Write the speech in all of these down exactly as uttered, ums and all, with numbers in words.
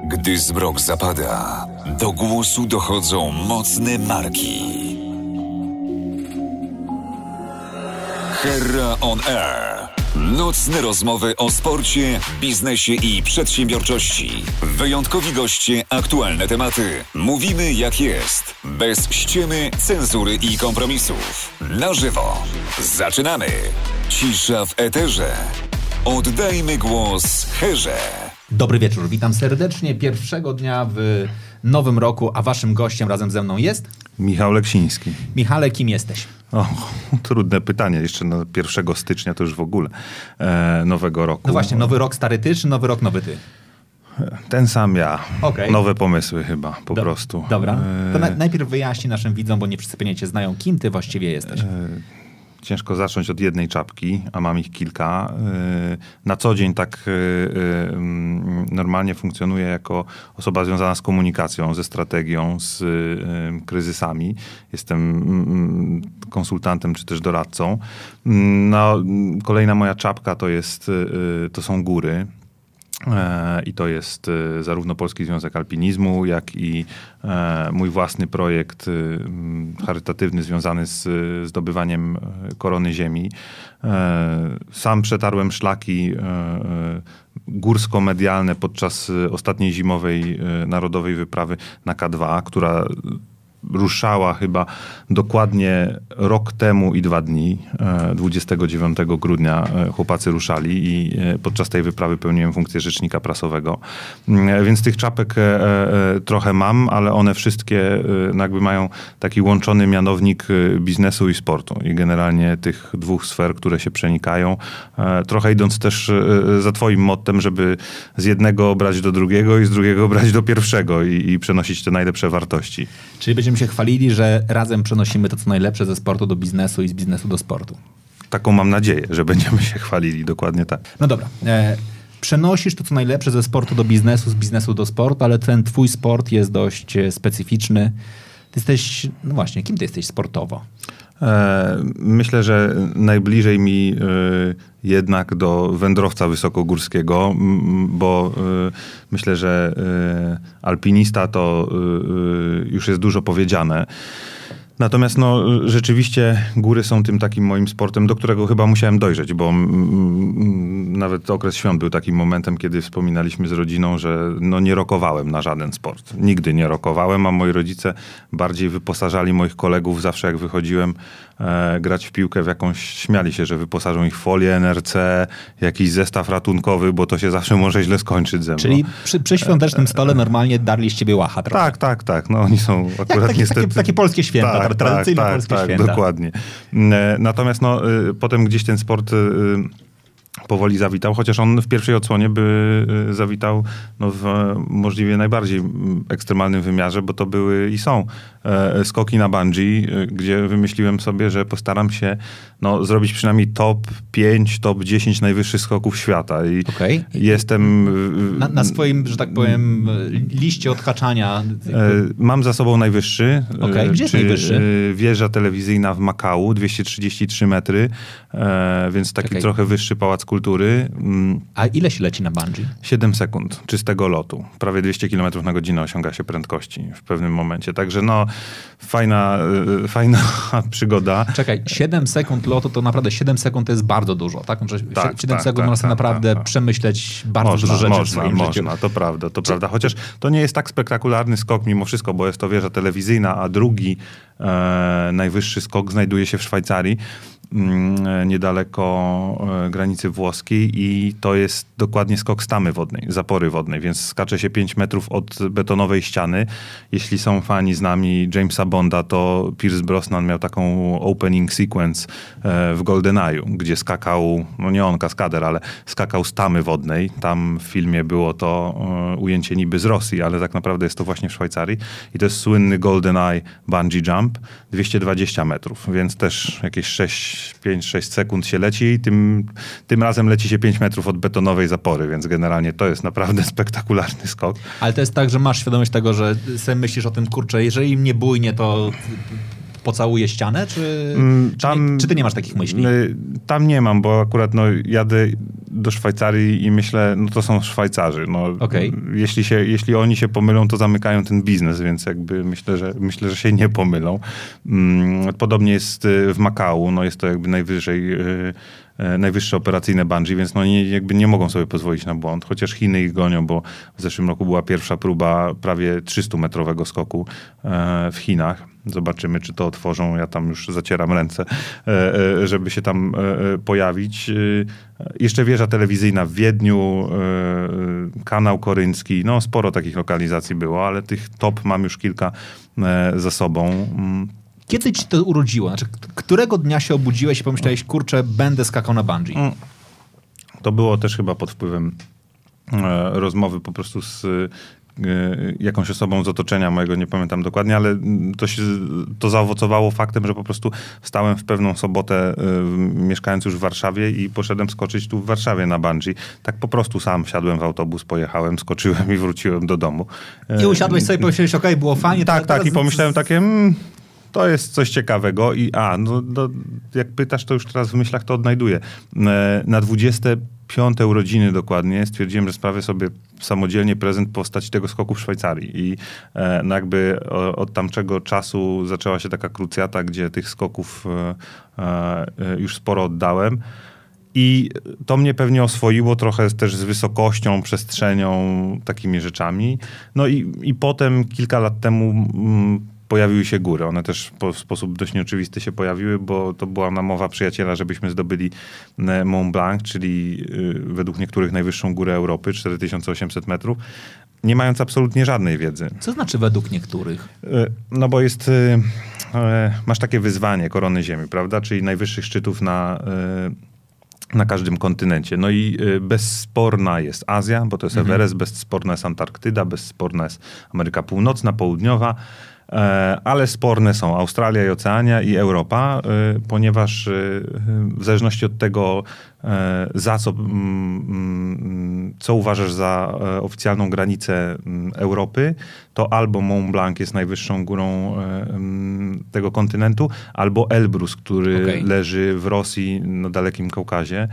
Gdy zmrok zapada, do głosu dochodzą mocne marki. Herra on Air. Nocne rozmowy o sporcie, biznesie i przedsiębiorczości. Wyjątkowi goście, aktualne tematy. Mówimy jak jest. Bez ściemy, cenzury i kompromisów. Na żywo. Zaczynamy. Cisza w eterze. Oddajmy głos Herze. Dobry wieczór, witam serdecznie pierwszego dnia w nowym roku, a waszym gościem razem ze mną jest? Michał Leksiński. Michale, kim jesteś? O, trudne pytanie, jeszcze na pierwszego stycznia to już w ogóle e, nowego roku. No właśnie, nowy rok stary ty, czy nowy rok nowy ty? Ten sam ja. Okay. Nowe pomysły chyba, po Do, prostu. Dobra, to na, najpierw wyjaśnij naszym widzom, bo nie wszyscy pewnie cię znają, kim ty właściwie jesteś. E, Ciężko zacząć od jednej czapki, a mam ich kilka. Na co dzień tak normalnie funkcjonuję jako osoba związana z komunikacją, ze strategią, z kryzysami. Jestem konsultantem czy też doradcą. No, kolejna moja czapka to jest, to są góry. I to jest zarówno Polski Związek Alpinizmu, jak i mój własny projekt charytatywny związany z zdobywaniem korony ziemi. Sam przetarłem szlaki górsko-medialne podczas ostatniej zimowej narodowej wyprawy na K dwa, która ruszała chyba dokładnie rok temu i dwa dni. dwudziestego dziewiątego grudnia chłopacy ruszali i podczas tej wyprawy pełniłem funkcję rzecznika prasowego. Więc tych czapek trochę mam, ale one wszystkie jakby mają taki łączony mianownik biznesu i sportu. I generalnie tych dwóch sfer, które się przenikają. Trochę idąc też za twoim mottem, żeby z jednego brać do drugiego i z drugiego brać do pierwszego i, i przenosić te najlepsze wartości. Czyli będziemy się chwalili, że razem przenosimy to, co najlepsze ze sportu do biznesu i z biznesu do sportu. Taką mam nadzieję, że będziemy się chwalili, dokładnie tak. No dobra. E, przenosisz to, co najlepsze ze sportu do biznesu, z biznesu do sportu, ale ten twój sport jest dość specyficzny. Ty jesteś, no właśnie, kim ty jesteś sportowo? E, myślę, że najbliżej mi e, jednak do wędrowca wysokogórskiego, m, bo e, myślę, że e, alpinista to e, już jest dużo powiedziane. Natomiast no, rzeczywiście góry są tym takim moim sportem, do którego chyba musiałem dojrzeć, bo m, m, nawet okres świąt był takim momentem, kiedy wspominaliśmy z rodziną, że no, nie rokowałem na żaden sport. Nigdy nie rokowałem, a moi rodzice bardziej wyposażali moich kolegów zawsze jak wychodziłem e, grać w piłkę w jakąś, śmiali się, że wyposażą ich w folię N R C, jakiś zestaw ratunkowy, bo to się zawsze może źle skończyć ze mną. Czyli przy, przy świątecznym stole normalnie darli z ciebie łacha trochę. Tak, tak, tak. No oni są akurat tak, takie, niestety... Takie, takie polskie święta. Tak, tradycyjne tak, polskie tak, święta. Dokładnie. Natomiast no, y, potem gdzieś ten sport y, powoli zawitał, chociaż on w pierwszej odsłonie by y, zawitał no, w możliwie najbardziej ekstremalnym wymiarze, bo to były i są e, skoki na bungee, y, gdzie wymyśliłem sobie, że postaram się no, zrobić przynajmniej top pięć, top dziesięć najwyższych skoków świata. I okay. jestem... Y, na, na swoim, że tak powiem, liście odhaczania. E, mam za sobą najwyższy. Okay. Gdzie jest najwyższy? Wieża telewizyjna w Makau, dwieście trzydzieści trzy metry, e, więc taki okay. trochę wyższy pałac kultury. A ile się leci na bungee? siedem sekund czystego lotu. Prawie dwieście kilometrów na godzinę osiąga się prędkości w pewnym momencie. Także no, fajna, fajna przygoda. Czekaj, siedem sekund lotu to naprawdę siedem sekund to jest bardzo dużo, tak? Że tak siedem tak, sekund tak, można tak, naprawdę tak, przemyśleć bardzo można, dużo rzeczy można, w swoim można, życiu. To prawda, to Czy... prawda. Chociaż to nie jest tak spektakularny skok mimo wszystko, bo jest to wieża telewizyjna, a drugi e, najwyższy skok znajduje się w Szwajcarii, niedaleko granicy włoskiej i to jest dokładnie skok z tamy wodnej, zapory wodnej, więc skacze się pięć metrów od betonowej ściany. Jeśli są fani z nami Jamesa Bonda, to Pierce Brosnan miał taką opening sequence w GoldenEye'u, gdzie skakał, no nie on kaskader, ale skakał z tamy wodnej. Tam w filmie było to ujęcie niby z Rosji, ale tak naprawdę jest to właśnie w Szwajcarii i to jest słynny GoldenEye bungee jump, dwieście dwadzieścia metrów, więc też jakieś sześć pięć sześć sekund się leci i tym, tym razem leci się pięć metrów od betonowej zapory, więc generalnie to jest naprawdę spektakularny skok. Ale to jest tak, że masz świadomość tego, że sobie myślisz o tym, kurczę, jeżeli mnie bujnie, to pocałuję ścianę, czy, tam, czy, nie, czy ty nie masz takich myśli? Tam nie mam, bo akurat no, jadę do Szwajcarii i myślę, no to są Szwajcarzy. No, okay. jeśli, się, jeśli oni się pomylą, to zamykają ten biznes, więc jakby myślę, że, myślę, że się nie pomylą. Podobnie jest w Makau, no jest to jakby najwyżej, najwyższe operacyjne bungee, więc no nie, jakby nie mogą sobie pozwolić na błąd, chociaż Chiny ich gonią, bo w zeszłym roku była pierwsza próba prawie trzystumetrowego skoku w Chinach. Zobaczymy, czy to otworzą. Ja tam już zacieram ręce, żeby się tam pojawić. Jeszcze wieża telewizyjna w Wiedniu, kanał koryncki. No sporo takich lokalizacji było, ale tych top mam już kilka za sobą. Kiedy ci to urodziło? Znaczy, którego dnia się obudziłeś i pomyślałeś, kurczę, będę skakał na bungee? To było też chyba pod wpływem rozmowy po prostu z jakąś osobą z otoczenia mojego, nie pamiętam dokładnie, ale to, się, to zaowocowało faktem, że po prostu wstałem w pewną sobotę, y, mieszkając już w Warszawie i poszedłem skoczyć tu w Warszawie na bungee. Tak po prostu sam wsiadłem w autobus, pojechałem, skoczyłem i wróciłem do domu. I usiadłeś sobie i pomyślałeś, okej, okay, było fajnie. Tak, tak, i pomyślałem takie... Mm, to jest coś ciekawego i a, no, no, jak pytasz, to już teraz w myślach to odnajduję. Na dwudzieste piąte urodziny dokładnie stwierdziłem, że sprawię sobie samodzielnie prezent w postaci tego skoku w Szwajcarii. I no jakby od tamtego czasu zaczęła się taka krucjata, gdzie tych skoków już sporo oddałem. I to mnie pewnie oswoiło trochę też z wysokością, przestrzenią, takimi rzeczami. No i, i potem kilka lat temu mm, pojawiły się góry. One też w sposób dość nieoczywisty się pojawiły, bo to była namowa przyjaciela, żebyśmy zdobyli Mont Blanc, czyli y, według niektórych najwyższą górę Europy, cztery tysiące osiemset metrów, nie mając absolutnie żadnej wiedzy. Co znaczy według niektórych? Y, no bo jest... Y, y, masz takie wyzwanie korony Ziemi, prawda? Czyli najwyższych szczytów na... Y, na każdym kontynencie. No i bezsporna jest Azja, bo to jest mhm. Everest, bezsporna jest Antarktyda, bezsporna jest Ameryka Północna, Południowa, ale sporne są Australia i Oceania i Europa, ponieważ w zależności od tego, za co, co uważasz za oficjalną granicę Europy, to albo Mont Blanc jest najwyższą górą tego kontynentu, albo Elbrus, który okay. leży w Rosji, na dalekim Kaukazie.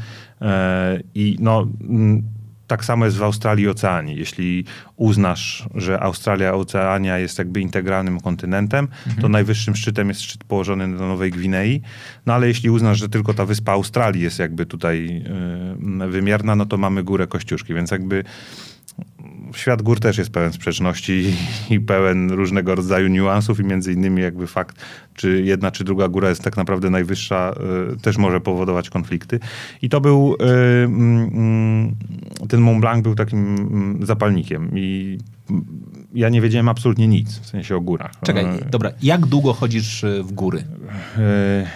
I no... Tak samo jest w Australii i Oceanii. Jeśli uznasz, że Australia i Oceania jest jakby integralnym kontynentem, mhm. to najwyższym szczytem jest szczyt położony na Nowej Gwinei. No ale jeśli uznasz, że tylko ta wyspa Australii jest jakby tutaj yy, wymierna, no to mamy Górę Kościuszki. Więc jakby świat gór też jest pełen sprzeczności i pełen różnego rodzaju niuansów i między innymi jakby fakt, czy jedna, czy druga góra jest tak naprawdę najwyższa, y, też może powodować konflikty. I to był, y, y, ten Mont Blanc był takim zapalnikiem i ja nie wiedziałem absolutnie nic, w sensie o górach. Czekaj, dobra, jak długo chodzisz w góry? Y,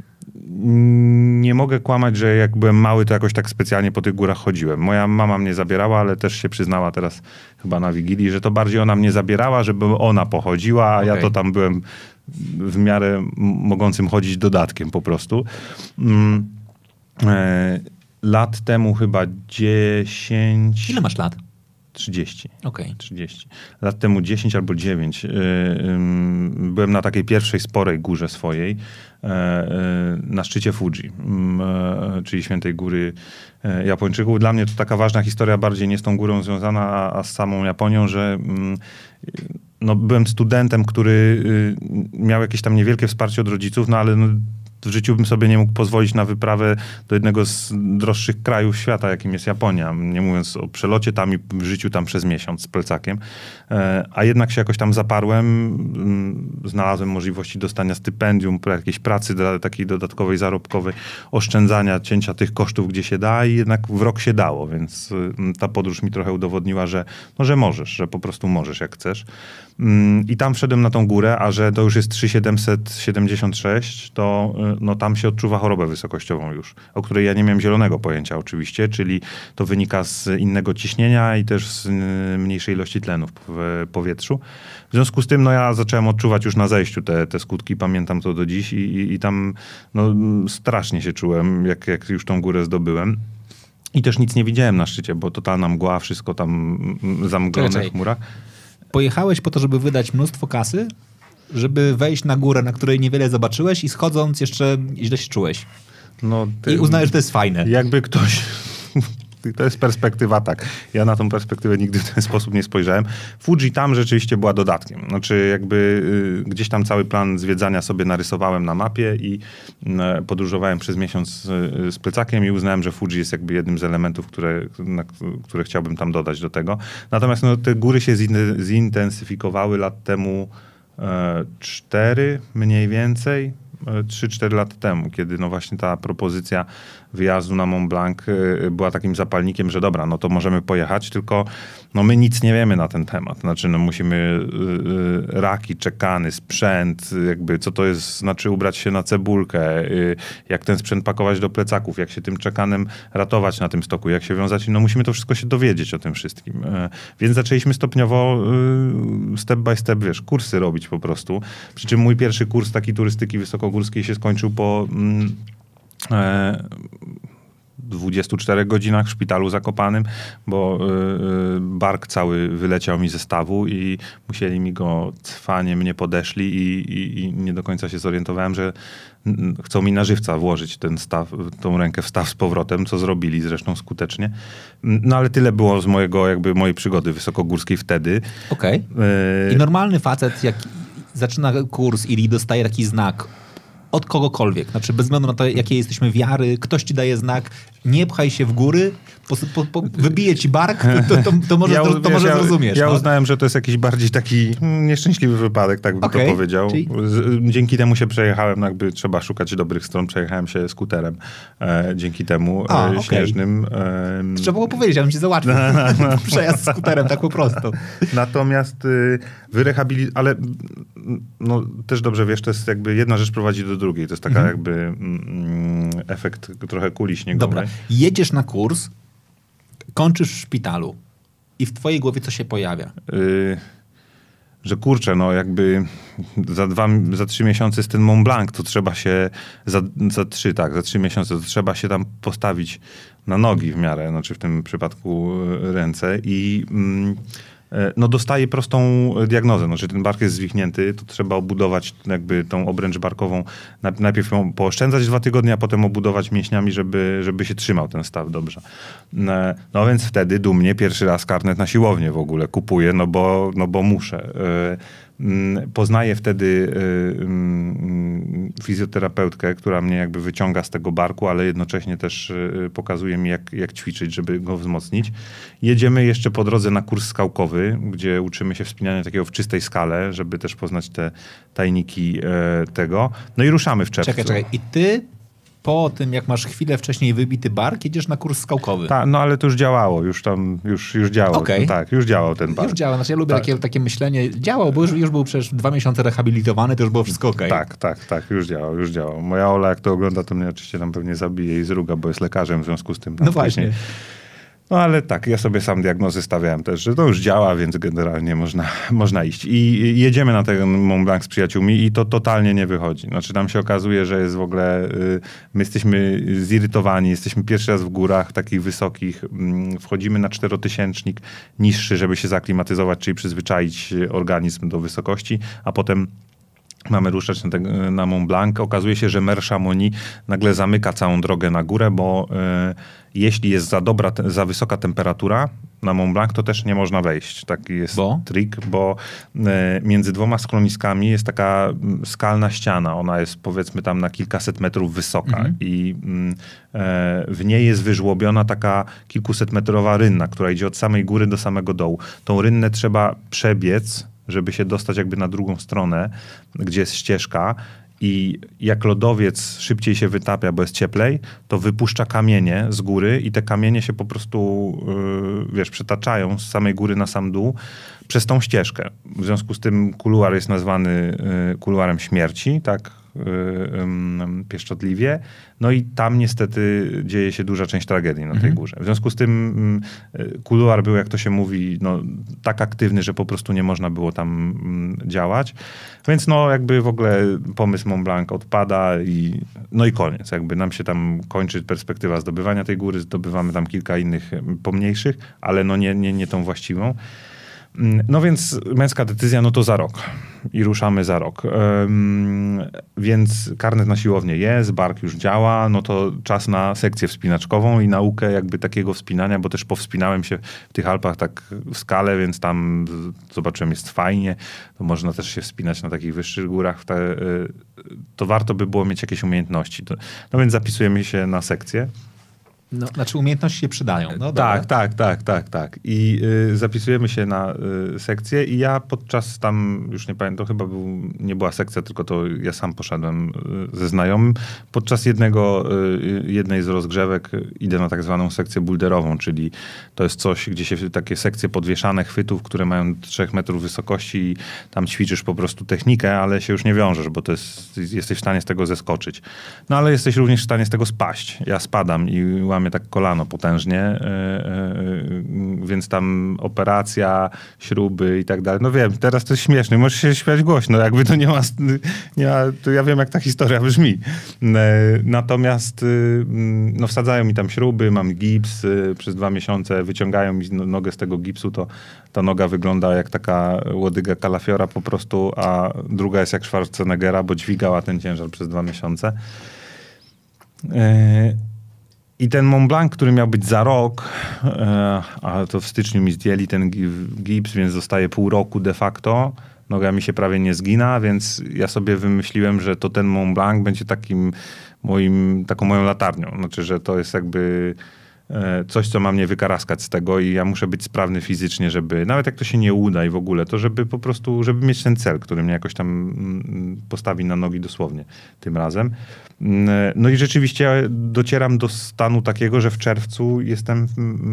Nie mogę kłamać, że jak byłem mały, to jakoś tak specjalnie po tych górach chodziłem. Moja mama mnie zabierała, ale też się przyznała teraz chyba na Wigilii, że to bardziej ona mnie zabierała, żeby ona pochodziła, a okay. ja to tam byłem w miarę mogącym chodzić dodatkiem po prostu. Mm, e, lat temu chyba dziesięć... Ile masz lat? trzydzieści. Okej. Okay. trzydzieści. Lat temu dziesięć albo dziewięć. Yy, yy, byłem na takiej pierwszej sporej górze swojej, yy, na szczycie Fuji, yy, czyli Świętej Góry yy, Japończyków. Dla mnie to taka ważna historia, bardziej nie z tą górą związana, a, a z samą Japonią, że yy, no, byłem studentem, który yy, miał jakieś tam niewielkie wsparcie od rodziców, no ale no, w życiu bym sobie nie mógł pozwolić na wyprawę do jednego z droższych krajów świata, jakim jest Japonia. Nie mówiąc o przelocie tam i życiu tam przez miesiąc z plecakiem. A jednak się jakoś tam zaparłem. Znalazłem możliwości dostania stypendium, jakiejś pracy takiej dodatkowej, zarobkowej, oszczędzania, cięcia tych kosztów, gdzie się da i jednak w rok się dało. Więc ta podróż mi trochę udowodniła, że, no, że możesz, że po prostu możesz jak chcesz. I tam wszedłem na tą górę, a że to już jest trzy tysiące siedemset siedemdziesiąt sześć, to no, tam się odczuwa chorobę wysokościową już, o której ja nie miałem zielonego pojęcia oczywiście, czyli to wynika z innego ciśnienia i też z mniejszej ilości tlenu w powietrzu. W związku z tym no, ja zacząłem odczuwać już na zejściu te, te skutki, pamiętam to do dziś i, i, i tam no, strasznie się czułem, jak, jak już tą górę zdobyłem. I też nic nie widziałem na szczycie, bo totalna mgła, wszystko tam zamglone w chmurach. Pojechałeś po to, żeby wydać mnóstwo kasy, żeby wejść na górę, na której niewiele zobaczyłeś i schodząc jeszcze źle się czułeś. No, ty, I uznałeś, że to jest fajne. Jakby ktoś, To jest perspektywa, tak. Ja na tą perspektywę nigdy w ten sposób nie spojrzałem. Fuji tam rzeczywiście była dodatkiem. Znaczy jakby y, gdzieś tam cały plan zwiedzania sobie narysowałem na mapie i y, podróżowałem przez miesiąc y, z plecakiem i uznałem, że Fuji jest jakby jednym z elementów, które, na, które chciałbym tam dodać do tego. Natomiast no, te góry się zin, zintensyfikowały lat temu y, cztery mniej więcej. trzy cztery lata temu, kiedy no właśnie ta propozycja wyjazdu na Mont Blanc była takim zapalnikiem, że dobra, no to możemy pojechać, tylko no my nic nie wiemy na ten temat. Znaczy no musimy yy, raki, czekany, sprzęt, jakby co to jest, znaczy ubrać się na cebulkę, yy, jak ten sprzęt pakować do plecaków, jak się tym czekanem ratować na tym stoku, jak się wiązać, no musimy to wszystko się dowiedzieć o tym wszystkim. Yy, więc zaczęliśmy stopniowo yy, step by step, wiesz, kursy robić po prostu. Przy czym mój pierwszy kurs taki turystyki wysokogórskiej się skończył po mm, e, dwudziestu czterech godzinach w szpitalu Zakopanym, bo y, bark cały wyleciał mi ze stawu i musieli mi go cwanie, mnie podeszli i, i, i nie do końca się zorientowałem, że chcą mi na żywca włożyć ten staw, tą rękę w staw z powrotem, co zrobili zresztą skutecznie. No ale tyle było z mojego, jakby mojej przygody wysokogórskiej wtedy. Okej. Okay. I normalny facet, jak zaczyna kurs i dostaje taki znak od kogokolwiek, znaczy bez względu na to, jakie jesteśmy wiary, ktoś ci daje znak, nie pchaj się w góry, po, po, po, wybije ci bark, to, to, to może, ja, to, to wiesz, może ja, zrozumiesz. Ja no? uznałem, że to jest jakiś bardziej taki nieszczęśliwy wypadek, tak bym okay, to powiedział. Czyli... Dzięki temu się przejechałem, jakby trzeba szukać dobrych stron, przejechałem się skuterem e, dzięki temu A, e, śnieżnym. Okay. E, Trzeba było powiedzieć, ja bym ci załatwił. Przejazd skuterem, tak po prostu. Natomiast y, wyrehabilit... ale no, też dobrze wiesz, to jest jakby jedna rzecz prowadzi do drugiej. To jest taka mhm. jakby mm, efekt trochę kuli śniegowej. Dobra, jedziesz na kurs, kończysz w szpitalu i w twojej głowie co się pojawia? Yy, że kurczę, no jakby za dwa, za trzy miesiące z ten Mont Blanc, to trzeba się, za, za trzy, tak, za trzy miesiące, to trzeba się tam postawić na nogi w miarę, znaczy w tym przypadku ręce i... Mm, no dostaje prostą diagnozę. No, że ten bark jest zwichnięty, to trzeba obudować jakby tą obręcz barkową. Najpierw ją pooszczędzać dwa tygodnie, a potem obudować mięśniami, żeby, żeby się trzymał ten staw dobrze. No więc wtedy dumnie pierwszy raz karnet na siłownię w ogóle kupuję, no bo, no bo muszę. Poznaję wtedy fizjoterapeutkę, która mnie jakby wyciąga z tego barku, ale jednocześnie też pokazuje mi, jak, jak ćwiczyć, żeby go wzmocnić. Jedziemy jeszcze po drodze na kurs skałkowy, gdzie uczymy się wspinania takiego w czystej skale, żeby też poznać te tajniki tego. No i ruszamy w czerwcu. Czekaj, czekaj. I ty po tym, jak masz chwilę wcześniej wybity bark, jedziesz na kurs skałkowy. Tak, no ale to już działało, już tam, już, już działał. Okay. Tak, już działał ten bark. Już działa, znaczy ja lubię tak. takie, takie myślenie. Działał, bo już, już był przez dwa miesiące rehabilitowany, to już było wszystko okej. Okay. Tak, tak, tak, już działał, już działał. Moja Ola, jak to ogląda, to mnie oczywiście tam pewnie zabije i zruga, bo jest lekarzem w związku z tym. No właśnie. Później... No ale tak, ja sobie sam diagnozy stawiałem też, że to już działa, więc generalnie można, można iść. I jedziemy na ten Mont Blanc z przyjaciółmi i to totalnie nie wychodzi. Znaczy tam się okazuje, że jest w ogóle, y, my jesteśmy zirytowani, jesteśmy pierwszy raz w górach takich wysokich, y, wchodzimy na czterotysięcznik niższy, żeby się zaklimatyzować, czyli przyzwyczaić organizm do wysokości, a potem mamy ruszać na, te, na Mont Blanc. Okazuje się, że Mer Chamonix nagle zamyka całą drogę na górę, bo y, jeśli jest za dobra, te, za wysoka temperatura na Mont Blanc, to też nie można wejść. Taki jest bo? trik, bo y, między dwoma schroniskami jest taka skalna ściana. Ona jest powiedzmy tam na kilkaset metrów wysoka mhm. i y, y, w niej jest wyżłobiona taka kilkusetmetrowa rynna, która idzie od samej góry do samego dołu. Tą rynnę trzeba przebiec, żeby się dostać jakby na drugą stronę, gdzie jest ścieżka i jak lodowiec szybciej się wytapia, bo jest cieplej, to wypuszcza kamienie z góry i te kamienie się po prostu, yy, wiesz, przetaczają z samej góry na sam dół przez tą ścieżkę. W związku z tym kuluar jest nazwany yy, kuluarem śmierci, tak yy, yy, pieszczotliwie. No i tam niestety dzieje się duża część tragedii na tej mhm. górze. W związku z tym yy, kuluar był, jak to się mówi, no, tak aktywny, że po prostu nie można było tam yy, działać. Więc no jakby w ogóle pomysł Mont Blanc odpada i no i koniec. Jakby nam się tam kończy perspektywa zdobywania tej góry. Zdobywamy tam kilka innych pomniejszych, ale no nie, nie, nie tą właściwą. No więc męska decyzja, no to za rok. I ruszamy za rok. Um, więc karnet na siłownię jest, bark już działa, no to czas na sekcję wspinaczkową i naukę jakby takiego wspinania, bo też powspinałem się w tych Alpach tak w skale, więc tam zobaczyłem, jest fajnie. To można też się wspinać na takich wyższych górach. Te, to warto by było mieć jakieś umiejętności. To, no więc zapisujemy się na sekcję. No, znaczy umiejętności się przydają. No, tak, tak, tak, tak, tak. I y, zapisujemy się na y, sekcję i ja podczas tam, już nie pamiętam, to chyba był, nie była sekcja, tylko to ja sam poszedłem y, ze znajomym. Podczas jednego, y, jednej z rozgrzewek idę na tak zwaną sekcję boulderową, czyli to jest coś, gdzie się takie sekcje podwieszane chwytów, które mają trzech metrów wysokości i tam ćwiczysz po prostu technikę, ale się już nie wiążesz, bo to jest, jesteś w stanie z tego zeskoczyć. No ale jesteś również w stanie z tego spaść. Ja spadam i łamię mnie tak kolano potężnie, yy, yy, więc tam operacja, śruby i tak dalej. No wiem, teraz to jest śmieszne, możesz się śmiać głośno, jakby to nie ma, nie ma to ja wiem, jak ta historia brzmi. Yy, natomiast yy, no wsadzają mi tam śruby, mam gips, yy, przez dwa miesiące wyciągają mi nogę z tego gipsu, to ta noga wygląda jak taka łodyga kalafiora po prostu, a druga jest jak Schwarzeneggera, bo dźwigała ten ciężar przez dwa miesiące. Yy, I ten Mont Blanc, który miał być za rok, e, a to w styczniu mi zdjęli ten gips, więc zostaje pół roku de facto. Noga mi się prawie nie zgina, więc ja sobie wymyśliłem, że to ten Mont Blanc będzie takim moim, taką moją latarnią. Znaczy, że to jest jakby e, coś, co ma mnie wykaraskać z tego i ja muszę być sprawny fizycznie, żeby, nawet jak to się nie uda i w ogóle, to żeby po prostu, żeby mieć ten cel, który mnie jakoś tam mm, postawi na nogi dosłownie tym razem. No i rzeczywiście docieram do stanu takiego, że w czerwcu jestem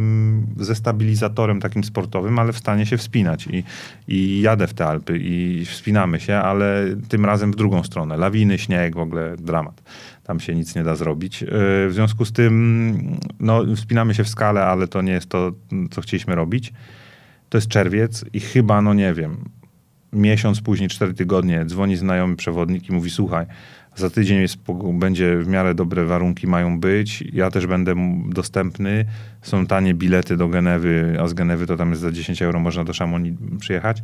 ze stabilizatorem takim sportowym, ale w stanie się wspinać i, i jadę w te Alpy i wspinamy się, ale tym razem w drugą stronę. Lawiny, śnieg, w ogóle dramat. Tam się nic nie da zrobić. W związku z tym no, wspinamy się w skale, ale to nie jest to, co chcieliśmy robić. To jest czerwiec i chyba, no nie wiem, miesiąc później, cztery tygodnie, dzwoni znajomy przewodnik i mówi, słuchaj, za tydzień jest, będzie w miarę dobre warunki mają być. Ja też będę dostępny. Są tanie bilety do Genewy, a z Genewy to tam jest za dziesięć euro można do Chamonix przyjechać.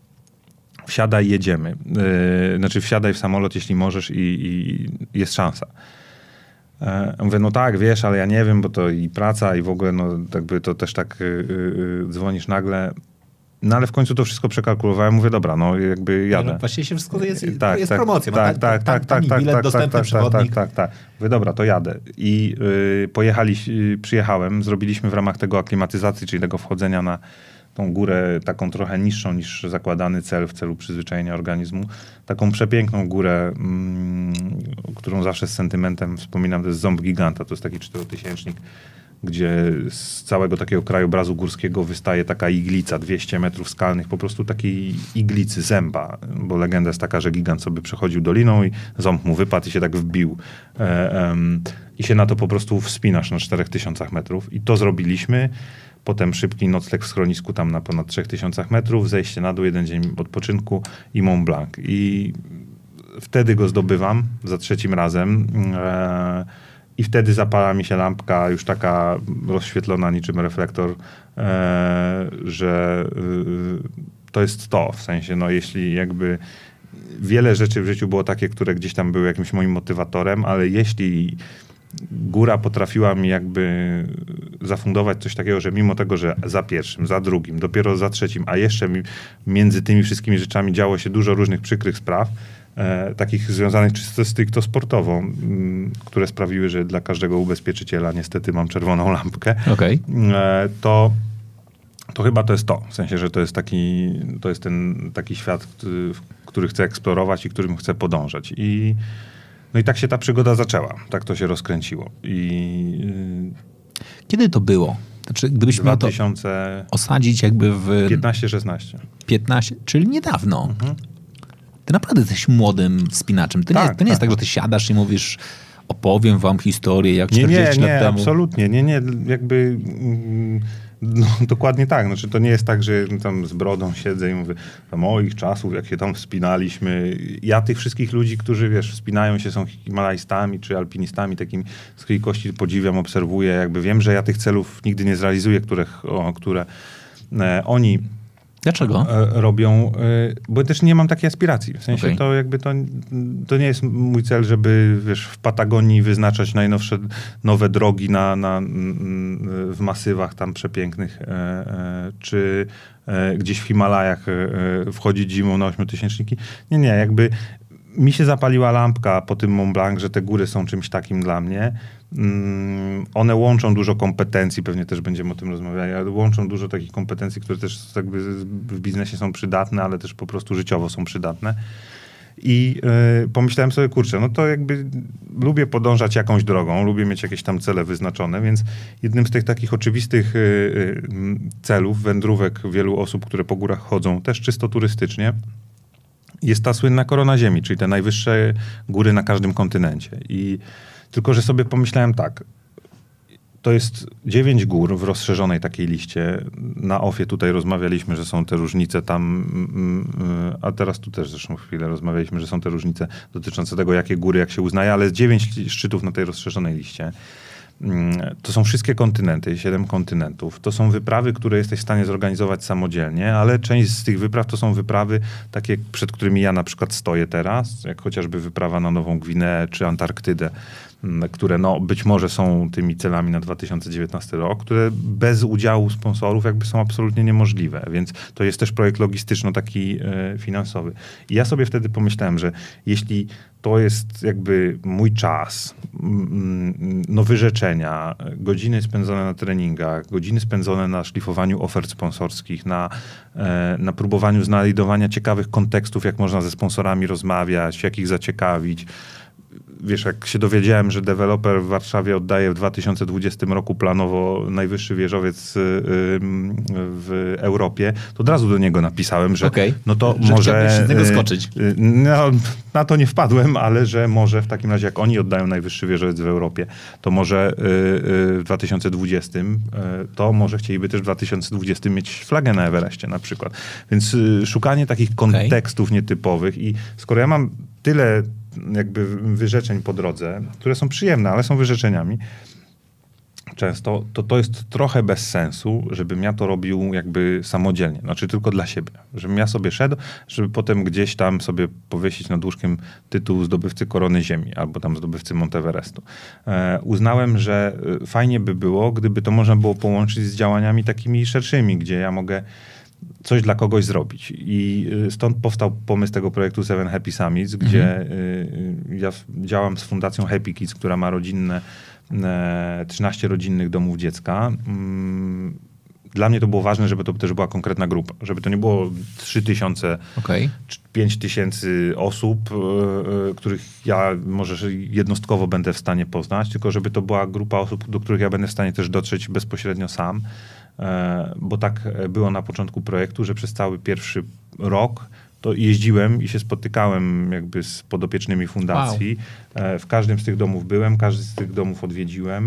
Wsiadaj, jedziemy. Yy, znaczy wsiadaj w samolot, jeśli możesz i, i jest szansa. Yy, mówię, no tak, wiesz, ale ja nie wiem, bo to i praca i w ogóle no jakby to też tak yy, yy, dzwonisz nagle. No ale w końcu to wszystko przekalkulowałem. Mówię, dobra, no jakby jadę. No, właściwie się wszystko jest, tak, jest tak, promocja. Tak, tak, tak, tak, tak, bilet, tak, dostępny tak, przewodnik. tak, tak, tak. Mówię, dobra, to jadę. I yy, pojechali, yy, przyjechałem, zrobiliśmy w ramach tego aklimatyzacji, czyli tego wchodzenia na tą górę taką trochę niższą niż zakładany cel w celu przyzwyczajenia organizmu. Taką przepiękną górę, mm, którą zawsze z sentymentem wspominam, to jest Ząb Giganta. To jest taki czterotysięcznik, gdzie z całego takiego krajobrazu górskiego wystaje taka iglica, dwieście metrów skalnych, po prostu takiej iglicy, zęba, bo legenda jest taka, że gigant sobie przechodził doliną i ząb mu wypadł i się tak wbił. E, um, I się na to po prostu wspinasz na czterech tysiącach metrów. I to zrobiliśmy. Potem szybki nocleg w schronisku tam na ponad trzech tysiącach metrów, zejście na dół, jeden dzień odpoczynku i Mont Blanc. I wtedy go zdobywam za trzecim razem. E, I wtedy zapala mi się lampka, już taka rozświetlona niczym reflektor, e, że e, to jest to. W sensie, no jeśli jakby wiele rzeczy w życiu było takie, które gdzieś tam były jakimś moim motywatorem, ale jeśli góra potrafiła mi jakby zafundować coś takiego, że mimo tego, że za pierwszym, za drugim, dopiero za trzecim, a jeszcze mi, między tymi wszystkimi rzeczami działo się dużo różnych przykrych spraw, E, takich związanych czysto stricto sportowo, m, które sprawiły, że dla każdego ubezpieczyciela niestety mam czerwoną lampkę, okay. e, to, to chyba to jest to. W sensie, że to jest taki, to jest ten taki świat, który, który chcę eksplorować i którym chcę podążać. I, no i tak się ta przygoda zaczęła. Tak to się rozkręciło. I, Kiedy to było? Znaczy, gdybyśmy dwa tysiące... miał to osadzić jakby w... piętnaście szesnaście. piętnaście, czyli niedawno. Mhm. Ty naprawdę jesteś młodym wspinaczem. To, tak, nie, to nie tak. jest tak, że ty siadasz i mówisz, opowiem wam historię, jak czterdzieści nie, nie, lat nie, temu. Absolutnie. Nie, nie, jakby no, dokładnie tak. Znaczy, to nie jest tak, że tam z brodą siedzę i mówię, za moich czasów, jak się tam wspinaliśmy. Ja tych wszystkich ludzi, którzy, wiesz, wspinają się, są himalajstami czy alpinistami, takimi z której kości podziwiam, obserwuję. Jakby wiem, że ja tych celów nigdy nie zrealizuję, których, o, które e, oni Dlaczego? Robią, bo też nie mam takiej aspiracji. W sensie okay. to jakby to, to nie jest mój cel, żeby wiesz, w Patagonii wyznaczać najnowsze nowe drogi na, na, w masywach tam przepięknych, czy gdzieś w Himalajach wchodzić zimą na ośmiotysięczniki. Nie, nie, jakby mi się zapaliła lampka po tym Mont Blanc, że te góry są czymś takim dla mnie. Mm, one łączą dużo kompetencji, pewnie też będziemy o tym rozmawiali, ale łączą dużo takich kompetencji, które też jakby w biznesie są przydatne, ale też po prostu życiowo są przydatne. I yy, pomyślałem sobie, kurczę, no to jakby lubię podążać jakąś drogą, lubię mieć jakieś tam cele wyznaczone, więc jednym z tych takich oczywistych yy, yy, celów, wędrówek wielu osób, które po górach chodzą, też czysto turystycznie, jest ta słynna korona Ziemi, czyli te najwyższe góry na każdym kontynencie. I tylko, że sobie pomyślałem tak, to jest dziewięć gór w rozszerzonej takiej liście. Na ofie tutaj rozmawialiśmy, że są te różnice tam, a teraz tu też zresztą chwilę rozmawialiśmy, że są te różnice dotyczące tego, jakie góry, jak się uznaje, ale dziewięć szczytów na tej rozszerzonej liście. To są wszystkie kontynenty, siedem kontynentów. To są wyprawy, które jesteś w stanie zorganizować samodzielnie, ale część z tych wypraw to są wyprawy takie, przed którymi ja na przykład stoję teraz, jak chociażby wyprawa na Nową Gwineę czy Antarktydę, które no być może są tymi celami na dwa tysiące dziewiętnasty rok, które bez udziału sponsorów jakby są absolutnie niemożliwe. Więc to jest też projekt logistyczno taki e, finansowy. I ja sobie wtedy pomyślałem, że jeśli to jest jakby mój czas, no wyrzeczenia, godziny spędzone na treningach, godziny spędzone na szlifowaniu ofert sponsorskich, na, na próbowaniu znajdowania ciekawych kontekstów, jak można ze sponsorami rozmawiać, jak ich zaciekawić. Wiesz, jak się dowiedziałem, że deweloper w Warszawie oddaje w dwa tysiące dwudziestym roku planowo najwyższy wieżowiec w Europie, to od razu do niego napisałem, że okay. no to że może... się z niego skoczyć. No, na to nie wpadłem, ale że może w takim razie, jak oni oddają najwyższy wieżowiec w Europie, to może w dwa tysiące dwudziestym, to może chcieliby też w dwa tysiące dwudziestym mieć flagę na Everestie na przykład. Więc szukanie takich kontekstów okay. nietypowych i skoro ja mam tyle jakby wyrzeczeń po drodze, które są przyjemne, ale są wyrzeczeniami często, to to jest trochę bez sensu, żebym ja to robił jakby samodzielnie, znaczy tylko dla siebie. Żebym ja sobie szedł, żeby potem gdzieś tam sobie powiesić nad łóżkiem tytuł zdobywcy Korony Ziemi albo tam zdobywcy Monteverestu. E, uznałem, że fajnie by było, gdyby to można było połączyć z działaniami takimi szerszymi, gdzie ja mogę coś dla kogoś zrobić. I stąd powstał pomysł tego projektu Seven Happy Summits, mhm. gdzie ja działam z Fundacją Happy Kids, która ma rodzinne, trzynaście rodzinnych domów dziecka. Dla mnie to było ważne, żeby to też była konkretna grupa. Żeby to nie było trzy tysiące, okay. pięć tysięcy osób, których ja może jednostkowo będę w stanie poznać, tylko żeby to była grupa osób, do których ja będę w stanie też dotrzeć bezpośrednio sam. Bo tak było na początku projektu, że przez cały pierwszy rok to jeździłem i się spotykałem jakby z podopiecznymi fundacji. Wow. W każdym z tych domów byłem, każdy z tych domów odwiedziłem.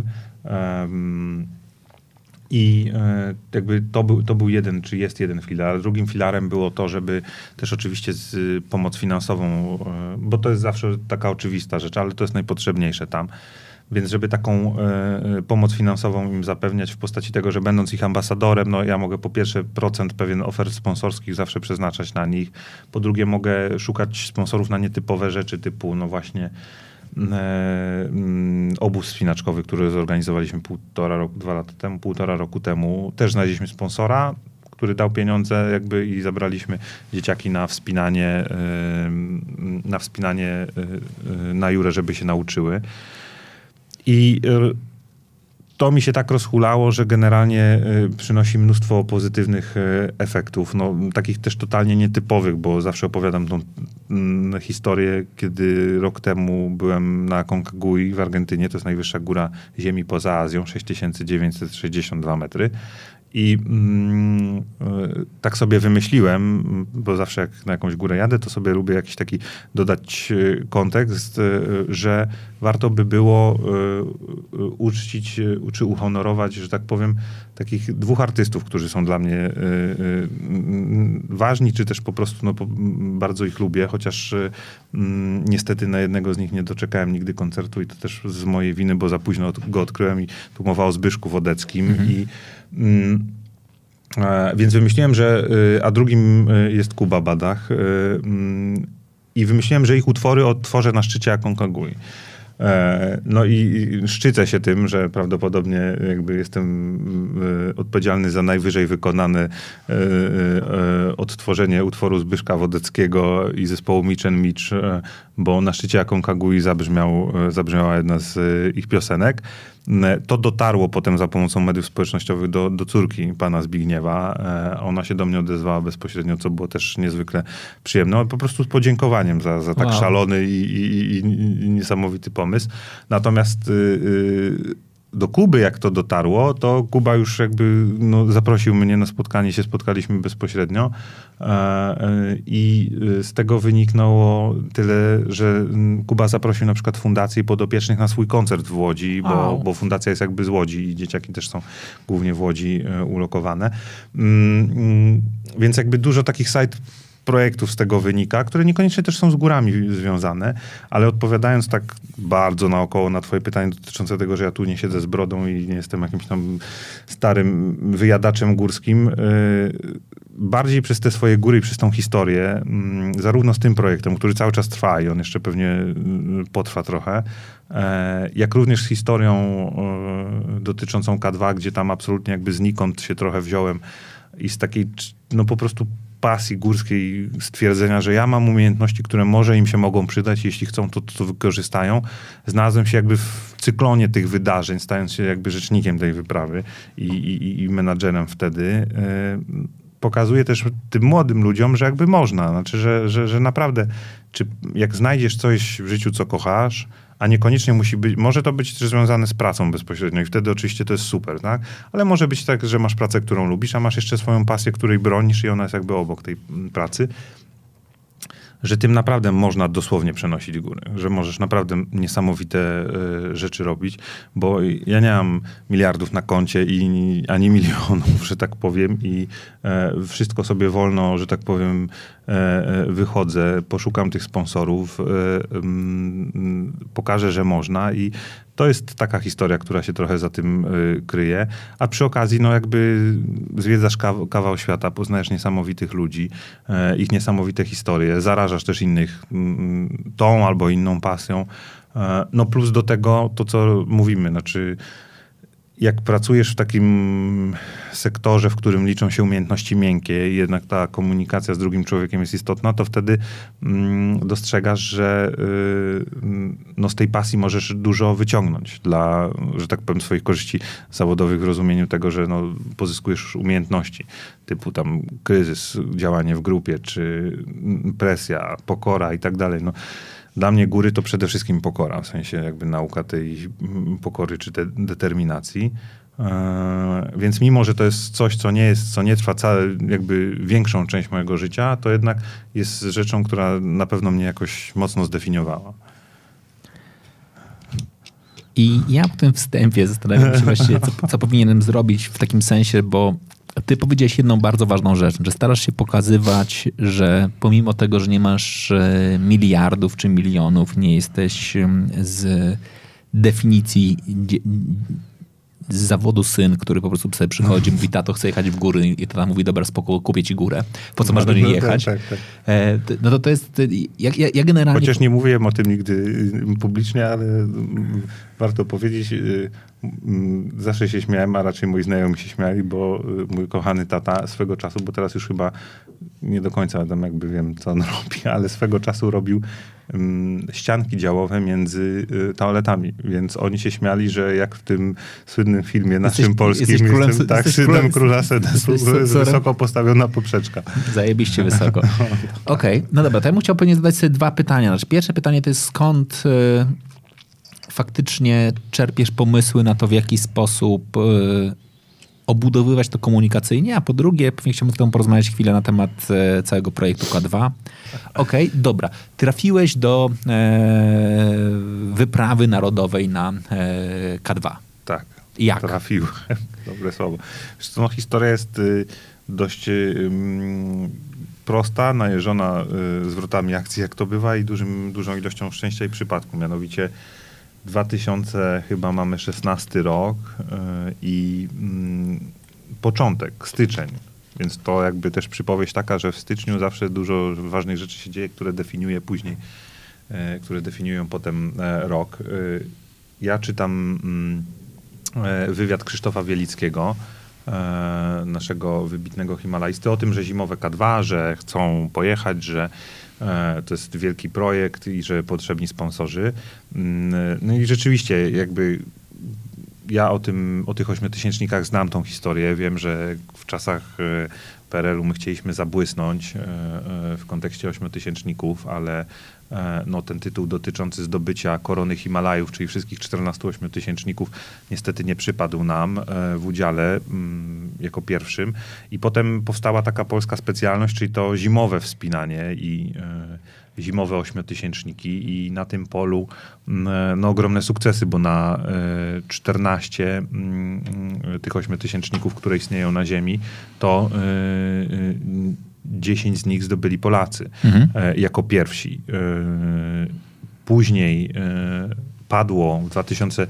I jakby to był, to był jeden, czy jest jeden filar. Drugim filarem było to, żeby też oczywiście z pomoc finansową, bo to jest zawsze taka oczywista rzecz, ale to jest najpotrzebniejsze tam. Więc żeby taką y, pomoc finansową im zapewniać w postaci tego, że będąc ich ambasadorem, no ja mogę po pierwsze procent pewien ofert sponsorskich zawsze przeznaczać na nich. Po drugie mogę szukać sponsorów na nietypowe rzeczy typu no właśnie y, y, obóz wspinaczkowy, który zorganizowaliśmy półtora roku, dwa lata temu, półtora roku temu. Też znaleźliśmy sponsora, który dał pieniądze jakby i zabraliśmy dzieciaki na wspinanie, y, na wspinanie y, y, na Jurę, żeby się nauczyły. I to mi się tak rozhulało, że generalnie przynosi mnóstwo pozytywnych efektów, no, takich też totalnie nietypowych, bo zawsze opowiadam tą mm, historię, kiedy rok temu byłem na Aconcagui w Argentynie, to jest najwyższa góra Ziemi poza Azją, sześć tysięcy dziewięćset sześćdziesiąt dwa metry. I mm, tak sobie wymyśliłem, bo zawsze jak na jakąś górę jadę, to sobie lubię jakiś taki dodać kontekst, że warto by było uczcić, czy uhonorować, że tak powiem, takich dwóch artystów, którzy są dla mnie ważni, czy też po prostu no, bardzo ich lubię, chociaż niestety na jednego z nich nie doczekałem nigdy koncertu i to też z mojej winy, bo za późno go odkryłem i tu mowa o Zbyszku Wodeckim. Mhm. I E, więc wymyśliłem, że... Y, a drugim y, jest Kuba Badach. Y, y, I wymyśliłem, że ich utwory odtworzę na szczycie Aconcagui. No i szczycę się tym, że prawdopodobnie jakby jestem odpowiedzialny za najwyżej wykonane odtworzenie utworu Zbyszka Wodeckiego i zespołu Mitch and Mitch, bo na szczycie Aconcagui zabrzmiał, zabrzmiała jedna z ich piosenek. To dotarło potem za pomocą mediów społecznościowych do, do córki pana Zbigniewa. Ona się do mnie odezwała bezpośrednio, co było też niezwykle przyjemne. Po prostu z podziękowaniem za, za tak wow. szalony i, i, i, i niesamowity pomysł. Natomiast yy, do Kuby, jak to dotarło, to Kuba już jakby no, zaprosił mnie na spotkanie, się spotkaliśmy bezpośrednio e, i z tego wyniknęło tyle, że Kuba zaprosił na przykład fundację podopiecznych na swój koncert w Łodzi, bo, wow. bo fundacja jest jakby z Łodzi i dzieciaki też są głównie w Łodzi e, ulokowane. Mm, więc jakby dużo takich side projektów z tego wynika, które niekoniecznie też są z górami związane, ale odpowiadając tak bardzo naokoło na twoje pytanie dotyczące tego, że ja tu nie siedzę z brodą i nie jestem jakimś tam starym wyjadaczem górskim, yy, bardziej przez te swoje góry i przez tą historię, yy, zarówno z tym projektem, który cały czas trwa i on jeszcze pewnie yy, potrwa trochę, yy, jak również z historią yy, dotyczącą K dwa, gdzie tam absolutnie jakby znikąd się trochę wziąłem i z takiej, no po prostu pasji górskiej, stwierdzenia, że ja mam umiejętności, które może im się mogą przydać, jeśli chcą, to, to wykorzystają. Znalazłem się jakby w cyklonie tych wydarzeń, stając się jakby rzecznikiem tej wyprawy i, i, i menadżerem wtedy. Yy, pokazuje też tym młodym ludziom, że jakby można. Znaczy, że, że, że naprawdę, czy jak znajdziesz coś w życiu, co kochasz, a niekoniecznie musi być, może to być też związane z pracą bezpośrednio i wtedy oczywiście to jest super, tak? Ale może być tak, że masz pracę, którą lubisz, a masz jeszcze swoją pasję, której bronisz i ona jest jakby obok tej pracy, że tym naprawdę można dosłownie przenosić góry, że możesz naprawdę niesamowite y, rzeczy robić, bo ja nie mam miliardów na koncie i ani milionów, że tak powiem, i e, wszystko sobie wolno, że tak powiem, e, wychodzę, poszukam tych sponsorów, e, m, pokażę, że można i to jest taka historia, która się trochę za tym y, kryje. A przy okazji, no jakby zwiedzasz kaw- kawał świata, poznajesz niesamowitych ludzi, y, ich niesamowite historie, zarażasz też innych y, tą albo inną pasją. Y, no plus do tego to, co mówimy, znaczy jak pracujesz w takim sektorze, w którym liczą się umiejętności miękkie i jednak ta komunikacja z drugim człowiekiem jest istotna, to wtedy mm, dostrzegasz, że y, no z tej pasji możesz dużo wyciągnąć dla, że tak powiem, swoich korzyści zawodowych w rozumieniu tego, że no, pozyskujesz umiejętności typu tam kryzys, działanie w grupie, czy presja, pokora i tak dalej. No, dla mnie góry to przede wszystkim pokora, w sensie jakby nauka tej pokory czy te determinacji. Eee, więc mimo, że to jest coś, co nie jest, co nie trwa całe, jakby większą część mojego życia, to jednak jest rzeczą, która na pewno mnie jakoś mocno zdefiniowała. I ja po tym wstępie zastanawiam się właściwie, co, co powinienem zrobić w takim sensie, bo ty powiedziałeś jedną bardzo ważną rzecz, że starasz się pokazywać, że pomimo tego, że nie masz miliardów czy milionów, nie jesteś z definicji z zawodu syn, który po prostu sobie przychodzi, mówi, tato, chcę jechać w góry i tata mówi, dobra, spoko, kupię ci górę. Po co masz do niej jechać? Tak, tak, tak. No to to jest... Ja, ja, ja generalnie... Chociaż nie mówiłem o tym nigdy publicznie, ale warto powiedzieć, zawsze się śmiałem, a raczej moi znajomi się śmiali, bo mój kochany tata swego czasu, bo teraz już chyba nie do końca tam jakby wiem, co on robi, ale swego czasu robił um, ścianki działowe między y, toaletami, więc oni się śmiali, że jak w tym słynnym filmie naszym jesteś, polskim jesteś królem, jestem, tak, synem królem, króla sedesu, jest wysoko postawiona poprzeczka. Zajebiście wysoko. Okej, okay. No dobra, to ja bym chciał pewnie zadać sobie dwa pytania. Znaczy, pierwsze pytanie to jest, skąd y, faktycznie czerpiesz pomysły na to, w jaki sposób y, obudowywać to komunikacyjnie, a po drugie, pewnie chciałbym z tobą porozmawiać chwilę na temat e, całego projektu K dwa. Okej, okay, dobra. Trafiłeś do e, wyprawy narodowej na e, K dwa. Tak. Jak? Trafiłem. Dobre słowo. Wiesz co, no, historia jest y, dość y, prosta, najeżona y, zwrotami akcji, jak to bywa, i dużym, dużą ilością szczęścia i przypadku. Mianowicie dwa tysiące chyba mamy szesnasty rok yy, i początek, styczeń. Więc to jakby też przypowieść taka, że w styczniu zawsze dużo ważnych rzeczy się dzieje, które definiuje później, e, które definiują potem e, rok. E, ja czytam e, wywiad Krzysztofa Wielickiego, e, naszego wybitnego himalajsty, o tym, że zimowe K dwa, że chcą pojechać, że e, to jest wielki projekt i że potrzebni sponsorzy. No i rzeczywiście jakby ja o tym, o tych ośmiotysięcznikach znam tą historię. Wiem, że w czasach P R L u my chcieliśmy zabłysnąć w kontekście ośmiotysięczników, ale no, ten tytuł dotyczący zdobycia korony Himalajów, czyli wszystkich czternastu ośmiotysięczników, niestety nie przypadł nam w udziale jako pierwszym. I potem powstała taka polska specjalność, czyli to zimowe wspinanie i zimowe ośmiotysięczniki i na tym polu no, ogromne sukcesy, bo na czternaście tych ośmiotysięczników, które istnieją na ziemi, to dziesięć z nich zdobyli Polacy mhm. jako pierwsi. Później padło w dwa tysiące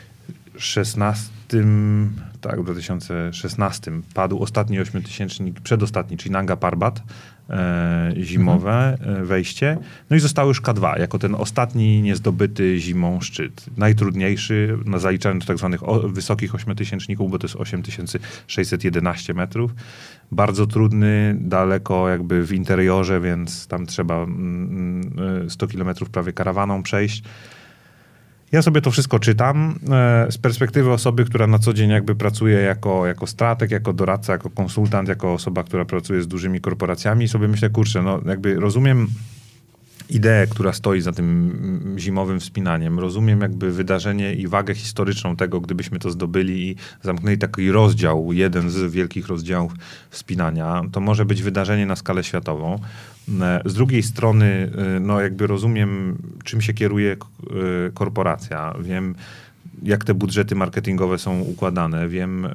szesnastym, tak, w dwa tysiące szesnastym padł ostatni ośmiotysięcznik, przedostatni, czyli Nanga Parbat, e, zimowe mhm. wejście. No i zostały już K dwa, jako ten ostatni niezdobyty zimą szczyt. Najtrudniejszy, na zaliczaniu do tak zwanych o, wysokich ośmiotysięczników, bo to jest osiem tysięcy sześćset jedenaście metrów. Bardzo trudny, daleko jakby w interiorze, więc tam trzeba mm, sto kilometrów prawie karawaną przejść. Ja sobie to wszystko czytam e, z perspektywy osoby, która na co dzień jakby pracuje jako, jako strateg, jako doradca, jako konsultant, jako osoba, która pracuje z dużymi korporacjami i sobie myślę, kurczę, no jakby rozumiem ideę, która stoi za tym zimowym wspinaniem. Rozumiem jakby wydarzenie i wagę historyczną tego, gdybyśmy to zdobyli i zamknęli taki rozdział, jeden z wielkich rozdziałów wspinania. To może być wydarzenie na skalę światową. Z drugiej strony, no jakby rozumiem, czym się kieruje korporacja. Wiem, jak te budżety marketingowe są układane. Wiem,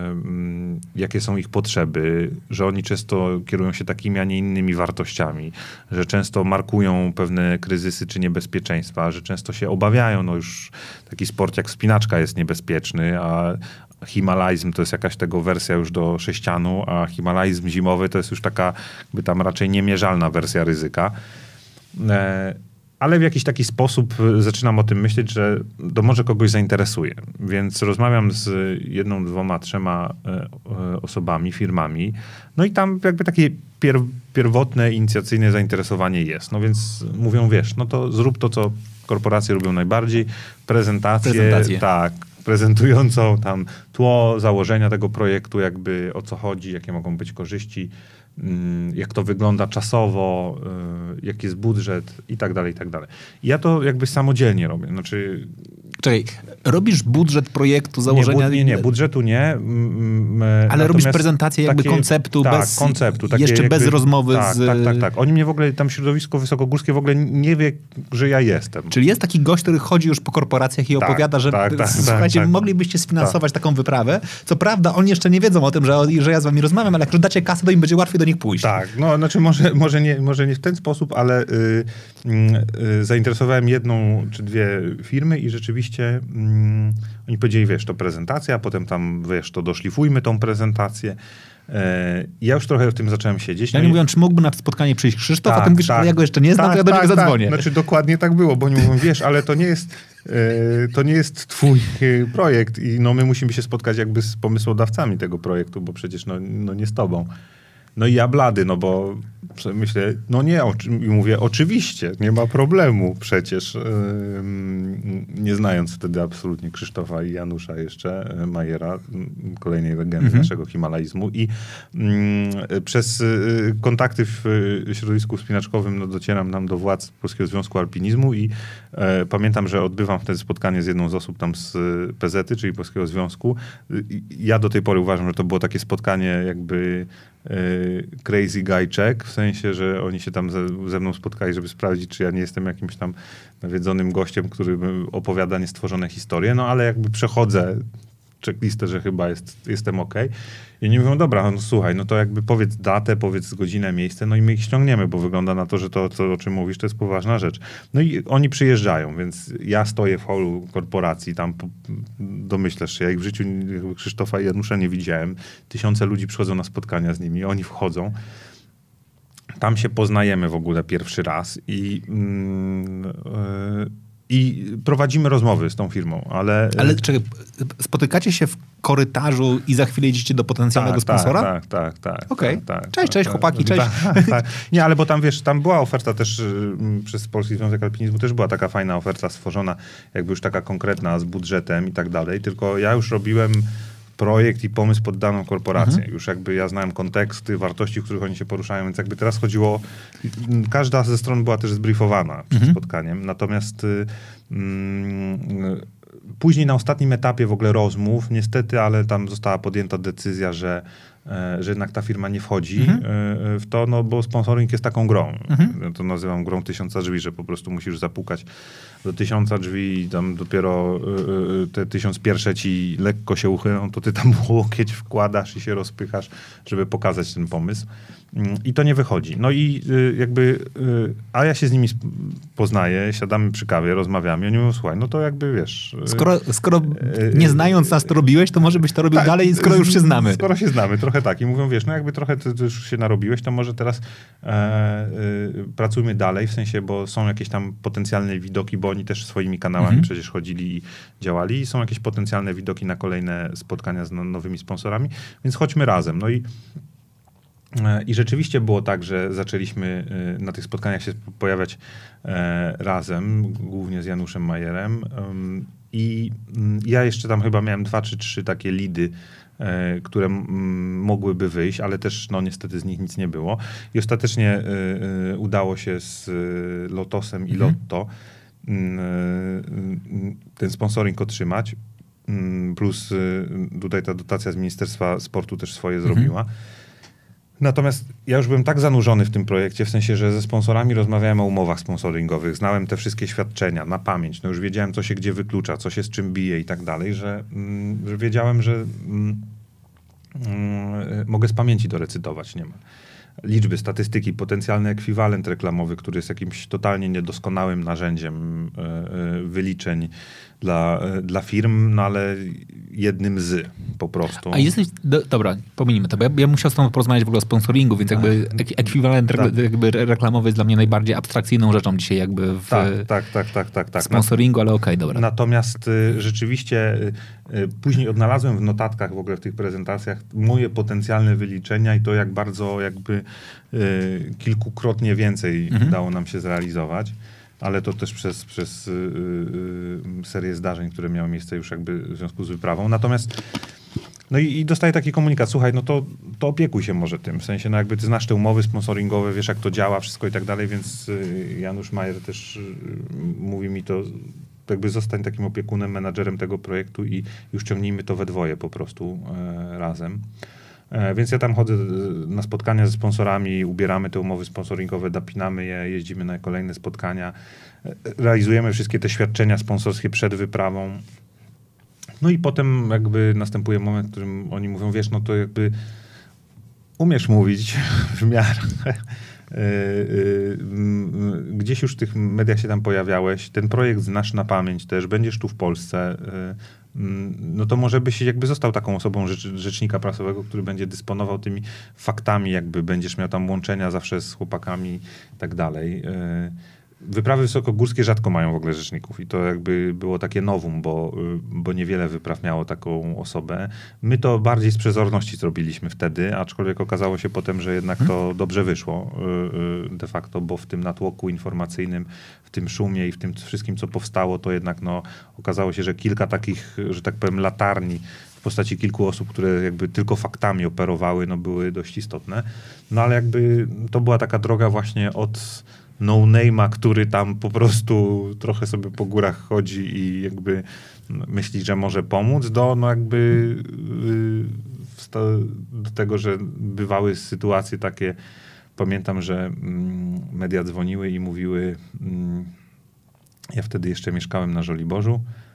jakie są ich potrzeby, że oni często kierują się takimi, a nie innymi wartościami, że często markują pewne kryzysy czy niebezpieczeństwa, że często się obawiają. No już taki sport jak wspinaczka jest niebezpieczny, a himalajzm to jest jakaś tego wersja już do sześcianu, a himalajzm zimowy to jest już taka jakby tam raczej niemierzalna wersja ryzyka. E, ale w jakiś taki sposób zaczynam o tym myśleć, że to może kogoś zainteresuje. Więc rozmawiam z jedną, dwoma, trzema e, osobami, firmami. No i tam jakby takie pier, pierwotne, inicjacyjne zainteresowanie jest. No więc mówią, wiesz, no to zrób to, co korporacje lubią najbardziej. Prezentację. Prezentację. Tak. Prezentującą tam tło, założenia tego projektu, jakby o co chodzi, jakie mogą być korzyści, jak to wygląda czasowo, jaki jest budżet i tak dalej, i tak dalej. I ja to jakby samodzielnie robię. Znaczy... Czekaj, robisz budżet projektu, założenia? Nie, nie, nie budżetu nie. Ale Natomiast robisz prezentację jakby takie, konceptu, tak, bez, konceptu takie jeszcze jakby, bez rozmowy tak, z... Tak, tak, tak. Oni mnie w ogóle, tam środowisko wysokogórskie w ogóle nie wie, że ja jestem. Czyli jest taki gość, który chodzi już po korporacjach i tak, opowiada, że tak, tak, słuchajcie, tak, tak. moglibyście sfinansować tak. taką wyprawę. Co prawda, oni jeszcze nie wiedzą o tym, że, że ja z wami rozmawiam, ale jak już dacie kasę, to im będzie łatwiej do nich pójść. Tak, no znaczy może, może, nie, może nie w ten sposób, ale y, y, y, zainteresowałem jedną czy dwie firmy i rzeczywiście y, oni powiedzieli, wiesz, to prezentacja, a potem tam, wiesz, to doszlifujmy tą prezentację. Y, ja już trochę w tym zacząłem siedzieć. Ja no nie mówię, czy mógłby na spotkanie przyjść Krzysztof, tak, a ty mówisz, tak, ale ja go jeszcze nie znam, tak, to ja do tak, niego zadzwonię. Tak. Znaczy dokładnie tak było, bo oni mówią, wiesz, ale to nie jest, y, to nie jest twój y, projekt i no my musimy się spotkać jakby z pomysłodawcami tego projektu, bo przecież no, no nie z tobą. No i ja blady, no bo myślę, no nie, i mówię, oczywiście, nie ma problemu przecież, yy, nie znając wtedy absolutnie Krzysztofa i Janusza jeszcze, Majera, kolejnej legendy mhm. naszego himalajzmu i yy, przez yy, kontakty w yy, środowisku wspinaczkowym no, docieram nam do władz Polskiego Związku Alpinizmu i yy, pamiętam, że odbywam wtedy spotkanie z jedną z osób tam z P Z y, czyli Polskiego Związku. Yy, ja do tej pory uważam, że to było takie spotkanie jakby crazy guy check, w sensie, że oni się tam ze, ze mną spotkali, żeby sprawdzić, czy ja nie jestem jakimś tam nawiedzonym gościem, który opowiada niestworzone historie, no ale jakby przechodzę checklistę, że chyba jest, jestem okej. I oni mówią, dobra, no słuchaj, no to jakby powiedz datę, powiedz godzinę, miejsce, no i my ich ściągniemy, bo wygląda na to, że to, co, o czym mówisz, to jest poważna rzecz. No i oni przyjeżdżają, więc ja stoję w holu korporacji, tam domyślasz się, jak w życiu Krzysztofa i Janusza nie widziałem. Tysiące ludzi przychodzą na spotkania z nimi, oni wchodzą. Tam się poznajemy w ogóle pierwszy raz i... Yy, yy, I prowadzimy rozmowy z tą firmą, ale... Ale czekaj, spotykacie się w korytarzu i za chwilę idziecie do potencjalnego tak, sponsora? Tak, tak, tak. Okej. Okay. Tak, cześć, tak, cześć tak, chłopaki, tak, cześć. Tak, tak. Nie, ale bo tam wiesz, tam była oferta też y, przez Polski Związek Alpinizmu, też była taka fajna oferta stworzona, jakby już taka konkretna z budżetem i tak dalej, tylko ja już robiłem projekt i pomysł pod daną korporację. Mhm. Już jakby ja znałem konteksty, wartości, w których oni się poruszają, więc jakby teraz chodziło, każda ze stron była też zbriefowana przed mhm. spotkaniem, natomiast y, y, później na ostatnim etapie w ogóle rozmów, niestety, ale tam została podjęta decyzja, że, że jednak ta firma nie wchodzi mhm. w to, no bo sponsoring jest taką grą. Mhm. Ja to nazywam grą tysiąca drzwi, że po prostu musisz zapukać do tysiąca drzwi i tam dopiero te tysiąc pierwsze ci lekko się uchylą, to ty tam łokieć wkładasz i się rozpychasz, żeby pokazać ten pomysł. I to nie wychodzi. No i jakby, a ja się z nimi poznaję, siadamy przy kawie, rozmawiamy i oni mówią, słuchaj, no to jakby wiesz... Skoro, skoro nie znając nas to robiłeś, to może byś to robił tak, dalej, skoro już się znamy. Skoro się znamy, trochę tak. I mówią, wiesz, no jakby trochę ty, ty już się narobiłeś, to może teraz e, e, pracujmy dalej, w sensie, bo są jakieś tam potencjalne widoki, bo oni też swoimi kanałami mhm. przecież chodzili i działali i są jakieś potencjalne widoki na kolejne spotkania z nowymi sponsorami, więc chodźmy razem. No i I rzeczywiście było tak, że zaczęliśmy na tych spotkaniach się pojawiać razem, głównie z Januszem Majerem. I ja jeszcze tam chyba miałem dwa czy trzy takie lidy, które mogłyby wyjść, ale też no niestety z nich nic nie było. I ostatecznie udało się z Lotosem i mhm. Lotto ten sponsoring otrzymać. Plus tutaj ta dotacja z Ministerstwa Sportu też swoje mhm. zrobiła. Natomiast ja już byłem tak zanurzony w tym projekcie, w sensie, że ze sponsorami rozmawiałem o umowach sponsoringowych, znałem te wszystkie świadczenia na pamięć, no już wiedziałem, co się gdzie wyklucza, co się z czym bije i tak dalej, że, mm, że wiedziałem, że mm, mm, mogę z pamięci dorecytować, nie ma. Liczby, statystyki, potencjalny ekwiwalent reklamowy, który jest jakimś totalnie niedoskonałym narzędziem y, y, wyliczeń dla, y, dla firm, no ale jednym z po prostu. A jesteś, do, dobra, pominijmy to, bo ja, ja musiał z tobą porozmawiać w ogóle o sponsoringu, więc jakby ek, ekwiwalent tak. jakby reklamowy jest dla mnie najbardziej abstrakcyjną rzeczą dzisiaj jakby w tak, tak, tak, tak, tak, tak. sponsoringu, ale okej, okay, dobra. Natomiast y, rzeczywiście y, y, później odnalazłem w notatkach w ogóle w tych prezentacjach moje potencjalne wyliczenia i to jak bardzo jakby y, kilkukrotnie więcej mhm. dało nam się zrealizować. Ale to też przez, przez yy, yy, serię zdarzeń, które miały miejsce już jakby w związku z wyprawą. Natomiast no i, i dostaję taki komunikat, słuchaj, no to, to opiekuj się może tym. W sensie, no jakby ty znasz te umowy sponsoringowe, wiesz jak to działa, wszystko i tak dalej, więc yy, Janusz Majer też yy, mówi mi to, jakby zostań takim opiekunem, menadżerem tego projektu i już ciągnijmy to we dwoje po prostu yy, razem. Więc ja tam chodzę na spotkania ze sponsorami, ubieramy te umowy sponsoringowe, dopinamy je, jeździmy na kolejne spotkania, realizujemy wszystkie te świadczenia sponsorskie przed wyprawą. No i potem jakby następuje moment, w którym oni mówią, wiesz, no to jakby umiesz mówić w miarę. Gdzieś już w tych mediach się tam pojawiałeś, ten projekt znasz na pamięć też, będziesz tu w Polsce, no to może byś jakby został taką osobą rzecz, rzecznika prasowego, który będzie dysponował tymi faktami, jakby będziesz miał tam łączenia zawsze z chłopakami i tak dalej. Wyprawy wysokogórskie rzadko mają w ogóle rzeczników i to jakby było takie novum, bo, bo niewiele wypraw miało taką osobę. My to bardziej z przezorności zrobiliśmy wtedy, aczkolwiek okazało się potem, że jednak to dobrze wyszło de facto, bo w tym natłoku informacyjnym, w tym szumie i w tym wszystkim, co powstało, to jednak no, okazało się, że kilka takich, że tak powiem, latarni w postaci kilku osób, które jakby tylko faktami operowały, no były dość istotne. No ale jakby to była taka droga właśnie od no-name'a, który tam po prostu trochę sobie po górach chodzi i jakby myśli, że może pomóc, do no jakby yy, do tego, że bywały sytuacje takie, pamiętam, że mm, media dzwoniły i mówiły, mm, ja wtedy jeszcze mieszkałem na Żoliborzu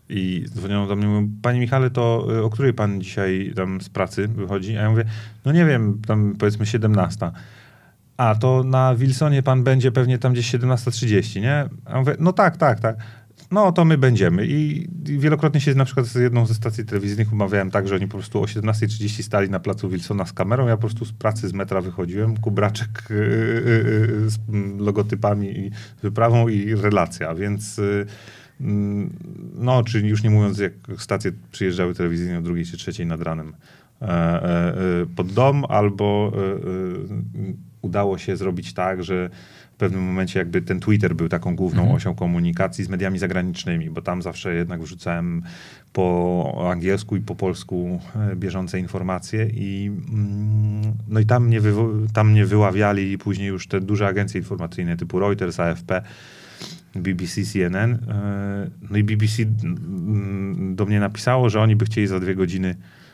I dzwonią do mnie, mówią, panie Michale, to o której pan dzisiaj tam z pracy wychodzi? A ja mówię, no nie wiem, tam powiedzmy siedemnasta. A, to na Wilsonie pan będzie pewnie tam gdzieś siedemnasta trzydzieści, nie? A ja mówię, no tak, tak, tak. No to my będziemy. I, I wielokrotnie się na przykład z jedną ze stacji telewizyjnych umawiałem tak, że oni po prostu o siedemnasta trzydzieści stali na placu Wilsona z kamerą. Ja po prostu z pracy z metra wychodziłem, kubraczek yy, yy, z logotypami i wyprawą i relacja, więc yy, no, czyli już nie mówiąc, jak stacje przyjeżdżały telewizyjnie o drugiej czy trzeciej nad ranem e, e, pod dom, albo e, e, udało się zrobić tak, że w pewnym momencie jakby ten Twitter był taką główną mhm. osią komunikacji z mediami zagranicznymi, bo tam zawsze jednak wrzucałem po angielsku i po polsku bieżące informacje i no i tam mnie, wywo- tam mnie wyławiali później już te duże agencje informacyjne typu Reuters, A F P, B B C, C N N. No i B B C do mnie napisało, że oni by chcieli za dwie godziny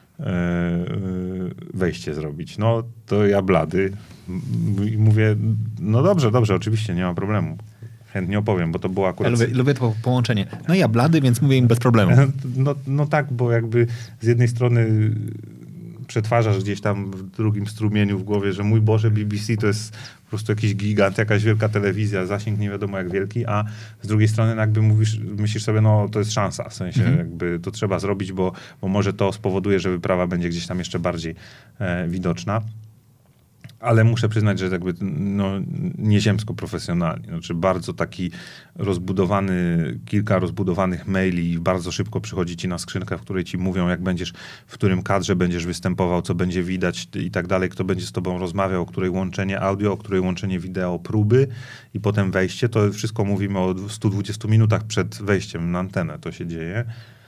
wejście zrobić. No to ja blady i mówię, no dobrze, dobrze, oczywiście, nie ma problemu. Chętnie opowiem, bo to było akurat... Ja lubię, lubię to połączenie. No ja blady, więc mówię im bez problemu. No, no tak, bo jakby z jednej strony przetwarzasz gdzieś tam w drugim strumieniu w głowie, że mój Boże, B B C to jest po prostu jakiś gigant, jakaś wielka telewizja, zasięg nie wiadomo jak wielki, a z drugiej strony jakby mówisz, myślisz sobie, no to jest szansa, w sensie mhm. jakby to trzeba zrobić, bo, bo może to spowoduje, że wyprawa będzie gdzieś tam jeszcze bardziej e, widoczna. Ale muszę przyznać, że jakby no, nieziemsko profesjonalnie. Znaczy bardzo taki rozbudowany, kilka rozbudowanych maili, bardzo szybko przychodzi ci na skrzynkę, w której ci mówią, jak będziesz, w którym kadrze będziesz występował, co będzie widać i tak dalej, kto będzie z tobą rozmawiał, o której łączenie audio, o której łączenie wideo, próby i potem wejście. To wszystko mówimy o stu dwudziestu minutach przed wejściem na antenę. To się dzieje.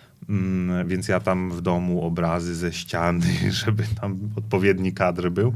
Mm, więc ja tam w domu obrazy ze ściany, żeby tam odpowiedni kadr był.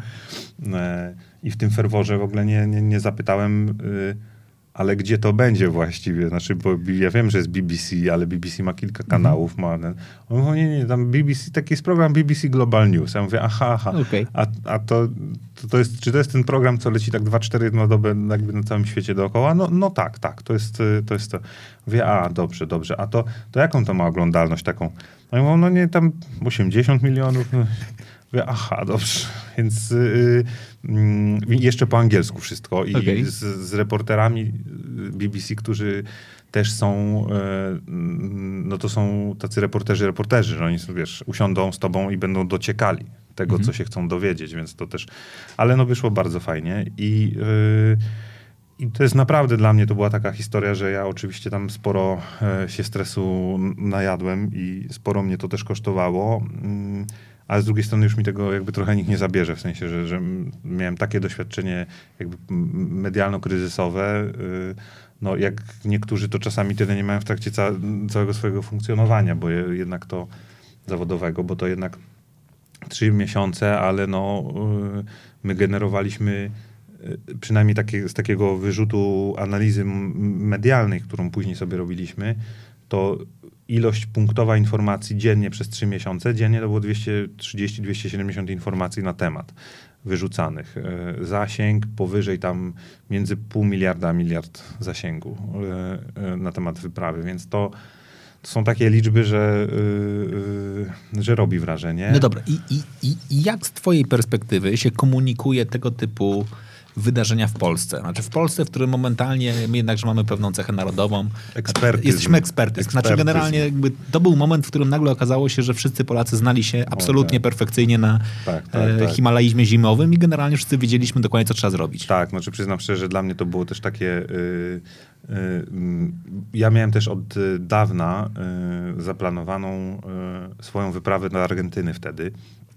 E, I w tym ferworze w ogóle nie, nie, nie zapytałem, y, ale gdzie to będzie właściwie? Znaczy, bo ja wiem, że jest B B C, ale B B C ma kilka kanałów. Mm-hmm. Ma ten, on mówi, nie, nie, tam B B C, taki jest program B B C Global News. Ja mówię, aha, aha. Okay. A, a to, to, to jest, czy to jest ten program, co leci tak dwa cztery na dobę jakby na całym świecie dookoła? No, no tak, tak, to jest to. Jest to. Mówię, a dobrze, dobrze. A to, to jaką to ma oglądalność taką? No i mówią, no nie, tam osiemdziesiąt milionów. No. Mówię, aha, dobrze. Więc yy, yy, jeszcze po angielsku wszystko. I okay. z, z reporterami B B C, którzy też są, yy, no to są tacy reporterzy, reporterzy, że oni, wiesz, usiądą z tobą i będą dociekali tego, mm-hmm. co się chcą dowiedzieć, więc to też... Ale no wyszło bardzo fajnie i... Yy, I to jest naprawdę dla mnie, to była taka historia, że ja oczywiście tam sporo e, się stresu najadłem i sporo mnie to też kosztowało, mm, ale z drugiej strony już mi tego jakby trochę nikt nie zabierze, w sensie, że, że miałem takie doświadczenie jakby medialno-kryzysowe, y, no jak niektórzy to czasami tyle nie mają w trakcie ca całego swojego funkcjonowania, bo je, jednak to zawodowego, bo to jednak trzy miesiące, ale no y, my generowaliśmy przynajmniej takie, z takiego wyrzutu analizy medialnej, którą później sobie robiliśmy, to ilość punktowa informacji dziennie przez trzy miesiące, dziennie to było dwieście trzydzieści do dwieście siedemdziesiąt informacji na temat wyrzucanych. Zasięg powyżej tam między pół miliarda a miliard zasięgu na temat wyprawy, więc to To są takie liczby, że, yy, że robi wrażenie. No dobra, I, i, i jak z twojej perspektywy się komunikuje tego typu wydarzenia w Polsce? Znaczy w Polsce, w którym momentalnie my jednakże mamy pewną cechę narodową. Ekspertyzm. Jesteśmy ekspertyzm. Znaczy generalnie jakby to był moment, w którym nagle okazało się, że wszyscy Polacy znali się absolutnie o, tak. perfekcyjnie na tak, tak, e, tak. Himalaizmie zimowym i generalnie wszyscy wiedzieliśmy dokładnie, co trzeba zrobić. Tak, znaczy przyznam szczerze, że dla mnie to było też takie... Yy, yy, ja miałem też od dawna yy, zaplanowaną yy, swoją wyprawę do Argentyny wtedy.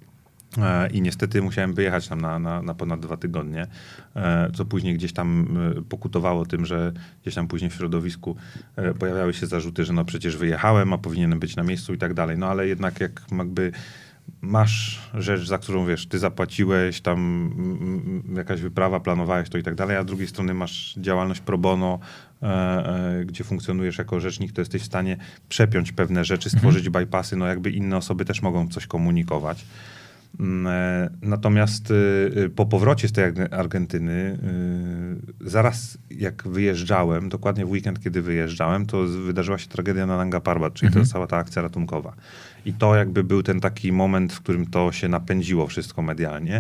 I niestety musiałem wyjechać tam na, na, na ponad dwa tygodnie, co później gdzieś tam pokutowało tym, że gdzieś tam później w środowisku pojawiały się zarzuty, że no przecież wyjechałem, a powinienem być na miejscu i tak dalej. No ale jednak jak jakby masz rzecz, za którą wiesz, ty zapłaciłeś, tam jakaś wyprawa, planowałeś to i tak dalej, a z drugiej strony masz działalność pro bono, e, e, gdzie funkcjonujesz jako rzecznik, to jesteś w stanie przepiąć pewne rzeczy, stworzyć mhm. bypassy, no jakby inne osoby też mogą coś komunikować. Natomiast po powrocie z tej Argentyny, zaraz jak wyjeżdżałem, dokładnie w weekend, kiedy wyjeżdżałem, to wydarzyła się tragedia na Nanga Parbat, czyli mhm. to cała ta akcja ratunkowa. I to jakby był ten taki moment, w którym to się napędziło wszystko medialnie.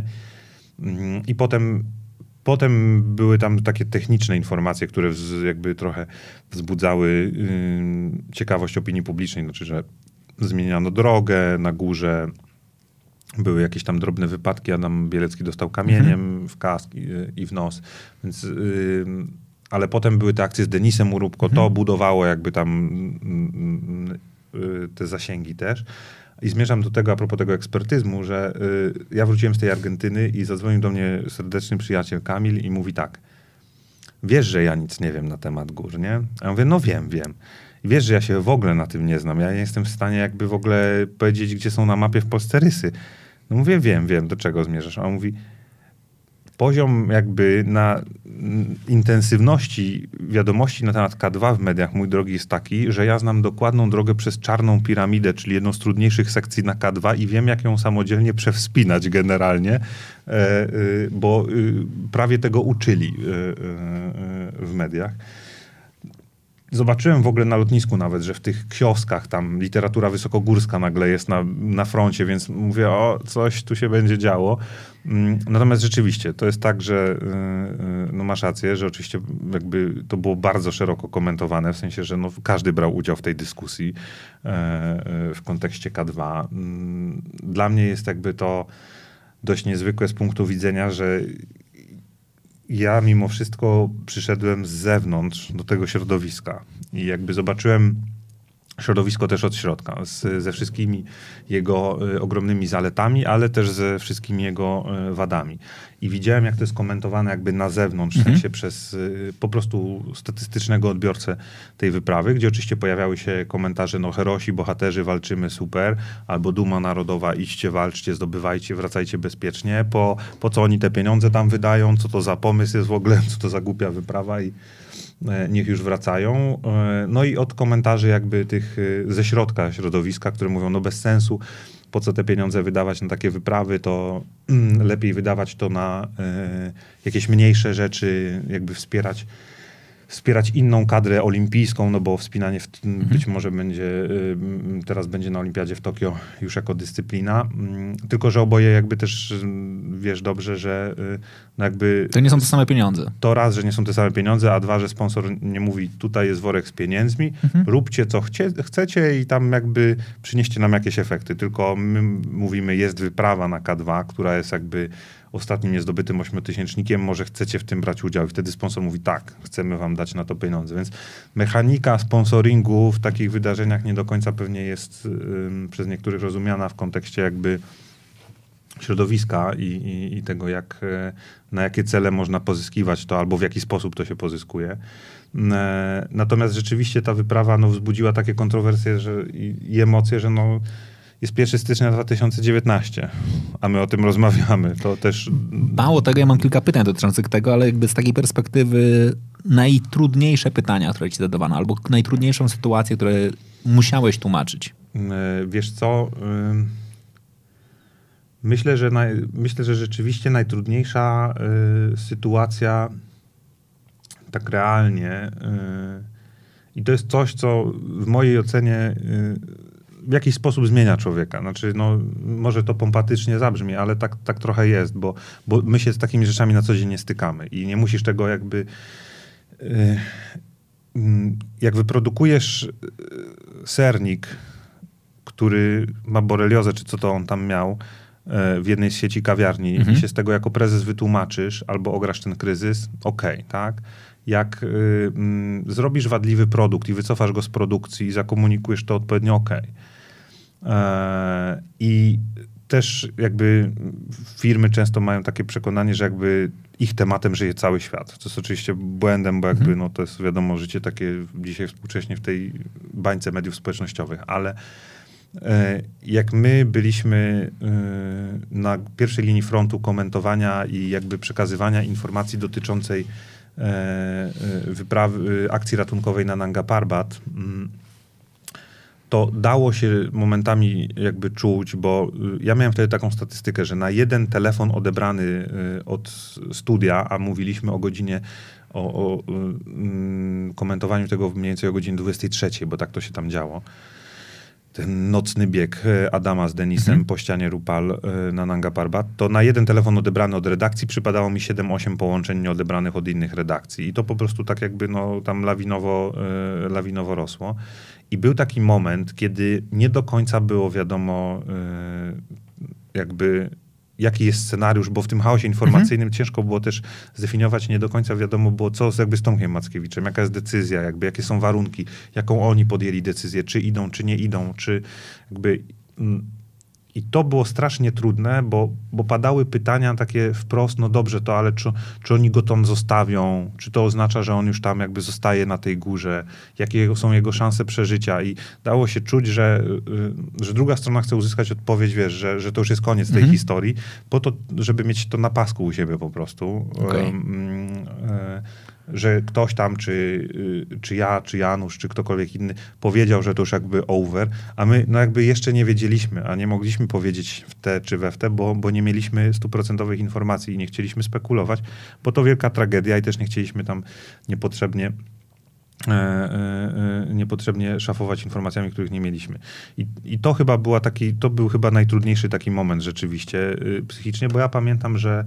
I potem, potem były tam takie techniczne informacje, które wz, jakby trochę wzbudzały yy, ciekawość opinii publicznej. Znaczy, że zmieniano drogę na górze, były jakieś tam drobne wypadki, Adam Bielecki dostał kamieniem mhm. w kask i, i w nos. Więc, yy, ale potem były te akcje z Denisem Urubko, mhm. to budowało jakby tam yy, yy, te zasięgi też. I zmierzam do tego, a propos tego ekspertyzmu, że y, ja wróciłem z tej Argentyny i zadzwonił do mnie serdeczny przyjaciel Kamil i mówi tak: wiesz, że ja nic nie wiem na temat gór, nie? A ja mówię, no wiem, wiem. I wiesz, że ja się w ogóle na tym nie znam. Ja nie jestem w stanie jakby w ogóle powiedzieć, gdzie są na mapie w Polsce rysy. No mówię, wiem, wiem, do czego zmierzasz. A on mówi, poziom jakby na intensywności wiadomości na temat K dwa w mediach, mój drogi, jest taki, że ja znam dokładną drogę przez Czarną Piramidę, czyli jedną z trudniejszych sekcji na K dwa i wiem, jak ją samodzielnie przewspinać generalnie, e, e, bo e, prawie tego uczyli e, e, w mediach. Zobaczyłem w ogóle na lotnisku nawet, że w tych kioskach tam literatura wysokogórska nagle jest na, na froncie, więc mówię, o, coś tu się będzie działo. Natomiast rzeczywiście to jest tak, że no masz rację, że oczywiście jakby to było bardzo szeroko komentowane, w sensie, że no każdy brał udział w tej dyskusji w kontekście K dwa. Dla mnie jest jakby to dość niezwykłe z punktu widzenia, że ja mimo wszystko przyszedłem z zewnątrz do tego środowiska i jakby zobaczyłem środowisko też od środka, z, ze wszystkimi jego y, ogromnymi zaletami, ale też ze wszystkimi jego y, wadami. I widziałem, jak to jest komentowane jakby na zewnątrz, mhm. w sensie przez y, po prostu statystycznego odbiorcę tej wyprawy, gdzie oczywiście pojawiały się komentarze, no herosi, bohaterzy, walczymy, super, albo duma narodowa, idźcie, walczcie, zdobywajcie, wracajcie bezpiecznie. Po, po co oni te pieniądze tam wydają? Co to za pomysł jest w ogóle? Co to za głupia wyprawa? I niech już wracają. No i od komentarzy jakby tych ze środka środowiska, które mówią, no bez sensu, po co te pieniądze wydawać na takie wyprawy, to mm, lepiej wydawać to na y, jakieś mniejsze rzeczy, jakby wspierać wspierać inną kadrę olimpijską, no bo wspinanie w, mhm. być może będzie, y, teraz będzie na olimpiadzie w Tokio już jako dyscyplina. Y, tylko, że oboje jakby też y, wiesz dobrze, że y, no jakby... To nie są te same pieniądze. To raz, że nie są te same pieniądze, a dwa, że sponsor nie mówi, tutaj jest worek z pieniędzmi, mhm. róbcie co chcie, chcecie i tam jakby przynieście nam jakieś efekty. Tylko my mówimy, jest wyprawa na K dwa, która jest jakby ostatnim niezdobytym ośmiotysięcznikiem, może chcecie w tym brać udział. I wtedy sponsor mówi, tak, chcemy wam dać na to pieniądze. Więc mechanika sponsoringu w takich wydarzeniach nie do końca pewnie jest ym, przez niektórych rozumiana w kontekście jakby środowiska i, i, i tego, jak, na jakie cele można pozyskiwać to, albo w jaki sposób to się pozyskuje. Natomiast rzeczywiście ta wyprawa no, wzbudziła takie kontrowersje że, i, i emocje, że no, jest pierwszego stycznia dwa tysiące dziewiętnastego, a my o tym rozmawiamy. To też... Mało tego, ja mam kilka pytań dotyczących tego, ale jakby z takiej perspektywy najtrudniejsze pytania, które ci zadawano, albo najtrudniejszą sytuację, które musiałeś tłumaczyć. Wiesz co... Myślę, że, naj, myślę, że rzeczywiście najtrudniejsza y, sytuacja tak realnie y, i to jest coś, co w mojej ocenie y, w jakiś sposób zmienia człowieka. Znaczy, no, może to pompatycznie zabrzmi, ale tak, tak trochę jest, bo, bo my się z takimi rzeczami na co dzień nie stykamy i nie musisz tego jakby... Y, jak wyprodukujesz sernik, który ma boreliozę, czy co to on tam miał, w jednej z sieci kawiarni mhm. i się z tego jako prezes wytłumaczysz albo ograsz ten kryzys, okej, okay, tak? Jak y, y, zrobisz wadliwy produkt i wycofasz go z produkcji i zakomunikujesz to odpowiednio, okej. Okay. I też jakby firmy często mają takie przekonanie, że jakby ich tematem żyje cały świat. To jest oczywiście błędem, bo jakby mhm. no to jest wiadomo życie takie dzisiaj współcześnie w tej bańce mediów społecznościowych, ale jak my byliśmy na pierwszej linii frontu komentowania i jakby przekazywania informacji dotyczącej wyprawy, akcji ratunkowej na Nanga Parbat, to dało się momentami jakby czuć, bo ja miałem wtedy taką statystykę, że na jeden telefon odebrany od studia, a mówiliśmy o godzinie, o, o mm, komentowaniu tego mniej więcej o godzinie dwudziestej trzeciej, bo tak to się tam działo. Ten nocny bieg Adama z Denisem mhm. po ścianie Rupal na Nanga Parbat, to na jeden telefon odebrany od redakcji przypadało mi siedem osiem połączeń nieodebranych od innych redakcji. I to po prostu tak jakby no, tam lawinowo, yy, lawinowo rosło. I był taki moment, kiedy nie do końca było wiadomo yy, jakby jaki jest scenariusz, bo w tym chaosie informacyjnym mhm. ciężko było też zdefiniować, nie do końca wiadomo było, co z, jakby z Tomkiem Mackiewiczem, jaka jest decyzja, jakby jakie są warunki, jaką oni podjęli decyzję, czy idą, czy nie idą, czy jakby... Mm, I to było strasznie trudne, bo, bo padały pytania takie wprost, no dobrze, to ale czy, czy oni go tam zostawią? Czy to oznacza, że on już tam jakby zostaje na tej górze? Jakie są jego szanse przeżycia? I dało się czuć, że, że druga strona chce uzyskać odpowiedź, wiesz, że, że to już jest koniec tej mhm. historii, po to, żeby mieć to na pasku u siebie po prostu. Okay. Um, y, że ktoś tam, czy, czy ja, czy Janusz, czy ktokolwiek inny powiedział, że to już jakby over, a my no jakby jeszcze nie wiedzieliśmy, a nie mogliśmy powiedzieć w te czy we w te, bo, bo nie mieliśmy stuprocentowych informacji i nie chcieliśmy spekulować, bo to wielka tragedia i też nie chcieliśmy tam niepotrzebnie E, e, e, niepotrzebnie szafować informacjami, których nie mieliśmy. I, i to chyba była taki, to był chyba najtrudniejszy taki moment rzeczywiście y, psychicznie, bo ja pamiętam, że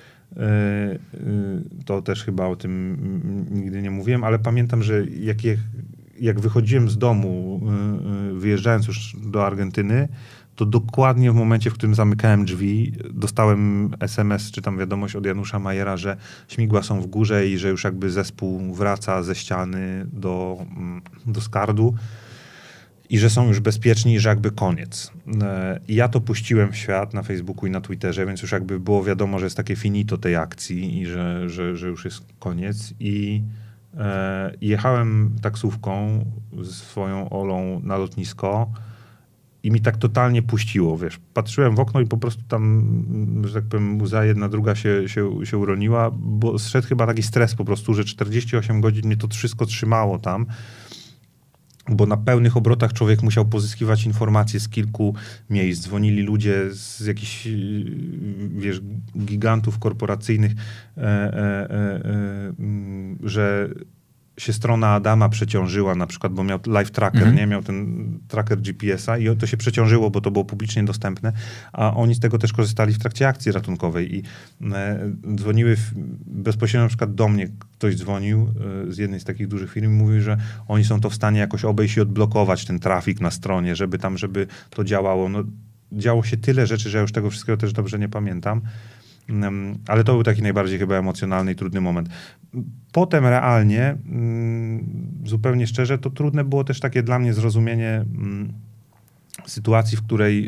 to też chyba o tym nigdy nie mówiłem, ale pamiętam, że jak, jak, jak wychodziłem z domu, wyjeżdżając już do Argentyny, to dokładnie w momencie, w którym zamykałem drzwi, dostałem es em es czy tam wiadomość od Janusza Majera, że śmigła są w górze i że już jakby zespół wraca ze ściany do, do Skardu. I że są już bezpieczni i że jakby koniec. I ja to puściłem w świat na Facebooku i na Twitterze, więc już jakby było wiadomo, że jest takie finito tej akcji i że, że, że już jest koniec. I e, jechałem taksówką ze swoją Olą na lotnisko i mi tak totalnie puściło, wiesz. Patrzyłem w okno i po prostu tam, że tak powiem, łza jedna, druga się, się, się uroniła, bo zszedł chyba taki stres po prostu, że czterdzieści osiem godzin mnie to wszystko trzymało tam. Bo na pełnych obrotach człowiek musiał pozyskiwać informacje z kilku miejsc. Dzwonili ludzie z jakichś, wiesz, gigantów korporacyjnych, e, e, e, że się strona Adama przeciążyła na przykład, bo miał live tracker, mhm. nie? Miał ten tracker G P S a i to się przeciążyło, bo to było publicznie dostępne, a oni z tego też korzystali w trakcie akcji ratunkowej i e, dzwoniły w, bezpośrednio na przykład do mnie, ktoś dzwonił e, z jednej z takich dużych firm i mówił, że oni są to w stanie jakoś obejść i odblokować ten trafik na stronie, żeby tam, żeby to działało. No, działo się tyle rzeczy, że ja już tego wszystkiego też dobrze nie pamiętam. Ale to był taki najbardziej chyba emocjonalny i trudny moment. Potem realnie, zupełnie szczerze, to trudne było też takie dla mnie zrozumienie sytuacji, w której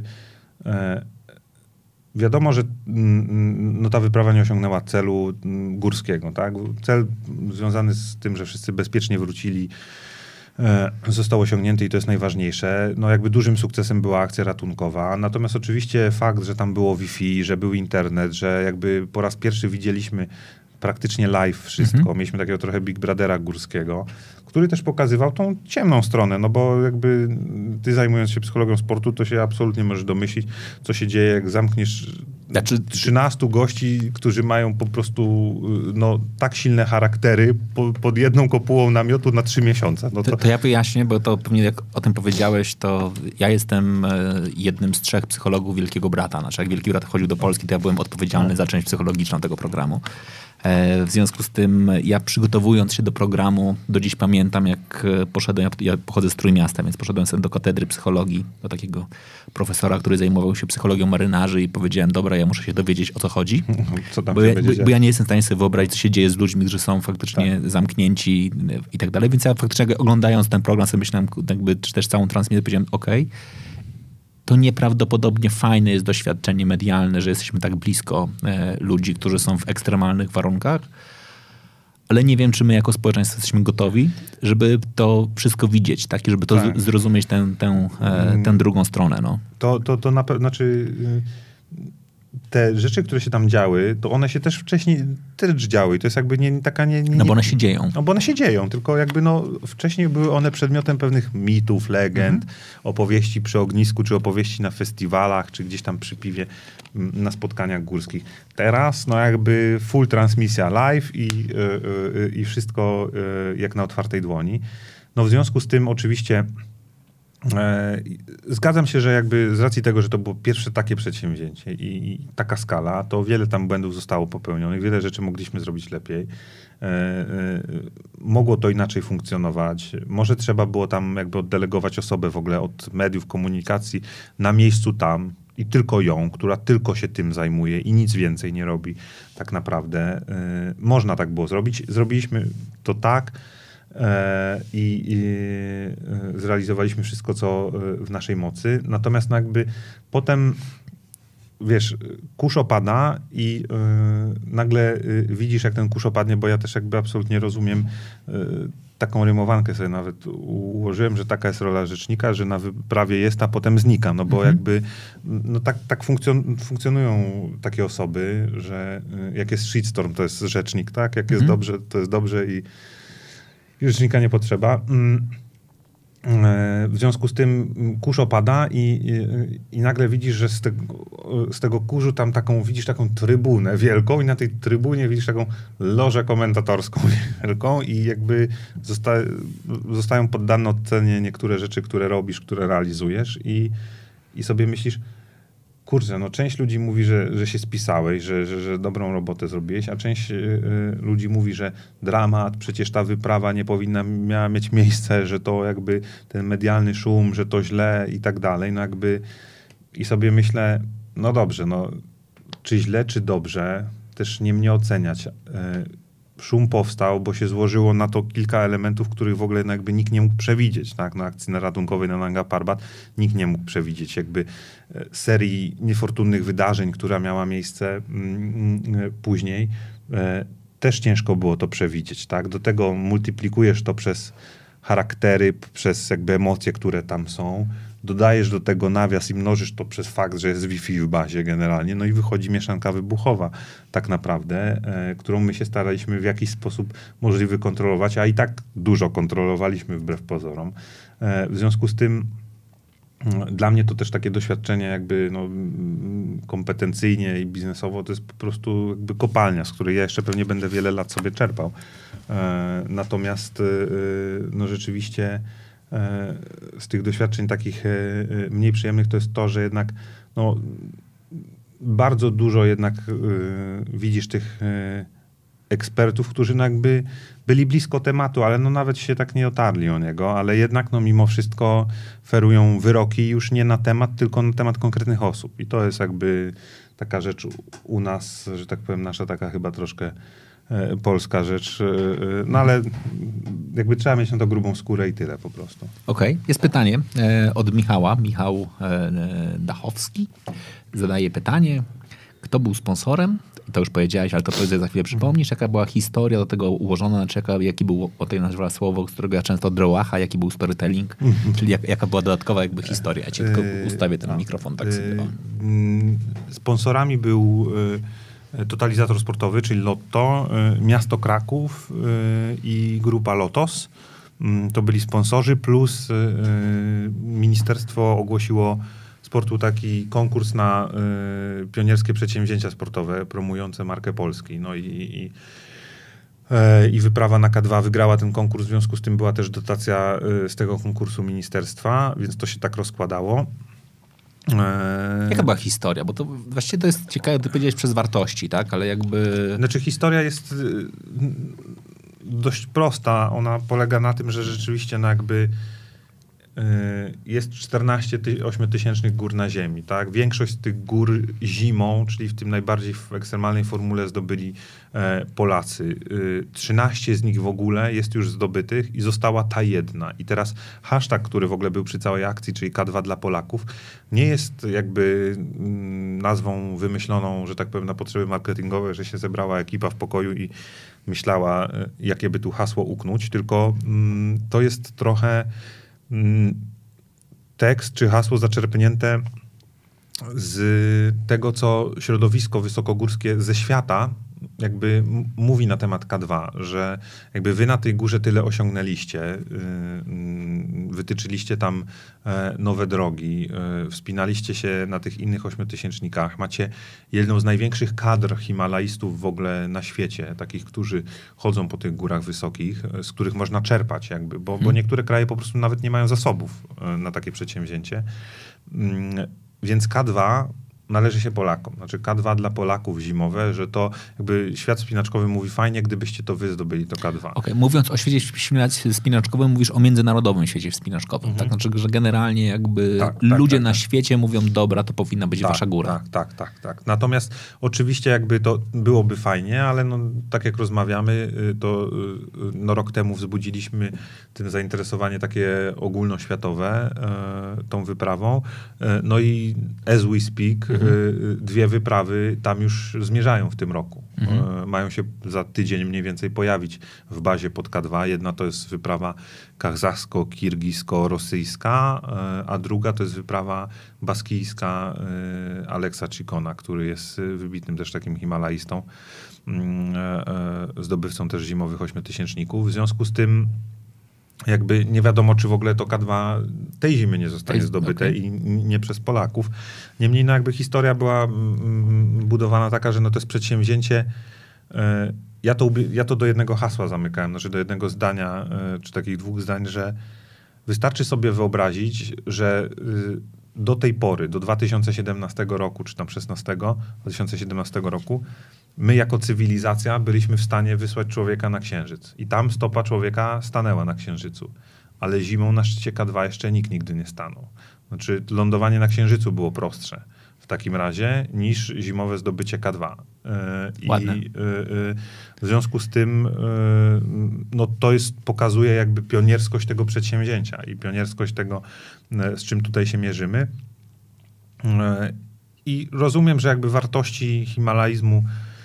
wiadomo, że no, ta wyprawa nie osiągnęła celu górskiego. Tak? Cel związany z tym, że wszyscy bezpiecznie wrócili, został osiągnięty i to jest najważniejsze. No jakby dużym sukcesem była akcja ratunkowa. Natomiast oczywiście fakt, że tam było Wi-Fi, że był internet, że jakby po raz pierwszy widzieliśmy praktycznie live wszystko. Mhm. Mieliśmy takiego trochę Big Brothera górskiego, który też pokazywał tą ciemną stronę, no bo jakby ty zajmując się psychologią sportu, to się absolutnie możesz domyślić, co się dzieje, jak zamkniesz znaczy, trzynastu gości, którzy mają po prostu no, tak silne charaktery po, pod jedną kopułą namiotu na trzy miesiące. No to... To, to ja wyjaśnię, bo to pewnie jak o tym powiedziałeś, to ja jestem jednym z trzech psychologów Wielkiego Brata. Znaczy jak Wielki Brat chodził do Polski, to ja byłem odpowiedzialny no. za część psychologiczną tego programu. W związku z tym ja przygotowując się do programu, do dziś pamiętam jak poszedłem, ja pochodzę z Trójmiasta, więc poszedłem sobie do katedry psychologii, do takiego profesora, który zajmował się psychologią marynarzy i powiedziałem, dobra, ja muszę się dowiedzieć, o co chodzi. Co tam bo, ja, bo, bo ja nie jestem w stanie sobie wyobrazić, co się dzieje z ludźmi, którzy są faktycznie tak. zamknięci i tak dalej. Więc ja faktycznie oglądając ten program sobie myślałem, jakby, czy też całą transmisję, powiedziałem, okej, okay, to nieprawdopodobnie fajne jest doświadczenie medialne, że jesteśmy tak blisko e, ludzi, którzy są w ekstremalnych warunkach, ale nie wiem, czy my jako społeczeństwo jesteśmy gotowi, żeby to wszystko widzieć, tak? I żeby to tak. z, zrozumieć tę, tę, e, tę drugą stronę. No. To, to, to na pewno, znaczy te rzeczy, które się tam działy, to one się też wcześniej też działy. To jest jakby nie, taka nie, nie... No bo one się dzieją. No bo one się dzieją, tylko jakby no wcześniej były one przedmiotem pewnych mitów, legend, mhm. opowieści przy ognisku, czy opowieści na festiwalach, czy gdzieś tam przy piwie na spotkaniach górskich. Teraz no jakby full transmisja live i, yy, yy, i wszystko yy, jak na otwartej dłoni. No w związku z tym oczywiście E, zgadzam się, że jakby z racji tego, że to było pierwsze takie przedsięwzięcie i, i taka skala, to wiele tam błędów zostało popełnionych, wiele rzeczy mogliśmy zrobić lepiej. E, e, mogło to inaczej funkcjonować. Może trzeba było tam jakby oddelegować osobę w ogóle od mediów komunikacji na miejscu tam i tylko ją, która tylko się tym zajmuje i nic więcej nie robi tak naprawdę. E, można tak było zrobić. Zrobiliśmy to tak, I, i zrealizowaliśmy wszystko, co w naszej mocy. Natomiast no jakby potem, wiesz, kurz opada i y, nagle y, widzisz, jak ten kurz opadnie, bo ja też jakby absolutnie rozumiem y, taką rymowankę sobie nawet ułożyłem, że taka jest rola rzecznika, że na wyprawie jest, a potem znika. No bo mhm. jakby no tak, tak funkcjon- funkcjonują takie osoby, że y, jak jest shitstorm, to jest rzecznik, tak? Jak mhm. jest dobrze, to jest dobrze i rzecznika nie potrzeba. W związku z tym kurz opada i, i, i nagle widzisz, że z tego, z tego kurzu tam taką, widzisz taką trybunę wielką i na tej trybunie widzisz taką lożę komentatorską wielką i jakby zosta, zostają poddane ocenie niektóre rzeczy, które robisz, które realizujesz i, i sobie myślisz, kurczę, no część ludzi mówi, że, że się spisałeś, że, że, że dobrą robotę zrobiłeś, a część y, ludzi mówi, że dramat, przecież ta wyprawa nie powinna miała mieć miejsce, że to jakby ten medialny szum, że to źle i tak dalej. No jakby i sobie myślę, no dobrze, no czy źle, czy dobrze, też nie mnie oceniać. Y, szum powstał, bo się złożyło na to kilka elementów, których w ogóle no jakby nikt nie mógł przewidzieć. Tak? Na akcji ratunkowej na Nanga Parbat nikt nie mógł przewidzieć jakby serii niefortunnych wydarzeń, która miała miejsce mm, później. E, też ciężko było to przewidzieć. Tak? Do tego multiplikujesz to przez charaktery, przez jakby emocje, które tam są. Dodajesz do tego nawias i mnożysz to przez fakt, że jest Wi-Fi w bazie generalnie, no i wychodzi mieszanka wybuchowa tak naprawdę, e, którą my się staraliśmy w jakiś sposób możliwy kontrolować, a i tak dużo kontrolowaliśmy wbrew pozorom. E, w związku z tym e, dla mnie to też takie doświadczenie jakby no, kompetencyjnie i biznesowo to jest po prostu jakby kopalnia, z której ja jeszcze pewnie będę wiele lat sobie czerpał. E, natomiast e, no rzeczywiście z tych doświadczeń takich mniej przyjemnych to jest to, że jednak no, bardzo dużo jednak widzisz tych ekspertów, którzy no jakby byli blisko tematu, ale no nawet się tak nie otarli o niego, ale jednak no mimo wszystko ferują wyroki już nie na temat, tylko na temat konkretnych osób. I to jest jakby taka rzecz u nas, że tak powiem, nasza taka chyba troszkę polska rzecz, no ale jakby trzeba mieć na to grubą skórę i tyle po prostu. Okej, okay. Jest pytanie od Michała. Michał Dachowski zadaje pytanie, kto był sponsorem? To już powiedziałeś, ale to powiedz za chwilę przypomnisz, jaka była historia do tego ułożona, czy jaka, jaki był, o tej nazwa słowo, z którego ja często drołacha, jaki był storytelling, czyli jak, jaka była dodatkowa jakby historia. Ja ci tylko ustawię ten no, mikrofon tak sobie. Sponsorami był Totalizator Sportowy, czyli Lotto, Miasto Kraków i Grupa Lotos. To byli sponsorzy, plus ministerstwo ogłosiło sportu taki konkurs na pionierskie przedsięwzięcia sportowe promujące markę Polski. No i, i, i wyprawa na K dwa wygrała ten konkurs, w związku z tym była też dotacja z tego konkursu ministerstwa, więc to się tak rozkładało. Jaka była historia? Bo to właściwie to jest ciekawe, ty powiedziałeś przez wartości, tak? Ale jakby... Znaczy historia jest dość prosta. Ona polega na tym, że rzeczywiście no jakby jest czternaście ośmiotysięcznych gór na ziemi, tak? Większość z tych gór zimą, czyli w tym najbardziej w ekstremalnej formule zdobyli e, Polacy. E, trzynaście z nich w ogóle jest już zdobytych i została ta jedna. I teraz hashtag, który w ogóle był przy całej akcji, czyli K dwa dla Polaków, nie jest jakby m, nazwą wymyśloną, że tak powiem, na potrzeby marketingowe, że się zebrała ekipa w pokoju i myślała, e, jakie by tu hasło uknąć, tylko m, to jest trochę tekst czy hasło zaczerpnięte z tego, co środowisko wysokogórskie ze świata jakby m- mówi na temat K dwa, że jakby wy na tej górze tyle osiągnęliście, yy, yy, wytyczyliście tam e, nowe drogi, yy, wspinaliście się na tych innych ośmiotysięcznikach, macie jedną z największych kadr himalaistów w ogóle na świecie, takich, którzy chodzą po tych górach wysokich, z których można czerpać jakby, bo, bo niektóre kraje po prostu nawet nie mają zasobów e, na takie przedsięwzięcie. Yy, więc K dwa należy się Polakom. Znaczy K dwa dla Polaków zimowe, że to jakby świat spinaczkowy mówi fajnie, gdybyście to wy zdobyli, to K dwa. Okej, okay. Mówiąc o świecie spinaczkowym, mówisz o międzynarodowym świecie spinaczkowym. Mhm. Tak? Znaczy, że generalnie jakby tak, ludzie tak, na tak. świecie mówią, dobra, to powinna być tak, wasza góra. Tak, tak, tak, tak. Natomiast oczywiście jakby to byłoby fajnie, ale no, tak jak rozmawiamy, to no, rok temu wzbudziliśmy tym zainteresowanie takie ogólnoświatowe e, tą wyprawą. E, no i as we speak, mhm. e, dwie wyprawy tam już zmierzają w tym roku. Mhm. E, mają się za tydzień mniej więcej pojawić w bazie pod K dwa. Jedna to jest wyprawa kazachsko-kirgisko-rosyjska, e, a druga to jest wyprawa baskijska e, Aleksa Cikona, który jest wybitnym też takim himalaistą, e, e, zdobywcą też zimowych ośmiotysięczników. W związku z tym jakby nie wiadomo, czy w ogóle to K dwa tej zimy nie zostanie tej, zdobyte okay. i nie przez Polaków. Niemniej no jakby historia była mm, budowana taka, że no to jest przedsięwzięcie. E, ja, to, ja to do jednego hasła zamykałem, znaczy do jednego zdania, e, czy takich dwóch zdań, że wystarczy sobie wyobrazić, że y, do tej pory, do dwa tysiące siedemnastego roku, czy tam szesnastego, dwa tysiące siedemnastego roku, my jako cywilizacja byliśmy w stanie wysłać człowieka na Księżyc. I tam stopa człowieka stanęła na Księżycu. Ale zimą na szczycie K dwa jeszcze nikt nigdy nie stanął. Znaczy lądowanie na Księżycu było prostsze w takim razie niż zimowe zdobycie K dwa. Yy, Ładne. I yy, w związku z tym yy, no to jest, pokazuje jakby pionierskość tego przedsięwzięcia i pionierskość tego, yy, z czym tutaj się mierzymy. Yy, I rozumiem, że jakby wartości himalaizmu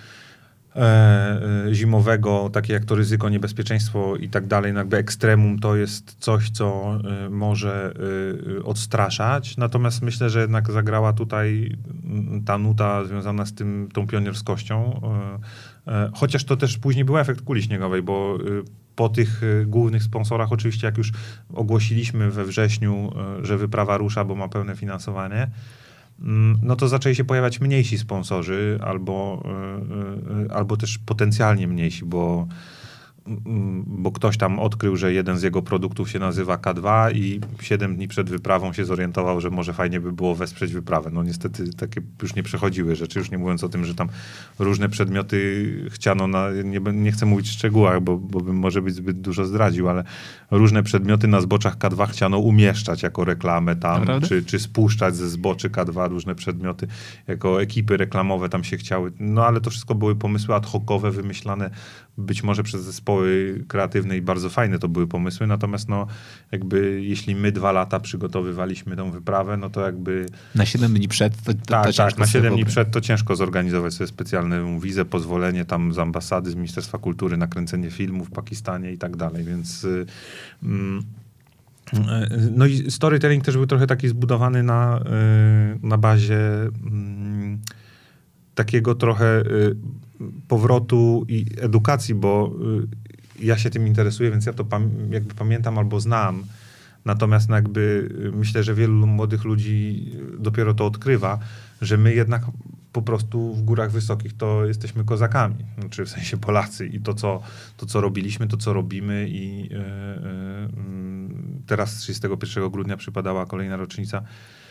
E, e, zimowego, takie jak to ryzyko, niebezpieczeństwo i tak dalej, no jakby ekstremum to jest coś, co e, może e, odstraszać. Natomiast myślę, że jednak zagrała tutaj ta nuta związana z tym, tą pionierskością. E, e, chociaż to też później był efekt kuli śniegowej, bo e, po tych e, głównych sponsorach, oczywiście jak już ogłosiliśmy we wrześniu, e, że wyprawa rusza, bo ma pełne finansowanie, no to zaczęli się pojawiać mniejsi sponsorzy, albo, yy, albo też potencjalnie mniejsi, bo, yy, bo ktoś tam odkrył, że jeden z jego produktów się nazywa K dwa i siedem dni przed wyprawą się zorientował, że może fajnie by było wesprzeć wyprawę. No niestety takie już nie przechodziły rzeczy, już nie mówiąc o tym, że tam różne przedmioty chciano, na, nie, nie chcę mówić w szczegółach, bo, bo bym może być zbyt dużo zdradził, ale różne przedmioty na zboczach K dwa chciano umieszczać jako reklamę tam, czy, czy spuszczać ze zboczy K dwa różne przedmioty, jako ekipy reklamowe tam się chciały. No ale to wszystko były pomysły ad hocowe, wymyślane być może przez zespoły kreatywne i bardzo fajne to były pomysły, natomiast no jakby jeśli my dwa lata przygotowywaliśmy tą wyprawę, no to jakby... Na siedem dni przed to, to, tak, to tak, na siedem dni przed to ciężko zorganizować sobie specjalną wizę, pozwolenie tam z ambasady, z Ministerstwa Kultury, nakręcenie filmu w Pakistanie i tak dalej, więc... Mm, no i storytelling też był trochę taki zbudowany na, na bazie mm, takiego trochę powrotu i edukacji, bo ja się tym interesuję, więc ja to pam- jakby pamiętam albo znam. Natomiast no jakby myślę, że wielu młodych ludzi dopiero to odkrywa, że my jednak po prostu w górach wysokich to jesteśmy kozakami, znaczy w sensie Polacy i to, co, to, co robiliśmy, to, co robimy i yy, yy, teraz trzydziestego pierwszego grudnia przypadała kolejna rocznica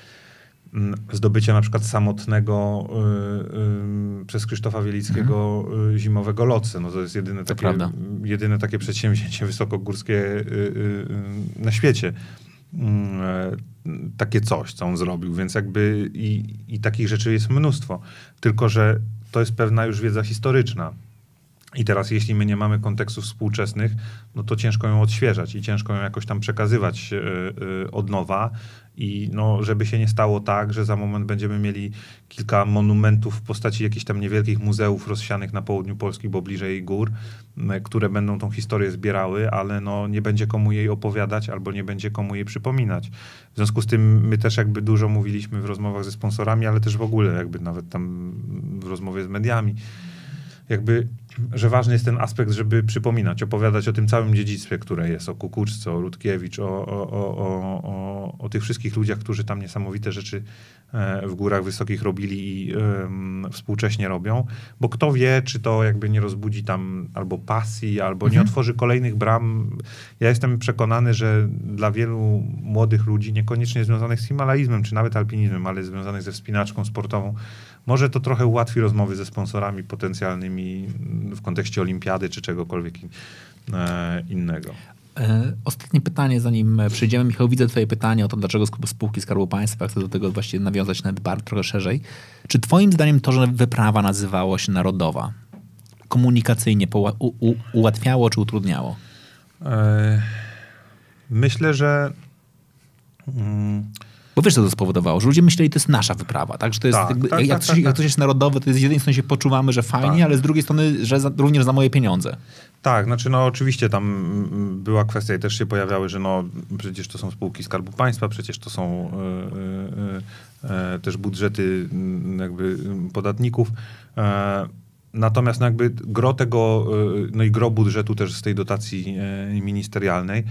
zdobycia na przykład samotnego y, y, przez Krzysztofa Wielickiego y, zimowego Lotse. No to jest jedyne to takie, jedyne takie przedsięwzięcie wysokogórskie y, y, y, na świecie. Y, takie coś, co on zrobił. Więc jakby i, i takich rzeczy jest mnóstwo. Tylko że to jest pewna już wiedza historyczna. I teraz, jeśli my nie mamy kontekstów współczesnych, no to ciężko ją odświeżać i ciężko ją jakoś tam przekazywać yy, yy, od nowa. I no, żeby się nie stało tak, że za moment będziemy mieli kilka monumentów w postaci jakichś tam niewielkich muzeów rozsianych na południu Polski, bo bliżej gór, które będą tą historię zbierały, ale no, nie będzie komu jej opowiadać albo nie będzie komu jej przypominać. W związku z tym my też jakby dużo mówiliśmy w rozmowach ze sponsorami, ale też w ogóle jakby nawet tam w rozmowie z mediami. Jakby, że ważny jest ten aspekt, żeby przypominać, opowiadać o tym całym dziedzictwie, które jest, o Kukuczce, o Rutkiewicz, o, o, o, o, o tych wszystkich ludziach, którzy tam niesamowite rzeczy w górach wysokich robili i um, współcześnie robią, bo kto wie, czy to jakby nie rozbudzi tam albo pasji, albo mhm. nie otworzy kolejnych bram. Ja jestem przekonany, że dla wielu młodych ludzi, niekoniecznie związanych z himalaizmem, czy nawet alpinizmem, ale związanych ze wspinaczką sportową, może to trochę ułatwi rozmowy ze sponsorami potencjalnymi w kontekście olimpiady, czy czegokolwiek e, innego. Ostatnie pytanie, zanim przejdziemy. Michał, widzę twoje pytanie o to, dlaczego spółki Skarbu Państwa. Chcę do tego właściwie nawiązać nawet bardzo trochę szerzej. Czy twoim zdaniem to, że wyprawa nazywała się Narodowa, komunikacyjnie poła- u- u- ułatwiało czy utrudniało? Myślę, że... Mm, Bo wiesz, co to spowodowało? Że ludzie myśleli, to jest nasza wyprawa, tak? Że to jest tak, jakby, tak, jak, tak, coś, tak, jak coś jest narodowe, to jest z jednej strony się poczuwamy, że fajnie, tak. ale z drugiej strony, że za, również za moje pieniądze. Tak, znaczy no oczywiście tam była kwestia i też się pojawiały, że no przecież to są spółki Skarbu Państwa, przecież to są y, y, y, też budżety jakby podatników. E, natomiast no jakby gro tego, no i gro budżetu też z tej dotacji ministerialnej.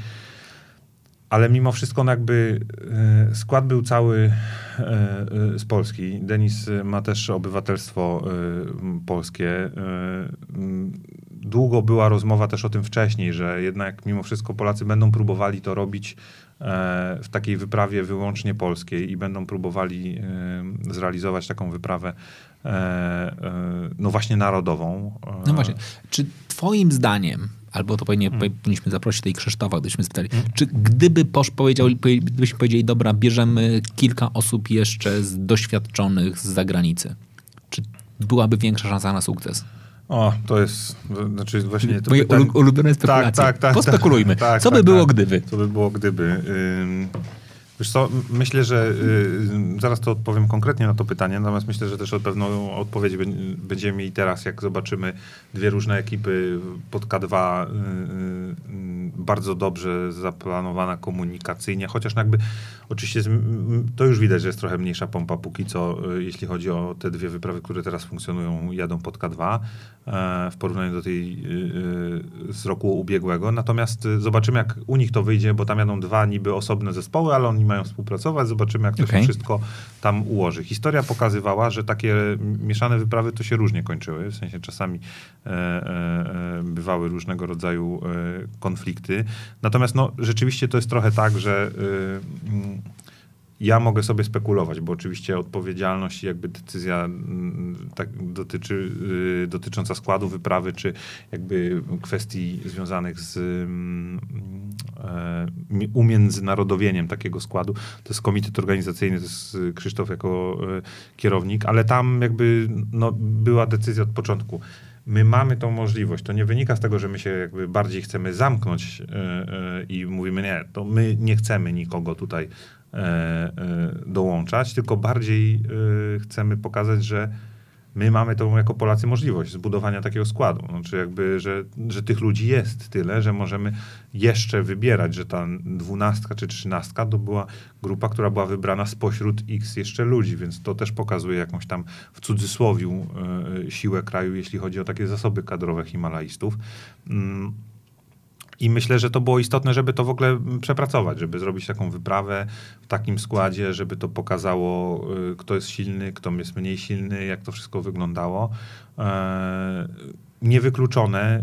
Ale mimo wszystko no jakby y, skład był cały y, y, z Polski. Denis ma też obywatelstwo y, polskie. Y, y, długo była rozmowa też o tym wcześniej, że jednak mimo wszystko Polacy będą próbowali to robić y, w takiej wyprawie wyłącznie polskiej i będą próbowali y, zrealizować taką wyprawę y, y, no właśnie narodową. No właśnie. Czy twoim zdaniem, albo to powinien, hmm. powinniśmy zaprosić tutaj Krzysztofa, gdybyśmy spytali, hmm. czy gdyby posz powiedział, gdybyśmy powiedzieli, dobra, bierzemy kilka osób jeszcze z doświadczonych z zagranicy, czy byłaby większa szansa na sukces? O, to jest, znaczy właśnie... To Moje pytań... ulubione spekulacje. Tak, tak, tak. Pospekulujmy. Tak, co tak, by było, tak. gdyby? Co by było, gdyby? Ym... Wiesz co, myślę, że y, zaraz to odpowiem konkretnie na to pytanie, natomiast myślę, że też pewną odpowiedź będziemy mieli teraz, jak zobaczymy dwie różne ekipy pod K dwa, y, y, bardzo dobrze zaplanowana komunikacyjnie, chociaż jakby oczywiście to już widać, że jest trochę mniejsza pompa póki co, y, jeśli chodzi o te dwie wyprawy, które teraz funkcjonują, jadą pod K dwa y, w porównaniu do tej y, z roku ubiegłego. Natomiast y, zobaczymy, jak u nich to wyjdzie, bo tam jadą dwa niby osobne zespoły, ale oni mają współpracować. Zobaczymy, jak to okay. się wszystko tam ułoży. Historia pokazywała, że takie mieszane wyprawy to się różnie kończyły. W sensie czasami e, e, bywały różnego rodzaju e, konflikty. Natomiast no, rzeczywiście to jest trochę tak, że e, ja mogę sobie spekulować, bo oczywiście odpowiedzialność i jakby decyzja m, tak, dotyczy, y, dotycząca składu wyprawy, czy jakby kwestii związanych z m, y, umiędzynarodowieniem takiego składu, to jest komitet organizacyjny, to jest Krzysztof jako y, kierownik, ale tam jakby no, była decyzja od początku. My mamy tą możliwość. To nie wynika z tego, że my się jakby bardziej chcemy zamknąć y, y, i mówimy nie, to my nie chcemy nikogo tutaj E, e, dołączać, tylko bardziej e, chcemy pokazać, że my mamy tą jako Polacy możliwość zbudowania takiego składu. Znaczy jakby, że, że tych ludzi jest tyle, że możemy jeszcze wybierać, że ta dwunastka czy trzynastka to była grupa, która była wybrana spośród X jeszcze ludzi, więc to też pokazuje jakąś tam w cudzysłowiu e, siłę kraju, jeśli chodzi o takie zasoby kadrowe himalaistów. Mm. I myślę, że to było istotne, żeby to w ogóle przepracować, żeby zrobić taką wyprawę w takim składzie, żeby to pokazało, kto jest silny, kto jest mniej silny, jak to wszystko wyglądało. Niewykluczone,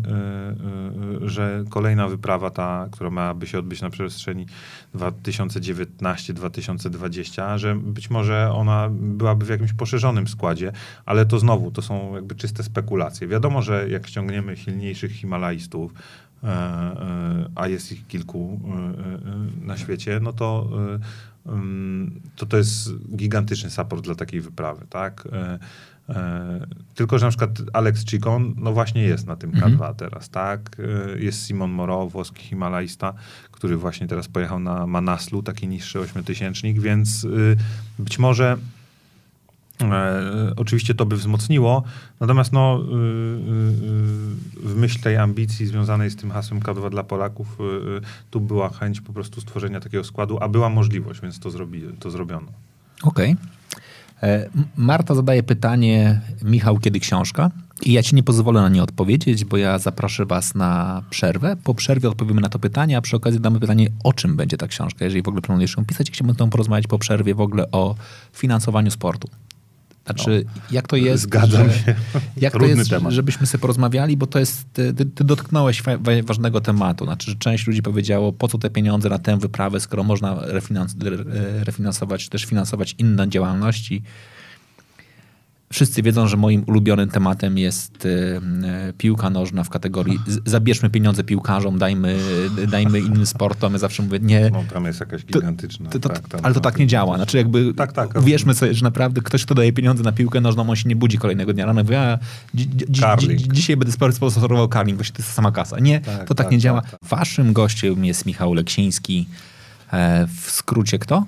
że kolejna wyprawa ta, która miałaby się odbyć na przestrzeni dwa tysiące dziewiętnasty do dwa tysiące dwudziestego, że być może ona byłaby w jakimś poszerzonym składzie, ale to znowu, to są jakby czyste spekulacje. Wiadomo, że jak ściągniemy silniejszych himalaistów, a jest ich kilku na świecie, no to to to jest gigantyczny support dla takiej wyprawy, tak? E, e, tylko, że na przykład Alex Chicon, no właśnie jest na tym K dwa mhm. teraz, tak? E, jest Simon Moreau, włoski himalaista, który właśnie teraz pojechał na Manaslu, taki niższy ośmiotysięcznik, więc y, być może E, oczywiście to by wzmocniło, natomiast no, y, y, y, w myśl tej ambicji związanej z tym hasłem K dwa dla Polaków, y, y, tu była chęć po prostu stworzenia takiego składu, a była możliwość, więc to, zrobi, to zrobiono. Okej. Okay. Marta zadaje pytanie, Michał, kiedy książka? I ja ci nie pozwolę na nie odpowiedzieć, bo ja zaproszę was na przerwę. Po przerwie odpowiemy na to pytanie, a przy okazji damy pytanie, o czym będzie ta książka, jeżeli w ogóle planujesz ją pisać. Chciałbym z tobą porozmawiać po przerwie w ogóle o finansowaniu sportu. Znaczy, no, jak to jest, zgadzam że, się. jak to jest, temat. żebyśmy sobie porozmawiali, bo to jest, ty, ty dotknąłeś fa- ważnego tematu. Znaczy, że część ludzi powiedziało, po co te pieniądze na tę wyprawę, skoro można refinans- refinansować, czy też finansować inne działalności. Wszyscy wiedzą, że moim ulubionym tematem jest y, piłka nożna w kategorii z, zabierzmy pieniądze piłkarzom, dajmy, dajmy innym sportom. Ja zawsze mówię, nie... No tam jest jakaś gigantyczna... To, to, tak, tam, ale to tam, tak nie działa. Znaczy jakby tak, tak, wierzmy sobie, że naprawdę ktoś, kto daje pieniądze na piłkę nożną, on się nie budzi kolejnego dnia rano. Mówi, a, dzi, dzi, dzi, dzisiaj będę sponsorował curling, właśnie to jest sama kasa. Nie, tak, to tak, tak nie tak, działa. Tak, tak. Waszym gościem jest Michał Leksiński. E, w skrócie kto?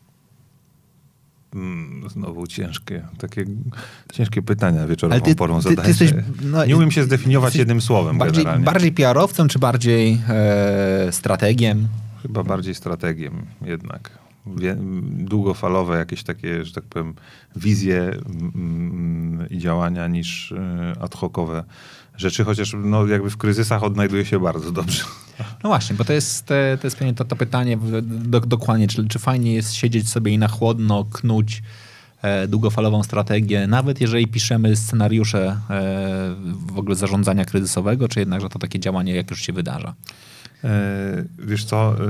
Znowu ciężkie, takie ciężkie pytania wieczorową ty, porą ty, zadaję. Ty jesteś, no, nie umiem się zdefiniować jednym słowem bardziej, generalnie. Bardziej P R owcem, czy bardziej e, strategiem? Chyba bardziej strategiem jednak. Wie, długofalowe jakieś takie, że tak powiem, wizje mm, i działania niż y, ad hocowe rzeczy, chociaż no, jakby w kryzysach odnajduje się bardzo dobrze. No właśnie, bo to jest, to jest to, to pytanie do, dokładnie, czy, czy fajnie jest siedzieć sobie i na chłodno knuć e, długofalową strategię, nawet jeżeli piszemy scenariusze e, w ogóle zarządzania kryzysowego, czy jednak, że to takie działanie jak już się wydarza? E, wiesz co, e,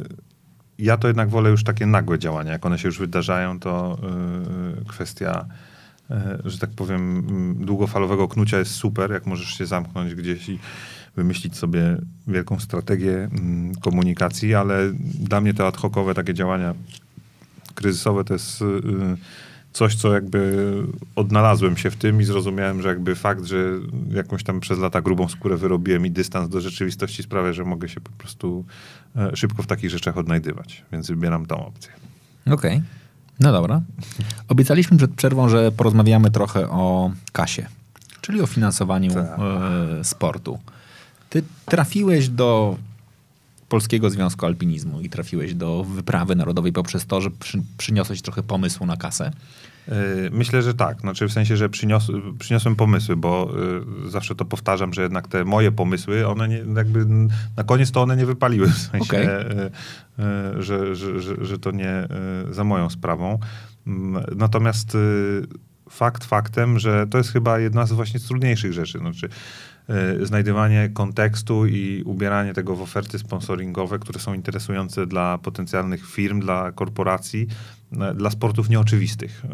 ja to jednak wolę już takie nagłe działania. Jak one się już wydarzają, to e, kwestia że tak powiem, długofalowego knucia jest super, jak możesz się zamknąć gdzieś i wymyślić sobie wielką strategię komunikacji, ale dla mnie te ad hocowe takie działania kryzysowe to jest coś, co jakby odnalazłem się w tym i zrozumiałem, że jakby fakt, że jakąś tam przez lata grubą skórę wyrobiłem i dystans do rzeczywistości sprawia, że mogę się po prostu szybko w takich rzeczach odnajdywać. Więc wybieram tą opcję. Okej. Okay. No dobra. Obiecaliśmy przed przerwą, że porozmawiamy trochę o kasie, czyli o finansowaniu e, sportu. Ty trafiłeś do Polskiego Związku Alpinizmu i trafiłeś do wyprawy narodowej poprzez to, że przy, przyniosłeś trochę pomysłu na kasę. Myślę, że tak. Znaczy w sensie, że przynios, przyniosłem pomysły, bo y, zawsze to powtarzam, że jednak te moje pomysły, one nie, jakby na koniec to one nie wypaliły. W sensie, okay. y, y, że, że, że, że to nie y, za moją sprawą. Y, natomiast y, fakt faktem, że to jest chyba jedna z właśnie z trudniejszych rzeczy. Znaczy y, znajdywanie kontekstu i ubieranie tego w oferty sponsoringowe, które są interesujące dla potencjalnych firm, dla korporacji, dla sportów nieoczywistych,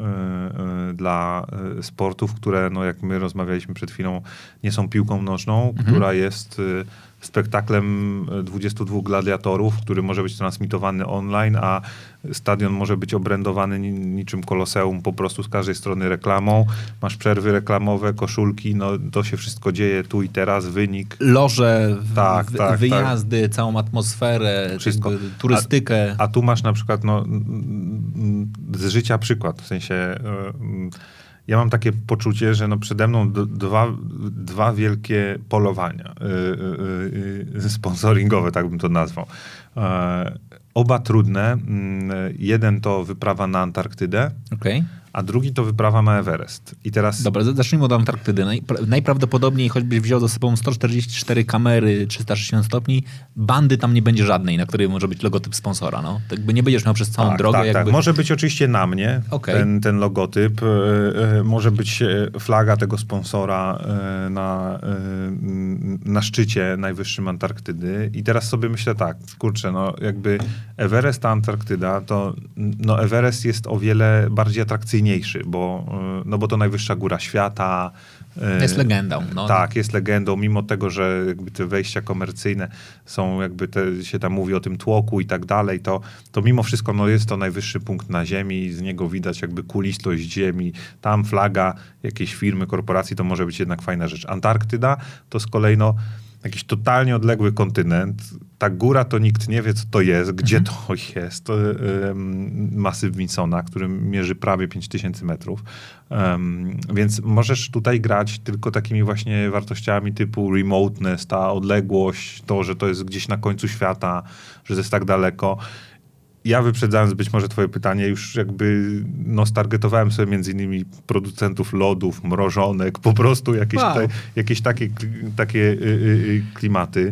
dla sportów, które, no jak my rozmawialiśmy przed chwilą, nie są piłką nożną, mhm. która jest spektaklem dwudziestu dwóch gladiatorów, który może być transmitowany online, a stadion może być obrędowany niczym koloseum, po prostu z każdej strony reklamą. Masz przerwy reklamowe, koszulki, no to się wszystko dzieje tu i teraz, wynik. Loże, tak, w, tak, wyjazdy, tak. całą atmosferę, wszystko. turystykę. A, a tu masz na przykład no, z życia przykład, w sensie ja mam takie poczucie, że no przede mną d- dwa, dwa wielkie polowania yy, yy, sponsoringowe, tak bym to nazwał. Yy, oba trudne. Yy, jeden to wyprawa na Antarktydę, okay. a drugi to wyprawa na Everest. I teraz... Dobra, zacznijmy od Antarktydy. Najpra- najprawdopodobniej, choćbyś wziął ze sobą sto czterdzieści cztery kamery, trzysta sześćdziesiąt stopni, bandy tam nie będzie żadnej, na której może być logotyp sponsora. No. Tak by nie będziesz miał przez całą tak, drogę. Tak, jakby... tak. Może być oczywiście na mnie okay. ten, ten logotyp. Yy, może być flaga tego sponsora yy, na, yy, na szczycie najwyższym Antarktydy. I teraz sobie myślę tak, kurczę, no jakby Everest, a Antarktyda, to no Everest jest o wiele bardziej atrakcyjniejszy, bo, no bo to najwyższa góra świata, Jest legendą. No. Tak, jest legendą, mimo tego, że jakby te wejścia komercyjne są, jakby te, się tam mówi o tym tłoku i tak dalej, to, to mimo wszystko no, jest to najwyższy punkt na ziemi, z niego widać jakby kulistość ziemi, tam flaga jakiejś firmy, korporacji, to może być jednak fajna rzecz. Antarktyda to z kolei no, jakiś totalnie odległy kontynent. Ta góra to nikt nie wie, co to jest, gdzie mhm. to jest. To y, masyw Winsona, który mierzy prawie pięć tysięcy metrów. Um, więc możesz tutaj grać tylko takimi właśnie wartościami typu remoteness, ta odległość, to, że to jest gdzieś na końcu świata, że to jest tak daleko. Ja wyprzedzając być może twoje pytanie, już jakby no, stargetowałem sobie między innymi producentów lodów, mrożonek, po prostu jakieś, wow. te, jakieś takie, takie y, y, klimaty.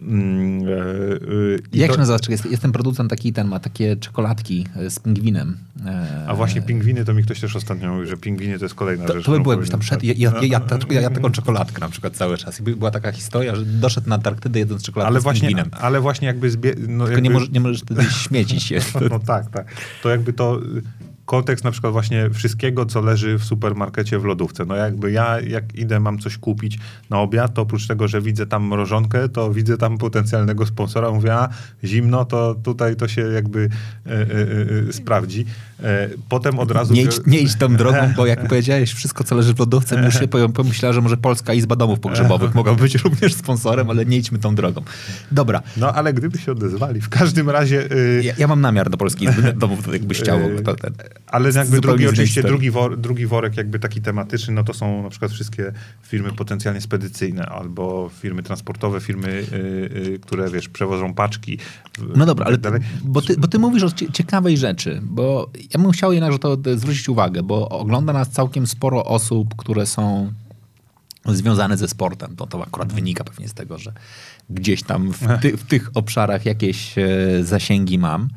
Mm, y, y, Jak to... się nazywa? Jest, jest ten producent taki, ten ma takie czekoladki z pingwinem. A właśnie pingwiny, to mi ktoś też ostatnio mówił, że pingwiny to jest kolejna to, rzecz. To by było jakbyś tam szedł, ja, ja, ja, ja, ja taką czekoladkę na przykład cały czas. I była taka historia, że doszedł na Antarktydę jedząc czekoladkę ale z właśnie, pingwinem. Ale właśnie jakby... Zbie... No Tylko jakby... nie, możesz, nie możesz wtedy śmiecić się. No tak, tak. To jakby to... Kontekst na przykład właśnie wszystkiego, co leży w supermarkecie w lodówce. No jakby ja, jak idę, mam coś kupić na obiad, to oprócz tego, że widzę tam mrożonkę, to widzę tam potencjalnego sponsora. Mówię, a zimno, to tutaj to się jakby e, e, e, sprawdzi. E, potem od razu... Nie idź, nie idź tą drogą, bo jak powiedziałeś, wszystko, co leży w lodówce, muszę, pomyślałem, że może Polska Izba Domów Pogrzebowych mogła być również sponsorem, ale nie idźmy tą drogą. Dobra. No ale gdyby się odezwali, w każdym razie... E, ja, ja mam namiar do Polskiej Izby Domów, jakbyś chciał. To, ten, ale jakby drugi, oczywiście drugi, wor, drugi worek jakby taki tematyczny, no to są na przykład wszystkie firmy potencjalnie spedycyjne albo firmy transportowe, firmy, yy, yy, które wiesz, przewożą paczki. No dobra, ale ty, bo, ty, bo ty mówisz o ciekawej rzeczy, bo ja bym chciał jednak na to zwrócić uwagę, bo ogląda nas całkiem sporo osób, które są związane ze sportem. To, to akurat wynika pewnie z tego, że gdzieś tam w, ty, w tych obszarach jakieś e, zasięgi mam.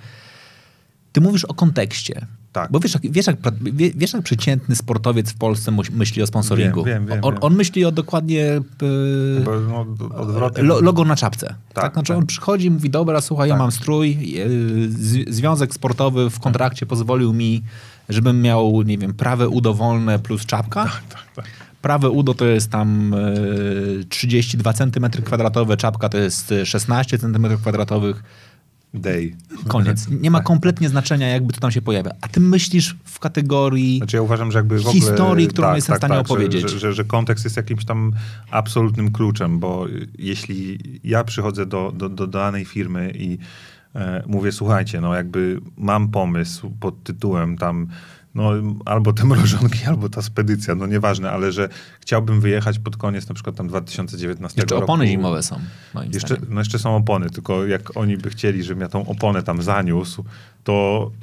Ty mówisz o kontekście. Tak. Bo wiesz jak, wiesz, jak, wiesz, jak przeciętny sportowiec w Polsce myśli o sponsoringu. Wiem, wiem, wiem, on, on myśli o dokładnie yy, Bo, no, odwrotnie. Lo, logo na czapce. Tak, tak, Znaczy tak. on przychodzi i mówi, dobra, słuchaj, tak. ja mam strój, yy, z, związek sportowy w kontrakcie pozwolił mi, żebym miał, nie wiem, prawe udo wolne plus czapka. Tak, tak, tak. Prawe udo to jest tam yy, trzydzieści dwa centymetry kwadratowe, czapka to jest szesnaście centymetrów kwadratowych. Day. Koniec. Nie ma kompletnie znaczenia, jakby to tam się pojawia. A ty myślisz w kategorii znaczy ja uważam, że jakby w ogóle, historii, którą tak, jestem tak, w stanie tak, opowiedzieć. Że, że, że, że kontekst jest jakimś tam absolutnym kluczem, bo jeśli ja przychodzę do, do, do danej firmy i e, mówię, słuchajcie, no jakby mam pomysł pod tytułem tam no albo te mrożonki, albo ta spedycja, no nieważne, ale że chciałbym wyjechać pod koniec na przykład tam dwa tysiące dziewiętnastego jeszcze roku. Jeszcze opony zimowe są, moim jeszcze, zdaniem. No jeszcze są opony, tylko jak oni by chcieli, żebym ja tą oponę tam zaniósł, to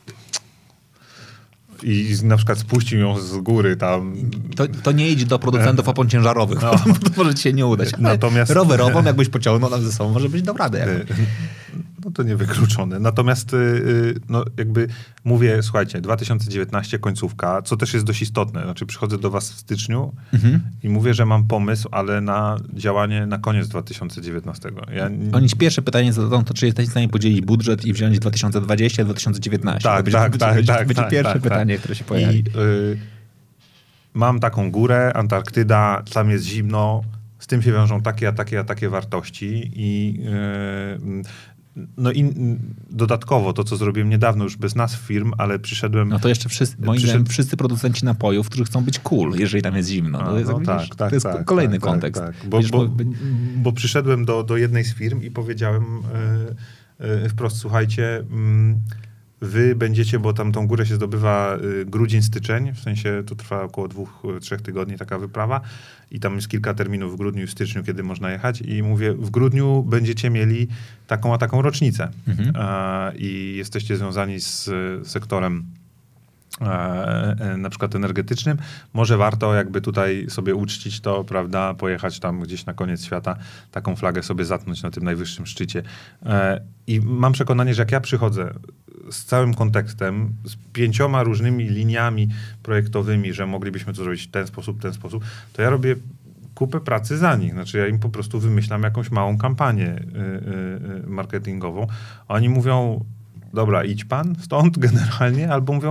i na przykład spuścił ją z góry tam. To, to nie idź do producentów opon ciężarowych, no. bo to może ci się nie udać. Ale natomiast rowerową, jakbyś pociągnął tam ze sobą, może być dał radę. Jak... No to niewykluczone. Natomiast no jakby mówię, słuchajcie, dwa tysiące dziewiętnasty końcówka, co też jest dość istotne. Znaczy przychodzę do was w styczniu mhm. i mówię, że mam pomysł, ale na działanie na koniec dwa tysiące dziewiętnastego. Ja... Oni ci pierwsze pytanie zadadzą, to czy jesteś w stanie podzielić budżet i wziąć dwa tysiące dwudziesty dwa tysiące dziewiętnasty? Tak, to będzie, tak, będzie, tak. będzie, tak, będzie tak, pierwsze tak, pytanie, tak. które się pojawi. I, y, mam taką górę, Antarktyda, tam jest zimno, z tym się wiążą takie, a takie, a takie wartości i y, no i dodatkowo to, co zrobiłem niedawno już bez nazw firm, ale przyszedłem... No to jeszcze wszyscy, moim przyszedł... zdaniem wszyscy producenci napojów, którzy chcą być cool, jeżeli tam jest zimno. A, to jest, no wiesz, tak, tak, to jest tak, kolejny tak, kontekst. Tak, tak. Bo, wiesz, bo, bo... bo przyszedłem do, do jednej z firm i powiedziałem yy, yy, wprost, słuchajcie, yy, wy będziecie, bo tam tą górę się zdobywa y, grudzień, styczeń, w sensie to trwa około dwóch, trzech tygodni taka wyprawa i tam jest kilka terminów w grudniu i w styczniu, kiedy można jechać i mówię, w grudniu będziecie mieli taką a taką rocznicę mhm. e, i jesteście związani z sektorem e, na przykład energetycznym, może warto jakby tutaj sobie uczcić to, prawda, pojechać tam gdzieś na koniec świata, taką flagę sobie zatnąć na tym najwyższym szczycie. E, I mam przekonanie, że jak ja przychodzę z całym kontekstem, z pięcioma różnymi liniami projektowymi, że moglibyśmy to zrobić w ten sposób, ten sposób, to ja robię kupę pracy za nich. Znaczy ja im po prostu wymyślam jakąś małą kampanię y, y, marketingową. A oni mówią, dobra, idź pan stąd generalnie, albo mówią,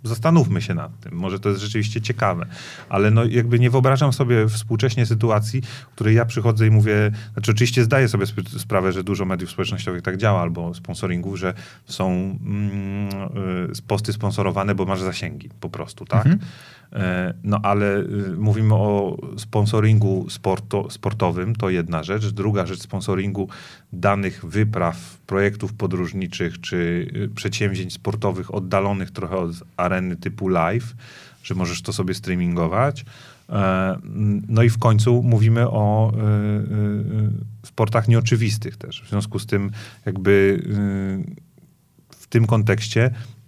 zastanówmy się nad tym. Może to jest rzeczywiście ciekawe. Ale no jakby nie wyobrażam sobie współcześnie sytuacji, w której ja przychodzę i mówię, znaczy oczywiście zdaję sobie sp- sprawę, że dużo mediów społecznościowych tak działa, albo sponsoringów, że są mm, y, posty sponsorowane, bo masz zasięgi po prostu, tak? Mhm. E, no ale y, mówimy o sponsoringu sporto, sportowym, to jedna rzecz. Druga rzecz, sponsoringu danych wypraw, projektów podróżniczych, czy y, przedsięwzięć sportowych oddalonych trochę od areny typu live, że możesz to sobie streamingować. E, no i w końcu mówimy o y, y, sportach nieoczywistych też. W związku z tym jakby y, w tym kontekście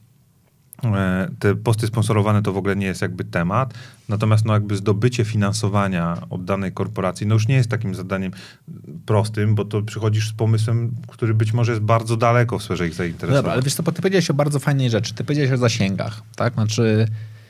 te posty sponsorowane to w ogóle nie jest jakby temat, natomiast no jakby zdobycie finansowania od danej korporacji no już nie jest takim zadaniem prostym, bo to przychodzisz z pomysłem, który być może jest bardzo daleko w sferze ich zainteresowania. Dobra, ale wiesz co, ty powiedziałeś o bardzo fajnej rzeczy. Ty powiedziałeś o zasięgach, tak? Znaczy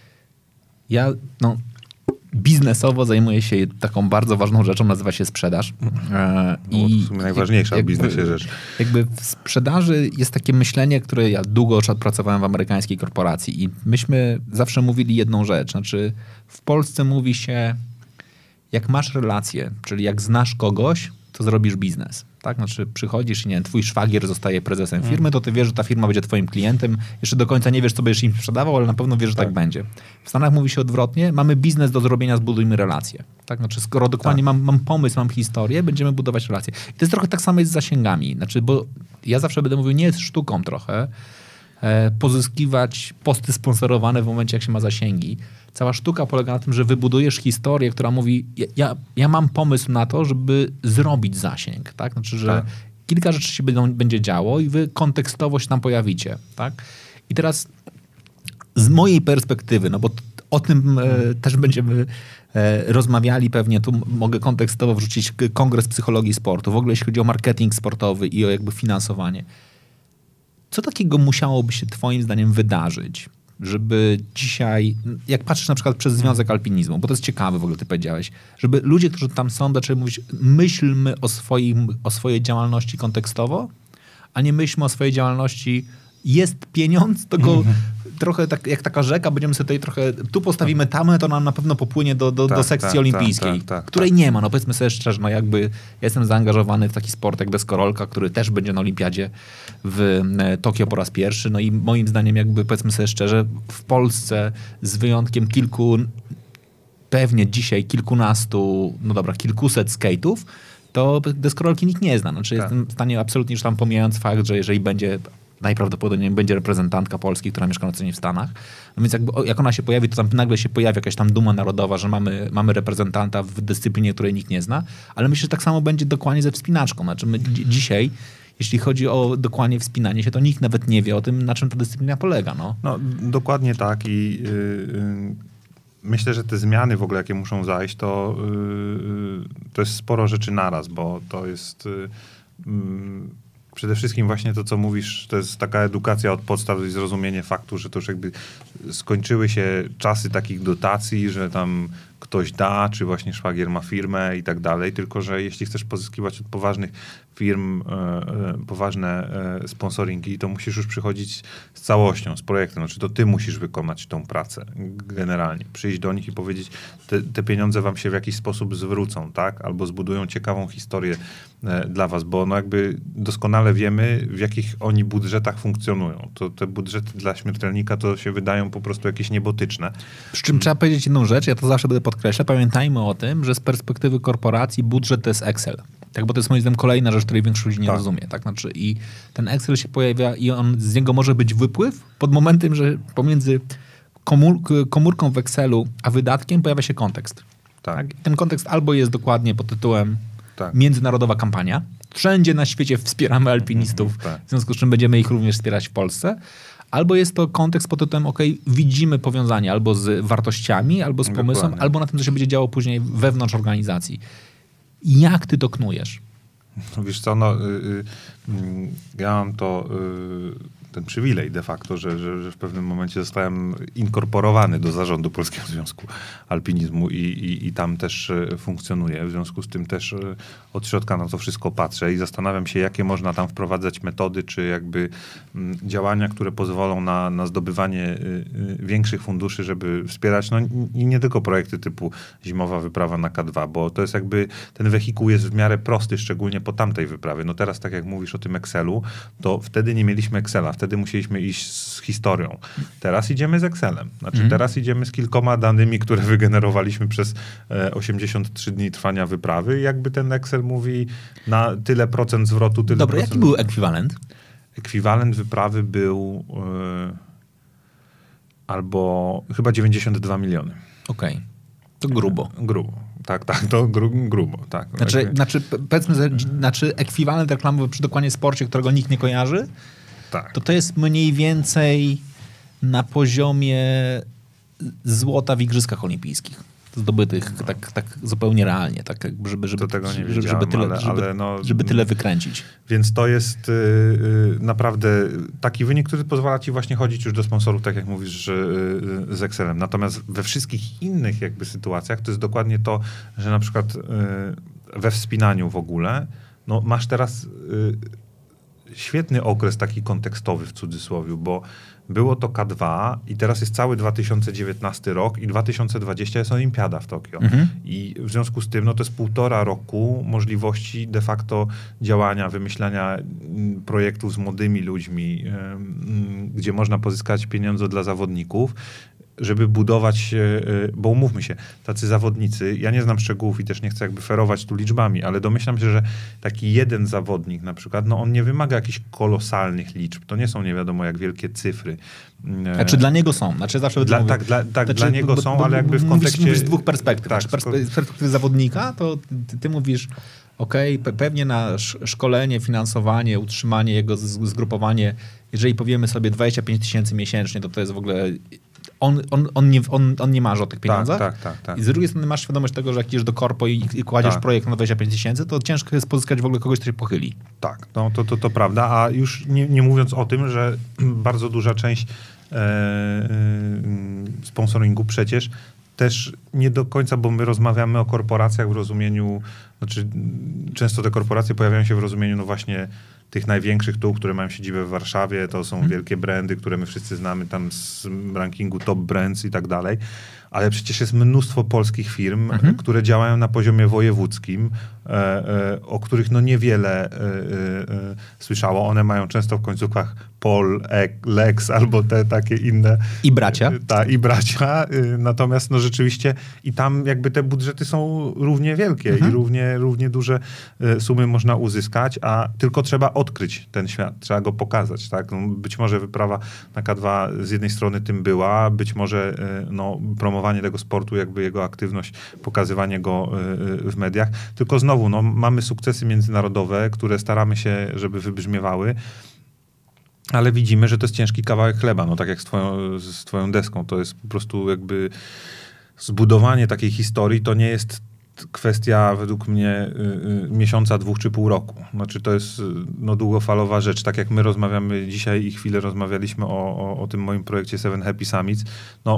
ja no, biznesowo zajmuję się taką bardzo ważną rzeczą, nazywa się sprzedaż. E, no, I w sumie najważniejsza jak, w biznesie jakby, rzecz. Jakby w sprzedaży jest takie myślenie, które ja długo pracowałem w amerykańskiej korporacji i myśmy zawsze mówili jedną rzecz. Znaczy w Polsce mówi się, jak masz relację, czyli jak znasz kogoś, to zrobisz biznes. Tak? Znaczy przychodzisz i nie wiem, twój szwagier zostaje prezesem firmy, hmm. to ty wiesz, że ta firma będzie twoim klientem. Jeszcze do końca nie wiesz, co będziesz im sprzedawał, ale na pewno wiesz, że tak, tak będzie. W Stanach mówi się odwrotnie. Mamy biznes do zrobienia, zbudujmy relacje. Tak? Znaczy skoro dokładnie tak. mam, mam pomysł, mam historię, będziemy budować relacje. I to jest trochę tak samo jest z zasięgami. Znaczy, bo ja zawsze będę mówił, nie jest sztuką trochę e, pozyskiwać posty sponsorowane w momencie, jak się ma zasięgi. Cała sztuka polega na tym, że wybudujesz historię, która mówi, ja, ja mam pomysł na to, żeby zrobić zasięg. Tak? Znaczy, że tak. kilka rzeczy się będą, będzie działo i wy kontekstowo się tam pojawicie. Tak? I teraz z mojej perspektywy, no bo t- o tym e, też będziemy e, rozmawiali pewnie, tu mogę kontekstowo wrzucić Kongres Psychologii Sportu, w ogóle jeśli chodzi o marketing sportowy i o jakby finansowanie. Co takiego musiałoby się twoim zdaniem wydarzyć, żeby dzisiaj, jak patrzysz na przykład przez Związek Alpinizmu, bo to jest ciekawe w ogóle, ty powiedziałeś, żeby ludzie, którzy tam są, zaczęli mówić, myślmy o, swoim, o swojej działalności kontekstowo, a nie myślmy o swojej działalności, jest pieniądz, to go mm-hmm. trochę tak, jak taka rzeka, będziemy sobie tutaj trochę, tu postawimy tamę, to nam na pewno popłynie do, do, tak, do sekcji tak, olimpijskiej, tak, tak, której tak. nie ma. No powiedzmy sobie szczerze, no jakby ja jestem zaangażowany w taki sport jak deskorolka, który też będzie na olimpiadzie w Tokio po raz pierwszy. No i moim zdaniem jakby powiedzmy sobie szczerze, w Polsce z wyjątkiem kilku, pewnie dzisiaj kilkunastu, no dobra, kilkuset skate'ów, to deskorolki nikt nie zna. Znaczy tak. jestem w stanie absolutnie już tam pomijając fakt, że jeżeli będzie najprawdopodobniej będzie reprezentantka Polski, która mieszka na co dzień w Stanach. No więc jakby, jak ona się pojawi, to tam nagle się pojawi jakaś tam duma narodowa, że mamy, mamy reprezentanta w dyscyplinie, której nikt nie zna. Ale myślę, że tak samo będzie dokładnie ze wspinaczką. Znaczy my dzi- dzisiaj, jeśli chodzi o dokładnie wspinanie się, to nikt nawet nie wie o tym, na czym ta dyscyplina polega. No, no dokładnie tak i yy, yy, myślę, że te zmiany w ogóle, jakie muszą zajść, to, yy, to jest sporo rzeczy naraz, bo to jest... Yy, Przede wszystkim właśnie to, co mówisz, to jest taka edukacja od podstaw i zrozumienie faktu, że to już jakby skończyły się czasy takich dotacji, że tam ktoś da, czy właśnie szwagier ma firmę i tak dalej, tylko że jeśli chcesz pozyskiwać od poważnych firm e, e, poważne e, sponsoringi, to musisz już przychodzić z całością, z projektem. Znaczy to ty musisz wykonać tą pracę generalnie. Przyjść do nich i powiedzieć, te, te pieniądze wam się w jakiś sposób zwrócą, tak? Albo zbudują ciekawą historię e, dla was, bo no jakby doskonale wiemy, w jakich oni budżetach funkcjonują. To te budżety dla śmiertelnika to się wydają po prostu jakieś niebotyczne. Przy czym trzeba powiedzieć jedną rzecz, ja to zawsze będę podkreślać, pamiętajmy o tym, że z perspektywy korporacji budżet to jest Excel. Tak, bo to jest moim zdaniem kolejna rzecz, której większość ludzi nie tak. rozumie. Tak? Znaczy, i ten Excel się pojawia i on, z niego może być wypływ pod momentem, że pomiędzy komór, komórką w Excelu a wydatkiem pojawia się kontekst. Tak. Tak? Ten kontekst albo jest dokładnie pod tytułem tak. międzynarodowa kampania. Wszędzie na świecie wspieramy alpinistów, tak. w związku z czym będziemy ich również wspierać w Polsce. Albo jest to kontekst pod tytułem, ok, widzimy powiązanie albo z wartościami, albo z pomysłem, Dokładnie. albo na tym, co się będzie działo później wewnątrz organizacji. Jak ty to knujesz? Wiesz co, no, y, y, ja mam to y, ten przywilej de facto, że, że, że w pewnym momencie zostałem inkorporowany do zarządu Polskiego Związku Alpinizmu i, i, i tam też funkcjonuję. W związku z tym też od środka na to wszystko patrzę i zastanawiam się, jakie można tam wprowadzać metody, czy jakby m, działania, które pozwolą na, na zdobywanie y, y, większych funduszy, żeby wspierać, no i nie tylko projekty typu zimowa wyprawa na K dwa, bo to jest jakby, ten wehikuł jest w miarę prosty, szczególnie po tamtej wyprawie. No teraz, tak jak mówisz o tym Excelu, to wtedy nie mieliśmy Excela, wtedy musieliśmy iść z historią. Teraz idziemy z Excelem. Znaczy mm. teraz idziemy z kilkoma danymi, które wygenerowaliśmy przez e, osiemdziesiąt trzy dni trwania wyprawy i jakby ten Excel mówi na tyle procent zwrotu, tyle Dobra, procent... jaki był ekwiwalent? Ekwiwalent wyprawy był e, albo chyba dziewięćdziesiąt dwa miliony. Okej. Okay. To grubo. Grubo. Tak, tak, to gru, grubo, tak. Znaczy, okay. znaczy, powiedzmy, znaczy ekwiwalent reklamowy przy dokładnie sporcie, którego nikt nie kojarzy, tak. to to jest mniej więcej na poziomie złota w Igrzyskach Olimpijskich. Zdobytych no. tak, tak zupełnie realnie, tak jakby, żeby, żeby, to tego nie żeby, żeby, tyle, ale, żeby, ale no, żeby tyle wykręcić. Więc to jest yy, naprawdę taki wynik, który pozwala ci właśnie chodzić już do sponsorów, tak jak mówisz, że, yy, z Excelem. Natomiast we wszystkich innych jakby sytuacjach to jest dokładnie to, że na przykład yy, we wspinaniu w ogóle, no masz teraz yy, świetny okres taki kontekstowy w cudzysłowie, bo było to K dwa i teraz jest cały dwa tysiące dziewiętnasty rok i dwa tysiące dwudziesty jest Olimpiada w Tokio. Mhm. I w związku z tym no to jest półtora roku możliwości de facto działania, wymyślania projektów z młodymi ludźmi, yy, yy, gdzie można pozyskać pieniądze dla zawodników, żeby budować, bo umówmy się, tacy zawodnicy, ja nie znam szczegółów i też nie chcę jakby ferować tu liczbami, ale domyślam się, że taki jeden zawodnik na przykład, no on nie wymaga jakichś kolosalnych liczb. To nie są nie wiadomo jak wielkie cyfry. Znaczy dla niego są. Znaczy zawsze dla, mówię, tak, dla, tak znaczy, dla niego bo, są, bo, ale jakby w kontekście... Mówisz, mówisz z dwóch perspektyw. Tak, znaczy, z perspektywy zawodnika, to ty, ty mówisz, okej, okay, pewnie na szkolenie, finansowanie, utrzymanie jego, zgrupowanie, jeżeli powiemy sobie dwadzieścia pięć tysięcy miesięcznie, to to jest w ogóle... On, on, on, nie, on, on nie marzy o tych pieniądzach. Tak, tak, tak, tak. I z drugiej strony masz świadomość tego, że jak idziesz do korpo i, i kładziesz tak. projekt na dwadzieścia pięć tysięcy, to ciężko jest pozyskać w ogóle kogoś, kto się pochyli. Tak, no, to, to, to prawda. A już nie, nie mówiąc o tym, że bardzo duża część e, e, sponsoringu przecież też nie do końca, bo my rozmawiamy o korporacjach w rozumieniu, znaczy często te korporacje pojawiają się w rozumieniu no właśnie tych największych tu, które mają siedzibę w Warszawie, to są hmm. wielkie brandy, które my wszyscy znamy tam z rankingu top brands i tak dalej, ale przecież jest mnóstwo polskich firm, hmm. które działają na poziomie wojewódzkim, e, e, o których no niewiele e, e, słyszało. One mają często w końcówkach Pol, Ek, Lex albo te takie inne. I bracia. Ta, i bracia. E, natomiast no rzeczywiście i tam jakby te budżety są równie wielkie hmm. i równie, równie duże e, sumy można uzyskać, a tylko trzeba odkryć ten świat, trzeba go pokazać, tak? No, być może wyprawa na K dwa z jednej strony tym była, być może no, promowanie tego sportu, jakby jego aktywność, pokazywanie go w mediach, tylko znowu, no, mamy sukcesy międzynarodowe, które staramy się, żeby wybrzmiewały, ale widzimy, że to jest ciężki kawałek chleba, no tak jak z twoją, z twoją deską, to jest po prostu jakby zbudowanie takiej historii, to nie jest kwestia według mnie y, y, miesiąca, dwóch czy pół roku. Znaczy to jest no, długofalowa rzecz. Tak jak my rozmawiamy dzisiaj i chwilę rozmawialiśmy o, o, o tym moim projekcie Seven Happy Summits. No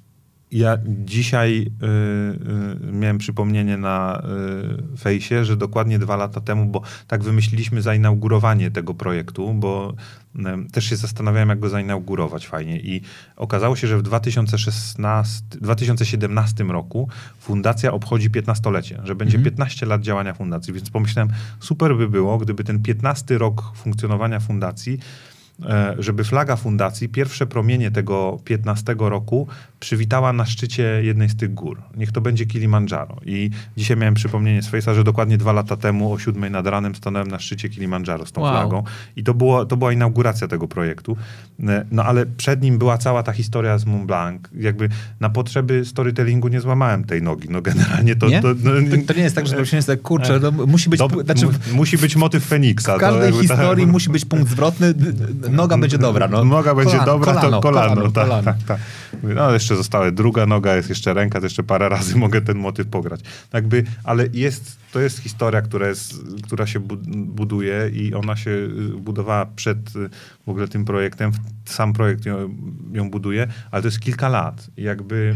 ja dzisiaj y, y, miałem przypomnienie na y, fejsie, że dokładnie dwa lata temu, bo tak wymyśliliśmy zainaugurowanie tego projektu, bo y, też się zastanawiałem, jak go zainaugurować fajnie i okazało się, że w dwa tysiące szesnastym, dwa tysiące siedemnastym roku fundacja obchodzi piętnastolecie, że będzie mhm. piętnaście lat działania fundacji, więc pomyślałem, super by było, gdyby ten piętnasty rok funkcjonowania fundacji, żeby flaga fundacji, pierwsze promienie tego piętnastego roku przywitała na szczycie jednej z tych gór. Niech to będzie Kilimandżaro. I dzisiaj miałem przypomnienie z Face'a, że dokładnie dwa lata temu o siódmej nad ranem stanąłem na szczycie Kilimandżaro z tą wow. flagą. I to, było, to była inauguracja tego projektu. No ale przed nim była cała ta historia z Mont Blanc. Jakby na potrzeby storytellingu nie złamałem tej nogi. No generalnie to... Nie? To, no, to, to nie jest tak, że to jest tak, kurczę, no, musi być... To, znaczy, musi być motyw Feniksa. W każdej to historii ta... musi być punkt zwrotny. noga będzie dobra. No. Noga będzie kolano, dobra, kolano, to kolano. kolano, tak, kolano. tak, tak. No jeszcze została druga noga, jest jeszcze ręka, to jeszcze parę razy mogę ten motyw pograć. Jakby, ale jest, to jest historia, która, jest, która się buduje i ona się budowała przed w ogóle tym projektem. Sam projekt ją, ją buduje, ale to jest kilka lat. I jakby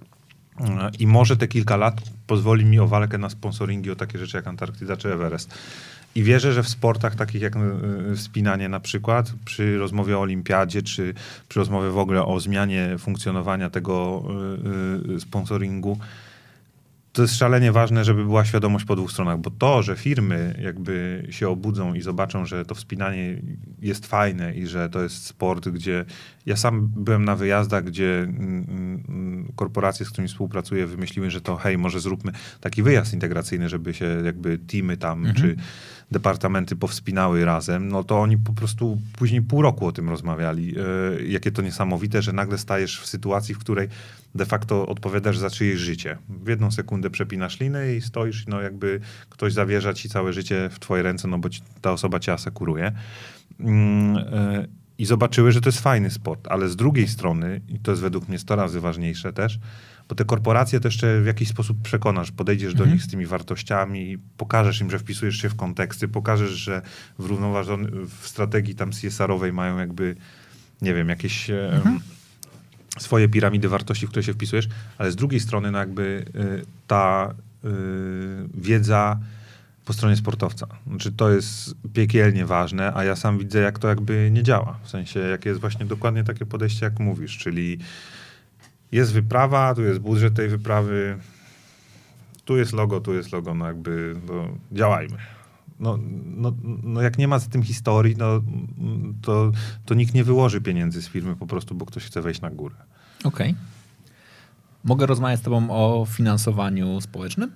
i może te kilka lat pozwoli mi o walkę na sponsoringi, o takie rzeczy jak Antarktyda czy Everest. I wierzę, że w sportach takich jak wspinanie na przykład, przy rozmowie o olimpiadzie, czy przy rozmowie w ogóle o zmianie funkcjonowania tego y, sponsoringu, to jest szalenie ważne, żeby była świadomość po dwóch stronach, bo to, że firmy jakby się obudzą i zobaczą, że to wspinanie jest fajne i że to jest sport, gdzie ja sam byłem na wyjazdach, gdzie mm, korporacje, z którymi współpracuję, wymyśliły, że to hej, może zróbmy taki wyjazd integracyjny, żeby się jakby teamy tam, mhm. czy departamenty powspinały razem, no to oni po prostu później pół roku o tym rozmawiali. Yy, jakie to niesamowite, że nagle stajesz w sytuacji, w której de facto odpowiadasz za czyjeś życie. W jedną sekundę przepinasz linę i stoisz, no jakby ktoś zawierza ci całe życie w twoje ręce, no bo ci, ta osoba cię asekuruje. Yy, yy, I zobaczyły, że to jest fajny sport, ale z drugiej strony, i to jest według mnie sto razy ważniejsze też, bo te korporacje to jeszcze w jakiś sposób przekonasz, podejdziesz mhm. do nich z tymi wartościami, pokażesz im, że wpisujesz się w konteksty, pokażesz, że w równoważonej, w strategii tam C S R-owej mają jakby, nie wiem, jakieś mhm. um, swoje piramidy wartości, w które się wpisujesz, ale z drugiej strony no jakby y, ta y, wiedza po stronie sportowca. Znaczy to jest piekielnie ważne, a ja sam widzę, jak to jakby nie działa. W sensie, jakie jest właśnie dokładnie takie podejście, jak mówisz, czyli jest wyprawa, tu jest budżet tej wyprawy, tu jest logo, tu jest logo, no jakby no, działajmy. No, no, no jak nie ma z tym historii, no, to, to nikt nie wyłoży pieniędzy z firmy po prostu, bo ktoś chce wejść na górę. Okej. Okay. Mogę rozmawiać z tobą o finansowaniu społecznym?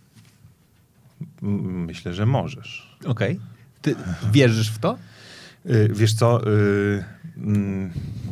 Myślę, że możesz. Okej. Okay. Ty wierzysz w to? Yy, wiesz co... Yy, yy,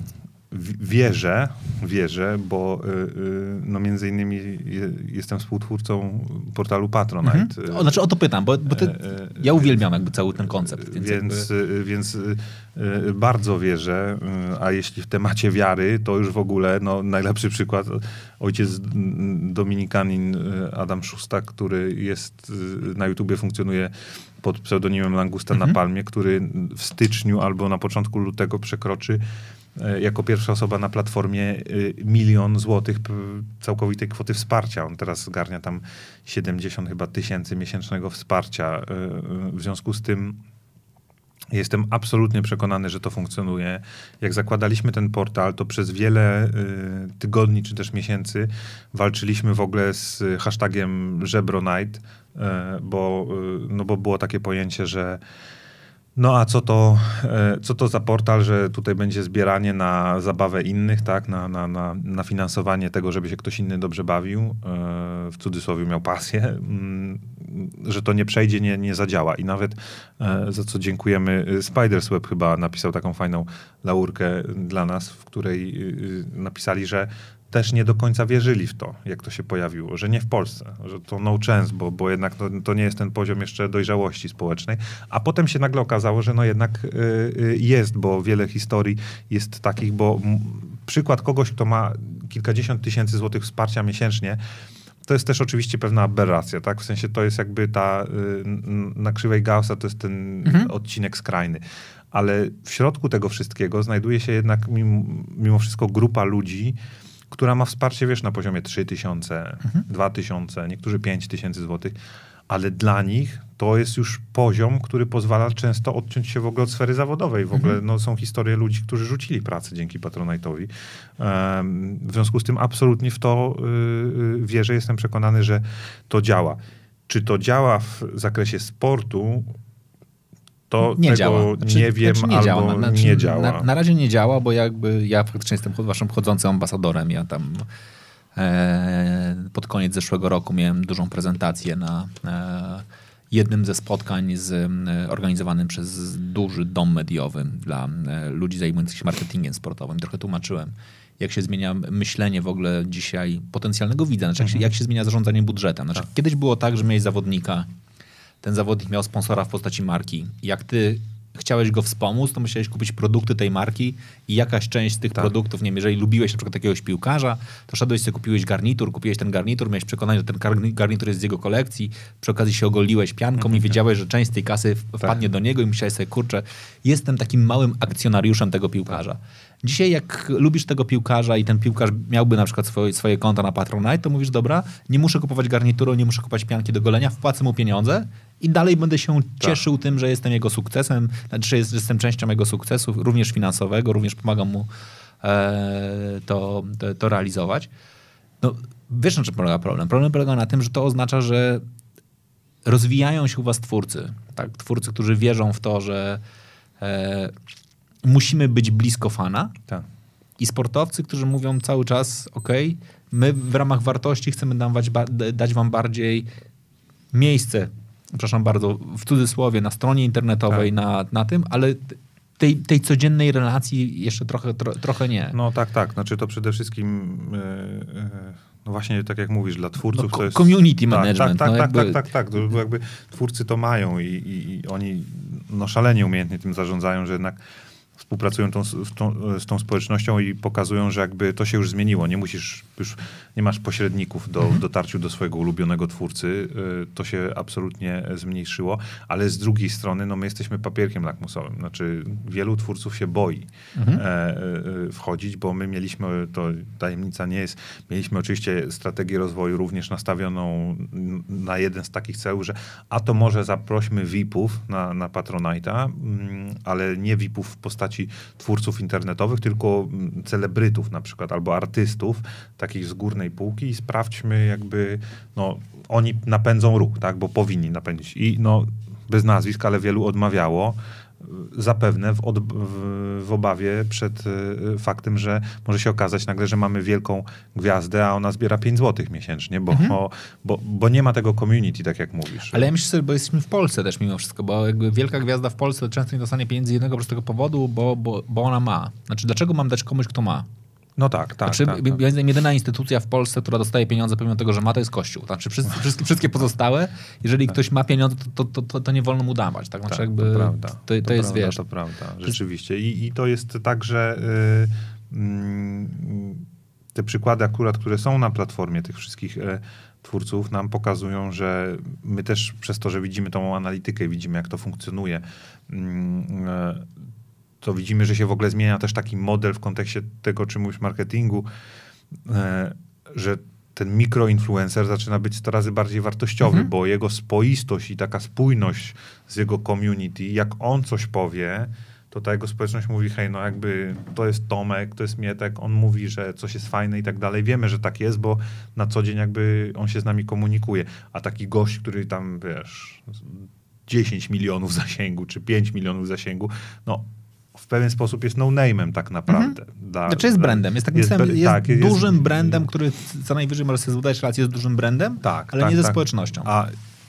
Wierzę, wierzę, bo yy, no między innymi je, jestem współtwórcą portalu Patronite. Mhm. O, znaczy o to pytam, bo, bo ty, ja uwielbiam jakby cały ten koncept. Więc, więc, jakby... więc yy, bardzo wierzę, yy, a jeśli w temacie wiary, to już w ogóle no, najlepszy przykład, ojciec dominikanin Adam Szóstak, który jest yy, na YouTubie, funkcjonuje pod pseudonimem Langusta mhm. na Palmie, który w styczniu albo na początku lutego przekroczy jako pierwsza osoba na platformie milion złotych całkowitej kwoty wsparcia. On teraz zgarnia tam siedemdziesiąt chyba tysięcy miesięcznego wsparcia. W związku z tym jestem absolutnie przekonany, że to funkcjonuje. Jak zakładaliśmy ten portal, to przez wiele tygodni czy też miesięcy walczyliśmy w ogóle z hashtagiem Żebronite, bo, no bo było takie pojęcie, że no a co to, co to za portal, że tutaj będzie zbieranie na zabawę innych, tak? Na, na, na, na finansowanie tego, żeby się ktoś inny dobrze bawił, w cudzysłowie miał pasję, że to nie przejdzie, nie, nie zadziała. I nawet za co dziękujemy, Spiders Web chyba napisał taką fajną laurkę dla nas, w której napisali, że też nie do końca wierzyli w to, jak to się pojawiło, że nie w Polsce, że to no chance, bo, bo jednak to, to nie jest ten poziom jeszcze dojrzałości społecznej. A potem się nagle okazało, że no jednak y, jest, bo wiele historii jest takich, bo m, przykład kogoś, kto ma kilkadziesiąt tysięcy złotych wsparcia miesięcznie, to jest też oczywiście pewna aberracja, tak? W sensie to jest jakby ta, y, na krzywej Gaussa to jest ten mhm. odcinek skrajny. Ale w środku tego wszystkiego znajduje się jednak mimo, mimo wszystko grupa ludzi, która ma wsparcie, wiesz, na poziomie trzy tysiące, mhm. dwa tysiące, niektórzy pięć tysięcy złotych, ale dla nich to jest już poziom, który pozwala często odciąć się w ogóle od sfery zawodowej. W ogóle no, są historie ludzi, którzy rzucili pracę dzięki Patronite'owi. Um, w związku z tym absolutnie w to yy, wierzę, jestem przekonany, że to działa. Czy to działa w zakresie sportu? To nie tego działa. Znaczy, nie wiem, znaczy nie albo działa. Znaczy, nie działa. Na, na razie nie działa, bo jakby ja faktycznie jestem waszym chodzącym ambasadorem. Ja tam e, pod koniec zeszłego roku miałem dużą prezentację na e, jednym ze spotkań z, e, organizowanym przez duży dom mediowy dla e, ludzi zajmujących się marketingiem sportowym. Trochę tłumaczyłem, jak się zmienia myślenie w ogóle dzisiaj potencjalnego widza, znaczy mhm. jak, się, jak się zmienia zarządzanie budżetem. Znaczy, tak. Kiedyś było tak, że miałeś zawodnika, ten zawodnik miał sponsora w postaci marki. Jak ty chciałeś go wspomóc, to musiałeś kupić produkty tej marki i jakaś część z tych tak. produktów, nie wiem, jeżeli lubiłeś na przykład jakiegoś piłkarza, to szedłeś sobie, kupiłeś garnitur, kupiłeś ten garnitur, miałeś przekonanie, że ten garnitur jest z jego kolekcji, przy okazji się ogoliłeś pianką mhm. i wiedziałeś, że część z tej kasy wpadnie tak. do niego i myślałeś sobie, kurczę, jestem takim małym akcjonariuszem tego piłkarza. Tak. Dzisiaj jak lubisz tego piłkarza i ten piłkarz miałby na przykład swoje, swoje konto na Patronite, to mówisz, dobra, nie muszę kupować garnituru, nie muszę kupować pianki do golenia, wpłacę mu pieniądze i dalej będę się cieszył tak. tym, że jestem jego sukcesem, znaczy, że jestem częścią jego sukcesu, również finansowego, również pomagam mu e, to, to, to realizować. No, wiesz, na czym polega problem? Problem polega na tym, że to oznacza, że rozwijają się u was twórcy. Tak? Twórcy, którzy wierzą w to, że e, musimy być blisko fana. Tak. I sportowcy, którzy mówią cały czas, ok, my w ramach wartości chcemy dawać, dać wam bardziej miejsce, przepraszam bardzo, w cudzysłowie, na stronie internetowej, tak. na, na tym, ale tej, tej codziennej relacji jeszcze trochę, tro, trochę nie. No tak, tak. Znaczy to przede wszystkim yy, yy, no właśnie tak jak mówisz, dla twórców no, to jest... Community tak, management. Tak, tak, no, tak, jakby... tak, tak, tak. To jakby twórcy to mają i, i, i oni no, szalenie umiejętnie tym zarządzają, że jednak współpracują tą, tą, z tą społecznością i pokazują, że jakby to się już zmieniło. Nie musisz, już nie masz pośredników do, w dotarciu do swojego ulubionego twórcy. To się absolutnie zmniejszyło, ale z drugiej strony no my jesteśmy papierkiem lakmusowym. Znaczy wielu twórców się boi mhm. e, wchodzić, bo my mieliśmy, to tajemnica nie jest, mieliśmy oczywiście strategię rozwoju również nastawioną na jeden z takich celów, że a to może zaprośmy V I P-ów na, na Patronite'a, ale nie V I P-ów w postaci twórców internetowych, tylko celebrytów na przykład, albo artystów, takich z górnej półki i sprawdźmy jakby, no oni napędzą ruch, tak, bo powinni napędzić. I no, bez nazwisk, ale wielu odmawiało, zapewne w, od, w, w obawie przed y, faktem, że może się okazać nagle, że mamy wielką gwiazdę, a ona zbiera pięć złotych miesięcznie, bo, mhm. bo, bo, bo nie ma tego community, tak jak mówisz. Ale ja myślę sobie, bo jesteśmy w Polsce też mimo wszystko, bo jakby wielka gwiazda w Polsce często nie dostanie pieniędzy z jednego prostego powodu, bo, bo, bo ona ma. Znaczy, dlaczego mam dać komuś, kto ma? No tak, tak. Znaczy, tak, tak. jedyna instytucja w Polsce, która dostaje pieniądze pomimo tego, że ma, to jest Kościół. Znaczy, wszystkie, wszystkie, wszystkie pozostałe, jeżeli tak. ktoś ma pieniądze, to, to, to, to nie wolno mu dawać. Tak? Znaczy, tak, jakby to prawda. To, to, to jest, prawda, wiesz... To prawda, rzeczywiście. I, i to jest tak, że y, y, te przykłady akurat, które są na platformie tych wszystkich y, twórców, nam pokazują, że my też przez to, że widzimy tą analitykę, widzimy jak to funkcjonuje, y, y, to widzimy, że się w ogóle zmienia też taki model w kontekście tego, czym mówisz, marketingu, e, że ten mikroinfluencer zaczyna być sto razy bardziej wartościowy, mhm. bo jego spoistość i taka spójność z jego community, jak on coś powie, to ta jego społeczność mówi, hej, no jakby to jest Tomek, to jest Mietek, on mówi, że coś jest fajne i tak dalej. Wiemy, że tak jest, bo na co dzień jakby on się z nami komunikuje. A taki gość, który tam, wiesz, dziesięć milionów zasięgu, czy pięć milionów zasięgu, no w pewien sposób jest no-name'em tak naprawdę. Mhm. Dla, znaczy jest dla, brandem. Jest, takim jest, samym, jest tak, dużym jest, brandem, który co najwyżej może sobie zbudować relację z dużym brandem, tak, ale tak, nie ze tak. społecznością. A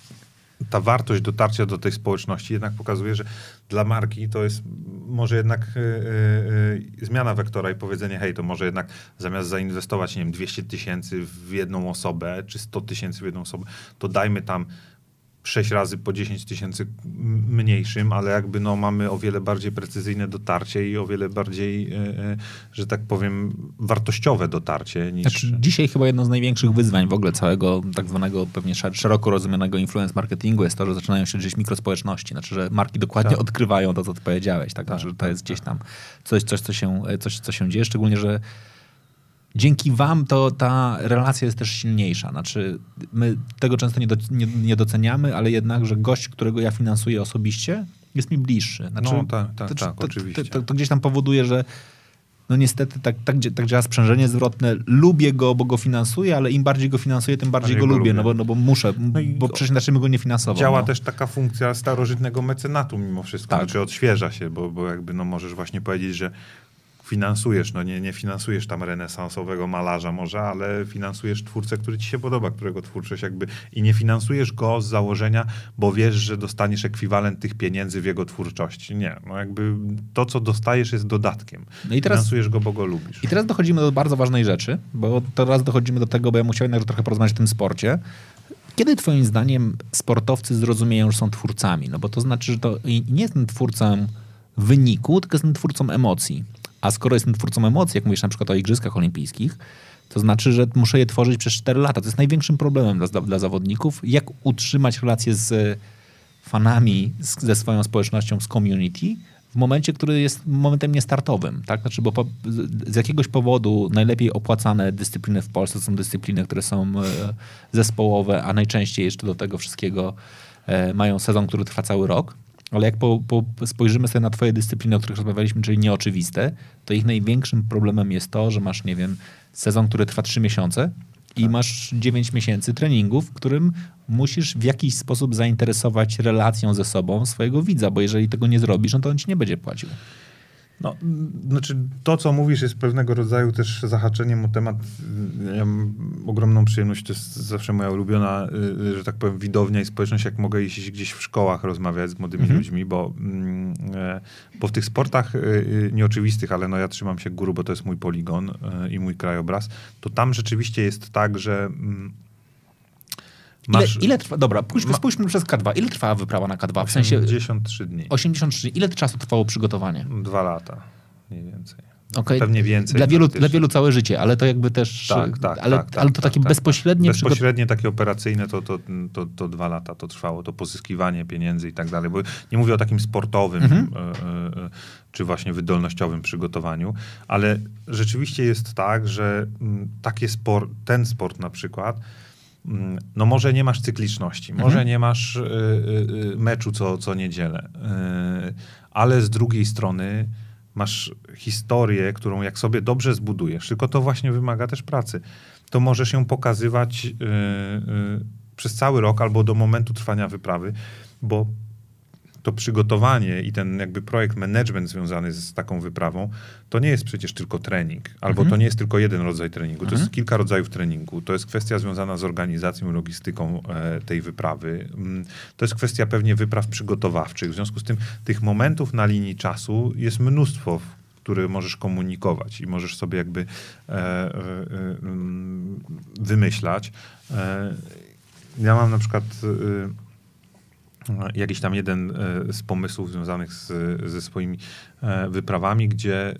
ta wartość dotarcia do tej społeczności jednak pokazuje, że dla marki to jest może jednak yy, yy, zmiana wektora i powiedzenie, hej, to może jednak zamiast zainwestować, nie wiem, dwieście tysięcy w jedną osobę, czy sto tysięcy w jedną osobę, to dajmy tam sześć razy po dziesięć tysięcy mniejszym, ale jakby no mamy o wiele bardziej precyzyjne dotarcie i o wiele bardziej, yy, yy, że tak powiem, wartościowe dotarcie niż... Znaczy, dzisiaj chyba jedno z największych wyzwań w ogóle całego tak zwanego pewnie szeroko rozumianego influence marketingu jest to, że zaczynają się gdzieś mikrospołeczności. Znaczy, że marki dokładnie tak. odkrywają to, co ty powiedziałeś. Tak? Tak, znaczy, że to tak, jest gdzieś tak. tam coś, coś, co się, coś, co się dzieje. Szczególnie, że dzięki wam to ta relacja jest też silniejsza. Znaczy, my tego często nie, do, nie, nie doceniamy, ale jednak, że gość, którego ja finansuję osobiście, jest mi bliższy. Znaczy, no tak, tak, to, tak, to, oczywiście. To, to, to gdzieś tam powoduje, że no niestety tak, tak, tak działa sprzężenie zwrotne. Lubię go, bo go finansuję, ale im bardziej go finansuję, tym bardziej, bardziej go, go lubię, no bo, no bo muszę, no bo przecież inaczej bym go nie finansował. Działa no. też taka funkcja starożytnego mecenatu mimo wszystko. Tak. Znaczy odświeża się, bo, bo jakby no możesz właśnie powiedzieć, że finansujesz, no nie, nie finansujesz tam renesansowego malarza może, ale finansujesz twórcę, który ci się podoba, którego twórczość jakby i nie finansujesz go z założenia, bo wiesz, że dostaniesz ekwiwalent tych pieniędzy w jego twórczości. Nie, no jakby to, co dostajesz jest dodatkiem. No i teraz, finansujesz go, bo go lubisz. I teraz dochodzimy do bardzo ważnej rzeczy, bo teraz dochodzimy do tego, bo ja musiałem jednak trochę porozmawiać o tym sporcie. Kiedy twoim zdaniem sportowcy zrozumieją, że są twórcami? No bo to znaczy, że to nie jestem twórcą wyniku, tylko jestem twórcą emocji. A skoro jestem twórcą emocji, jak mówisz na przykład o Igrzyskach Olimpijskich, to znaczy, że muszę je tworzyć przez cztery lata. To jest największym problemem dla, dla zawodników. Jak utrzymać relacje z fanami, z, ze swoją społecznością, z community, w momencie, który jest momentem niestartowym. Tak? Znaczy, bo po, z jakiegoś powodu najlepiej opłacane dyscypliny w Polsce to są dyscypliny, które są zespołowe, a najczęściej jeszcze do tego wszystkiego mają sezon, który trwa cały rok. Ale jak po, po spojrzymy sobie na twoje dyscypliny, o których rozmawialiśmy, czyli nieoczywiste, to ich największym problemem jest to, że masz, nie wiem, sezon, który trwa trzy miesiące i tak. masz dziewięć miesięcy treningów, w którym musisz w jakiś sposób zainteresować relacją ze sobą swojego widza, bo jeżeli tego nie zrobisz, no to on ci nie będzie płacił. No, znaczy to, co mówisz, jest pewnego rodzaju też zahaczeniem o temat. Ja mam ogromną przyjemność, to jest zawsze moja ulubiona, że tak powiem, widownia i społeczność, jak mogę iść gdzieś w szkołach rozmawiać z młodymi mhm. ludźmi, bo, bo w tych sportach nieoczywistych, ale no ja trzymam się góry, bo to jest mój poligon i mój krajobraz, to tam rzeczywiście jest tak, że Masz... Ile, ile trwa, dobra, spójrzmy, spójrzmy przez K dwa. Ile trwała wyprawa na K dwa? W sensie osiemdziesiąt trzy dni. osiemdziesiąt trzy dni. Ile czasu trwało przygotowanie? Dwa lata, mniej więcej. Okay. Pewnie więcej. Dla wielu, dla wielu całe życie, ale to jakby też... Tak, tak, ale, tak, ale to tak, takie tak, bezpośrednie... Bezpośrednie takie operacyjne to, to, to, to dwa lata to trwało. To pozyskiwanie pieniędzy i tak dalej. Bo nie mówię o takim sportowym mhm. y, y, y, czy właśnie wydolnościowym przygotowaniu, ale rzeczywiście jest tak, że y, takie sport, ten sport na przykład, no może nie masz cykliczności, mhm. może nie masz y, y, meczu co, co niedzielę, y, ale z drugiej strony masz historię, którą jak sobie dobrze zbudujesz, tylko to właśnie wymaga też pracy, to możesz ją pokazywać y, y, przez cały rok albo do momentu trwania wyprawy, bo to przygotowanie i ten jakby projekt management związany z taką wyprawą, to nie jest przecież tylko trening, albo mhm. to nie jest tylko jeden rodzaj treningu, to mhm. jest kilka rodzajów treningu, to jest kwestia związana z organizacją i logistyką e, tej wyprawy, to jest kwestia pewnie wypraw przygotowawczych, w związku z tym tych momentów na linii czasu jest mnóstwo, które możesz komunikować i możesz sobie jakby e, e, e, wymyślać. E, ja mam na przykład e, jakiś tam jeden e, z pomysłów związanych z, ze swoimi e, wyprawami, gdzie e,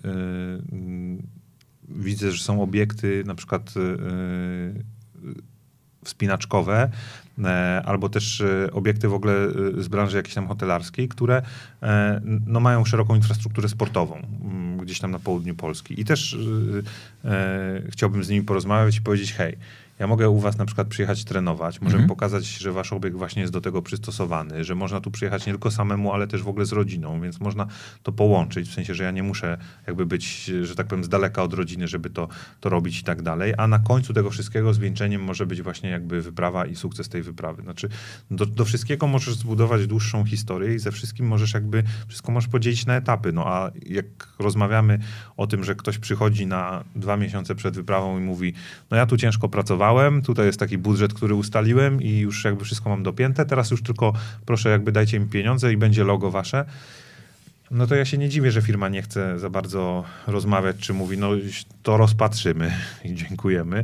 widzę, że są obiekty na przykład e, wspinaczkowe, e, albo też e, obiekty w ogóle e, z branży jakiejś tam hotelarskiej, które e, no, mają szeroką infrastrukturę sportową m, gdzieś tam na południu Polski. I też e, e, chciałbym z nimi porozmawiać i powiedzieć, hej, ja mogę u was na przykład przyjechać trenować, możemy mhm. pokazać, że wasz obiekt właśnie jest do tego przystosowany, że można tu przyjechać nie tylko samemu, ale też w ogóle z rodziną, więc można to połączyć, w sensie, że ja nie muszę jakby być, że tak powiem, z daleka od rodziny, żeby to, to robić i tak dalej, a na końcu tego wszystkiego zwieńczeniem może być właśnie jakby wyprawa i sukces tej wyprawy. Znaczy do, do wszystkiego możesz zbudować dłuższą historię i ze wszystkim możesz jakby, wszystko możesz podzielić na etapy, no a jak rozmawiamy o tym, że ktoś przychodzi na dwa miesiące przed wyprawą i mówi, no ja tu ciężko pracowałem, tutaj jest taki budżet, który ustaliłem i już jakby wszystko mam dopięte, teraz już tylko proszę jakby dajcie mi pieniądze i będzie logo wasze. No to ja się nie dziwię, że firma nie chce za bardzo rozmawiać, czy mówi, no to rozpatrzymy i dziękujemy.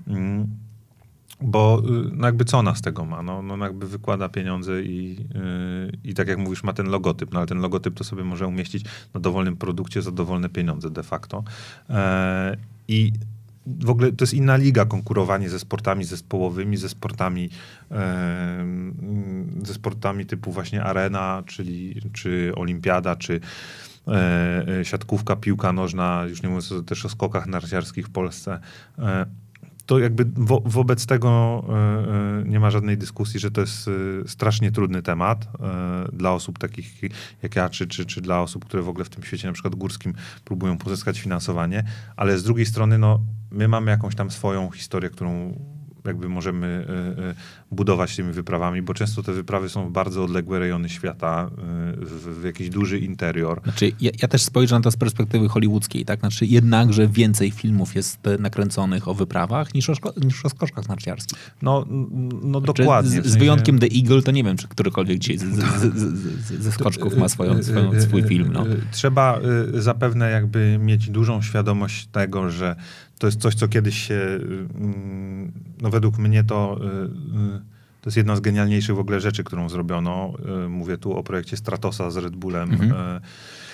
Bo no jakby co ona z tego ma? No, no jakby wykłada pieniądze i, yy, i tak jak mówisz, ma ten logotyp, no ale ten logotyp to sobie może umieścić na dowolnym produkcie za dowolne pieniądze de facto. Yy, I w ogóle to jest inna liga, konkurowanie ze sportami zespołowymi, ze sportami, e, ze sportami typu właśnie arena, czyli, czy olimpiada, czy e, siatkówka, piłka nożna, już nie mówiąc też o skokach narciarskich w Polsce. E, to jakby wo, wobec tego e, nie ma żadnej dyskusji, że to jest e, strasznie trudny temat e, dla osób takich jak ja, czy, czy, czy dla osób, które w ogóle w tym świecie na przykład górskim próbują pozyskać finansowanie, ale z drugiej strony no, my mamy jakąś tam swoją historię, którą jakby możemy y, y, budować tymi wyprawami, bo często te wyprawy są w bardzo odległe rejony świata, y, w, w jakiś duży interior. Znaczy, ja, ja też spojrzę na to z perspektywy hollywoodzkiej, tak? Znaczy, jednakże więcej filmów jest nakręconych o wyprawach niż o, szko- niż o skoczkach narciarskich. No, no znaczy, dokładnie. Z, w sensie... z wyjątkiem The Eagle, to nie wiem, czy którykolwiek dzisiaj z, z, z, z, ze skoczków ma swoją, swoją, swój film. No. Trzeba y, zapewne jakby mieć dużą świadomość tego, że to jest coś, co kiedyś się, no według mnie to, to jest jedna z genialniejszych w ogóle rzeczy, którą zrobiono. Mówię tu o projekcie Stratosa z Red Bullem. Mhm.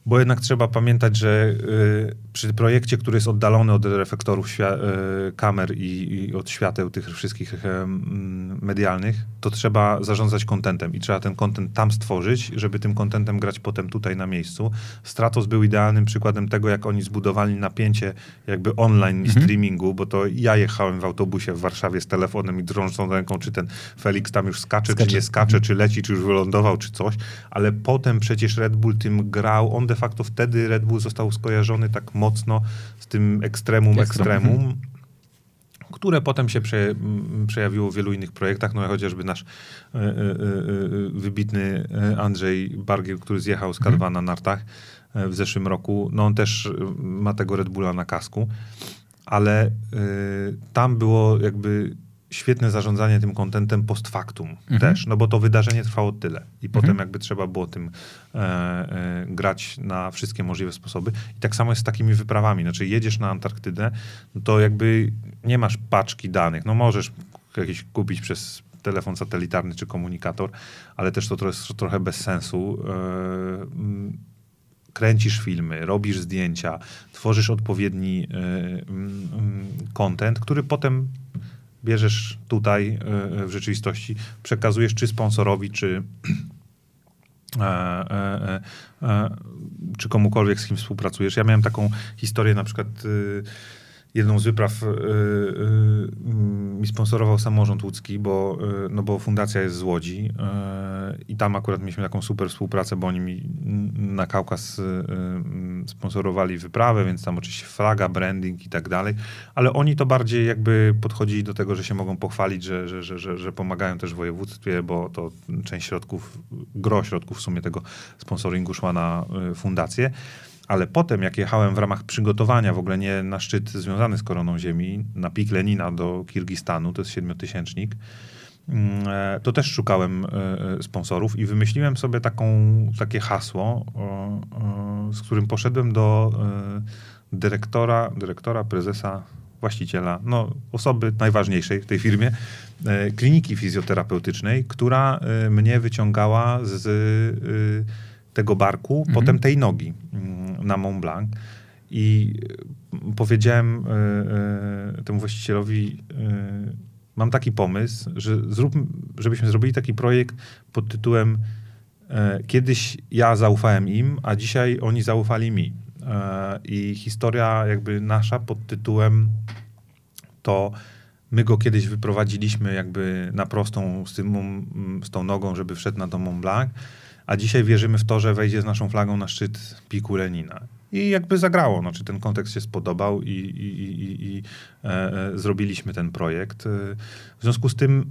Bo jednak trzeba pamiętać, że y, przy projekcie, który jest oddalony od reflektorów świ- y, kamer i, i od świateł tych wszystkich y, y, medialnych, to trzeba zarządzać contentem i trzeba ten content tam stworzyć, żeby tym contentem grać potem tutaj na miejscu. Stratos był idealnym przykładem tego, jak oni zbudowali napięcie jakby online mhm. streamingu, bo to ja jechałem w autobusie w Warszawie z telefonem i drążącą ręką, czy ten Felix tam już skacze, skacze. czy nie skacze, mhm. czy leci, czy już wylądował, czy coś, ale potem przecież Red Bull tym grał, on de facto wtedy Red Bull został skojarzony tak mocno z tym ekstremum, ekstremum, ekstremum które potem się prze, przejawiło w wielu innych projektach, no chociażby nasz y, y, y, wybitny Andrzej Bargiel, który zjechał z K dwa na nartach w zeszłym roku, no on też ma tego Red Bulla na kasku, ale y, tam było jakby świetne zarządzanie tym contentem post factum mhm. też, no bo to wydarzenie trwało tyle. I mhm. potem jakby trzeba było tym e, e, grać na wszystkie możliwe sposoby. I tak samo jest z takimi wyprawami. Znaczy jedziesz na Antarktydę, no to jakby nie masz paczki danych. No możesz jakieś kupić przez telefon satelitarny czy komunikator, ale też to jest trochę bez sensu. E, kręcisz filmy, robisz zdjęcia, tworzysz odpowiedni content, który potem bierzesz tutaj y, w rzeczywistości, przekazujesz czy sponsorowi, czy, e, e, e, czy komukolwiek, z kim współpracujesz. Ja miałem taką historię, na przykład y, jedną z wypraw y, y, mi sponsorował samorząd łódzki, bo, y, no bo fundacja jest z Łodzi y, i tam akurat mieliśmy taką super współpracę, bo oni mi na Kaukaz y, y, sponsorowali wyprawę, więc tam oczywiście flaga, branding i tak dalej, ale oni to bardziej jakby podchodzili do tego, że się mogą pochwalić, że, że, że, że, że pomagają też w województwie, bo to część środków, gro środków w sumie tego sponsoringu szła na y, fundację. Ale potem, jak jechałem w ramach przygotowania, w ogóle nie na szczyt związany z Koroną Ziemi, na pik Lenina do Kirgistanu, to jest siedmiotysięcznik, to też szukałem sponsorów i wymyśliłem sobie taką, takie hasło, z którym poszedłem do dyrektora, dyrektora, prezesa, właściciela, no osoby najważniejszej w tej firmie, kliniki fizjoterapeutycznej, która mnie wyciągała z tego barku, mhm. potem tej nogi na Mont Blanc. I powiedziałem y, y, temu właścicielowi, y, mam taki pomysł, że zrób, żebyśmy zrobili taki projekt pod tytułem y, kiedyś ja zaufałem im, a dzisiaj oni zaufali mi. Y, I historia jakby nasza pod tytułem to my go kiedyś wyprowadziliśmy jakby na prostą z, tym, z tą nogą, żeby wszedł na to Mont Blanc, a dzisiaj wierzymy w to, że wejdzie z naszą flagą na szczyt piku Lenina. I jakby zagrało, znaczy ten kontekst się spodobał i, i, i, i e, e, zrobiliśmy ten projekt. W związku z tym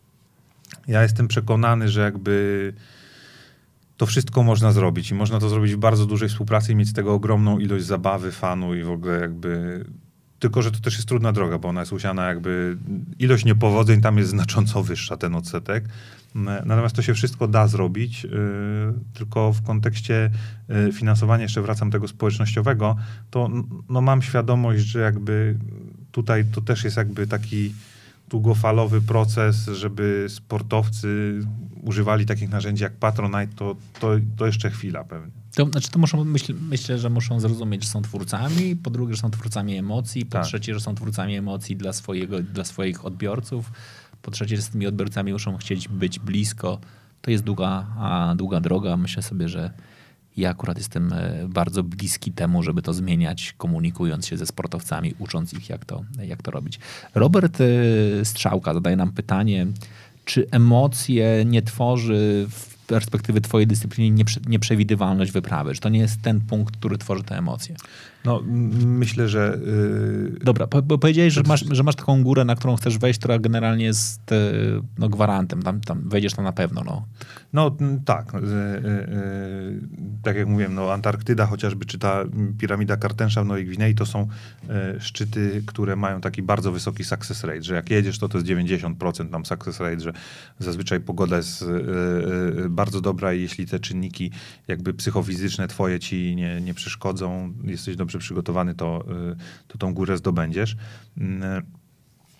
ja jestem przekonany, że jakby to wszystko można zrobić i można to zrobić w bardzo dużej współpracy i mieć z tego ogromną ilość zabawy, fanu i w ogóle jakby... Tylko, że to też jest trudna droga, bo ona jest usiana jakby... Ilość niepowodzeń tam jest znacząco wyższa, ten odsetek. Natomiast to się wszystko da zrobić, yy, tylko w kontekście yy, finansowania, jeszcze wracam tego społecznościowego, to no, mam świadomość, że jakby tutaj to też jest jakby taki długofalowy proces, żeby sportowcy używali takich narzędzi jak Patronite, to, to, to jeszcze chwila pewnie. To, znaczy to muszą, myśl, myślę, że muszą zrozumieć, że są twórcami, po drugie, że są twórcami emocji, po tak. trzecie, że są twórcami emocji dla, swojego, dla swoich odbiorców, po trzecie, że z tymi odbiorcami muszą chcieć być blisko. To jest długa, a długa droga. Myślę sobie, że ja akurat jestem bardzo bliski temu, żeby to zmieniać, komunikując się ze sportowcami, ucząc ich, jak to, jak to robić. Robert Strzałka zadaje nam pytanie, czy emocje nie tworzy w perspektywy twojej dyscypliny nieprze, nieprzewidywalność wyprawy? Czy to nie jest ten punkt, który tworzy te emocje? No, myślę, że... Yy... Dobra, bo powiedziałeś, że masz, że masz taką górę, na którą chcesz wejść, która generalnie jest no, gwarantem. Tam, tam wejdziesz tam na pewno. No, no tak. Yy, yy, tak jak mówiłem, no, Antarktyda chociażby, czy ta piramida Kartensza w Nowej Gwinei, to są yy, szczyty, które mają taki bardzo wysoki success rate, że jak jedziesz, to to jest dziewięćdziesiąt procent tam success rate, że zazwyczaj pogoda jest yy, yy, bardzo dobra i jeśli te czynniki jakby psychofizyczne twoje ci nie, nie przeszkodzą, jesteś dobrze przygotowany, to, to tą górę zdobędziesz.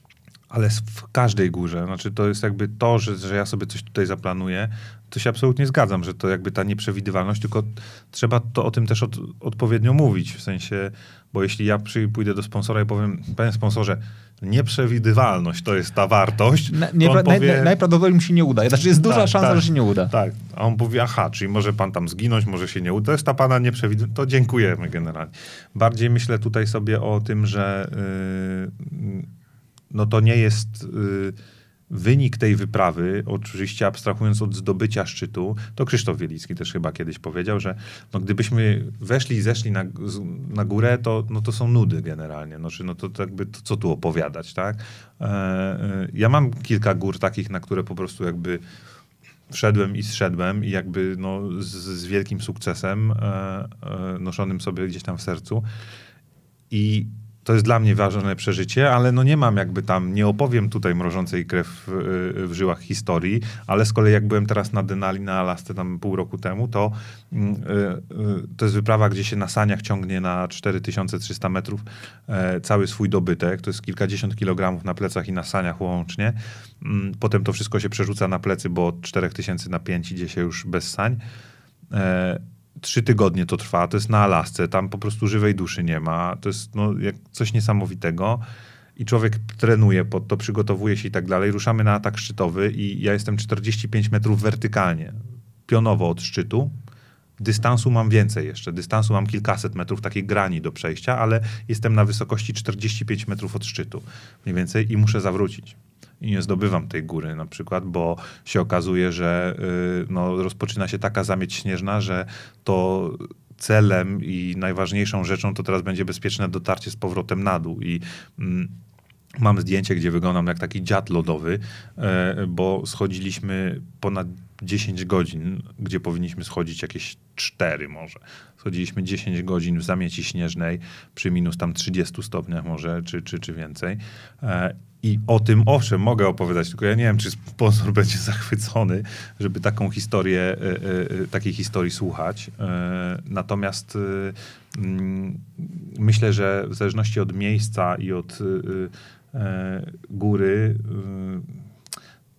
ale w każdej górze. Znaczy to jest jakby to, że, że ja sobie coś tutaj zaplanuję, to się absolutnie zgadzam, że to jakby ta nieprzewidywalność, tylko trzeba to o tym też od, odpowiednio mówić, w sensie, bo jeśli ja przy, pójdę do sponsora i powiem, panie sponsorze, nieprzewidywalność to jest ta wartość, Na, nie, to powie, naj, najprawdopodobniej mi się nie uda. Znaczy jest duża tak, szansa, tak, że się nie uda. Tak, a on powie, aha, czyli może pan tam zginąć, może się nie uda. To jest ta pana nieprzewidywalność. To dziękujemy generalnie. Bardziej myślę tutaj sobie o tym, że yy, no to nie jest... Yy, wynik tej wyprawy, oczywiście abstrahując od zdobycia szczytu, to Krzysztof Wielicki też chyba kiedyś powiedział, że no gdybyśmy weszli i zeszli na, na górę, to, no to są nudy generalnie. No, no to, to jakby to, co tu opowiadać, tak? E, e, ja mam kilka gór takich, na które po prostu jakby wszedłem i zszedłem i jakby no, z, z wielkim sukcesem e, e, noszonym sobie gdzieś tam w sercu. I to jest dla mnie ważne przeżycie, ale no nie mam jakby tam, nie opowiem tutaj mrożącej krew w, w żyłach historii, ale z kolei jak byłem teraz na Denali, na Alasce tam pół roku temu, to y, y, to jest wyprawa, gdzie się na saniach ciągnie na cztery tysiące trzysta metrów y, cały swój dobytek. To jest kilkadziesiąt kilogramów na plecach i na saniach łącznie. Y, potem to wszystko się przerzuca na plecy, bo od czterech tysięcy na pięć idzie się już bez sań. Y, Trzy tygodnie to trwa, to jest na Alasce, tam po prostu żywej duszy nie ma, to jest no, jak coś niesamowitego i człowiek trenuje pod to, przygotowuje się i tak dalej. Ruszamy na atak szczytowy i ja jestem czterdzieści pięć metrów wertykalnie, pionowo od szczytu. Dystansu mam więcej jeszcze, dystansu mam kilkaset metrów takiej grani do przejścia, ale jestem na wysokości czterdzieści pięć metrów od szczytu mniej więcej i muszę zawrócić. I nie zdobywam tej góry na przykład, bo się okazuje, że yy, no, rozpoczyna się taka zamieć śnieżna, że to celem i najważniejszą rzeczą to teraz będzie bezpieczne dotarcie z powrotem na dół. I yy, mam zdjęcie, gdzie wyglądam jak taki dziad lodowy, yy, bo schodziliśmy ponad dziesięć godzin, gdzie powinniśmy schodzić jakieś cztery może. Schodziliśmy dziesięć godzin w zamieci śnieżnej przy minus tam trzydziestu stopniach może, czy, czy, czy więcej. Yy, I o tym, owszem, mogę opowiadać, tylko ja nie wiem, czy sponsor będzie zachwycony, żeby taką historię, y, y, takiej historii słuchać. Y, natomiast y, y, myślę, że w zależności od miejsca i od y, y, góry, y,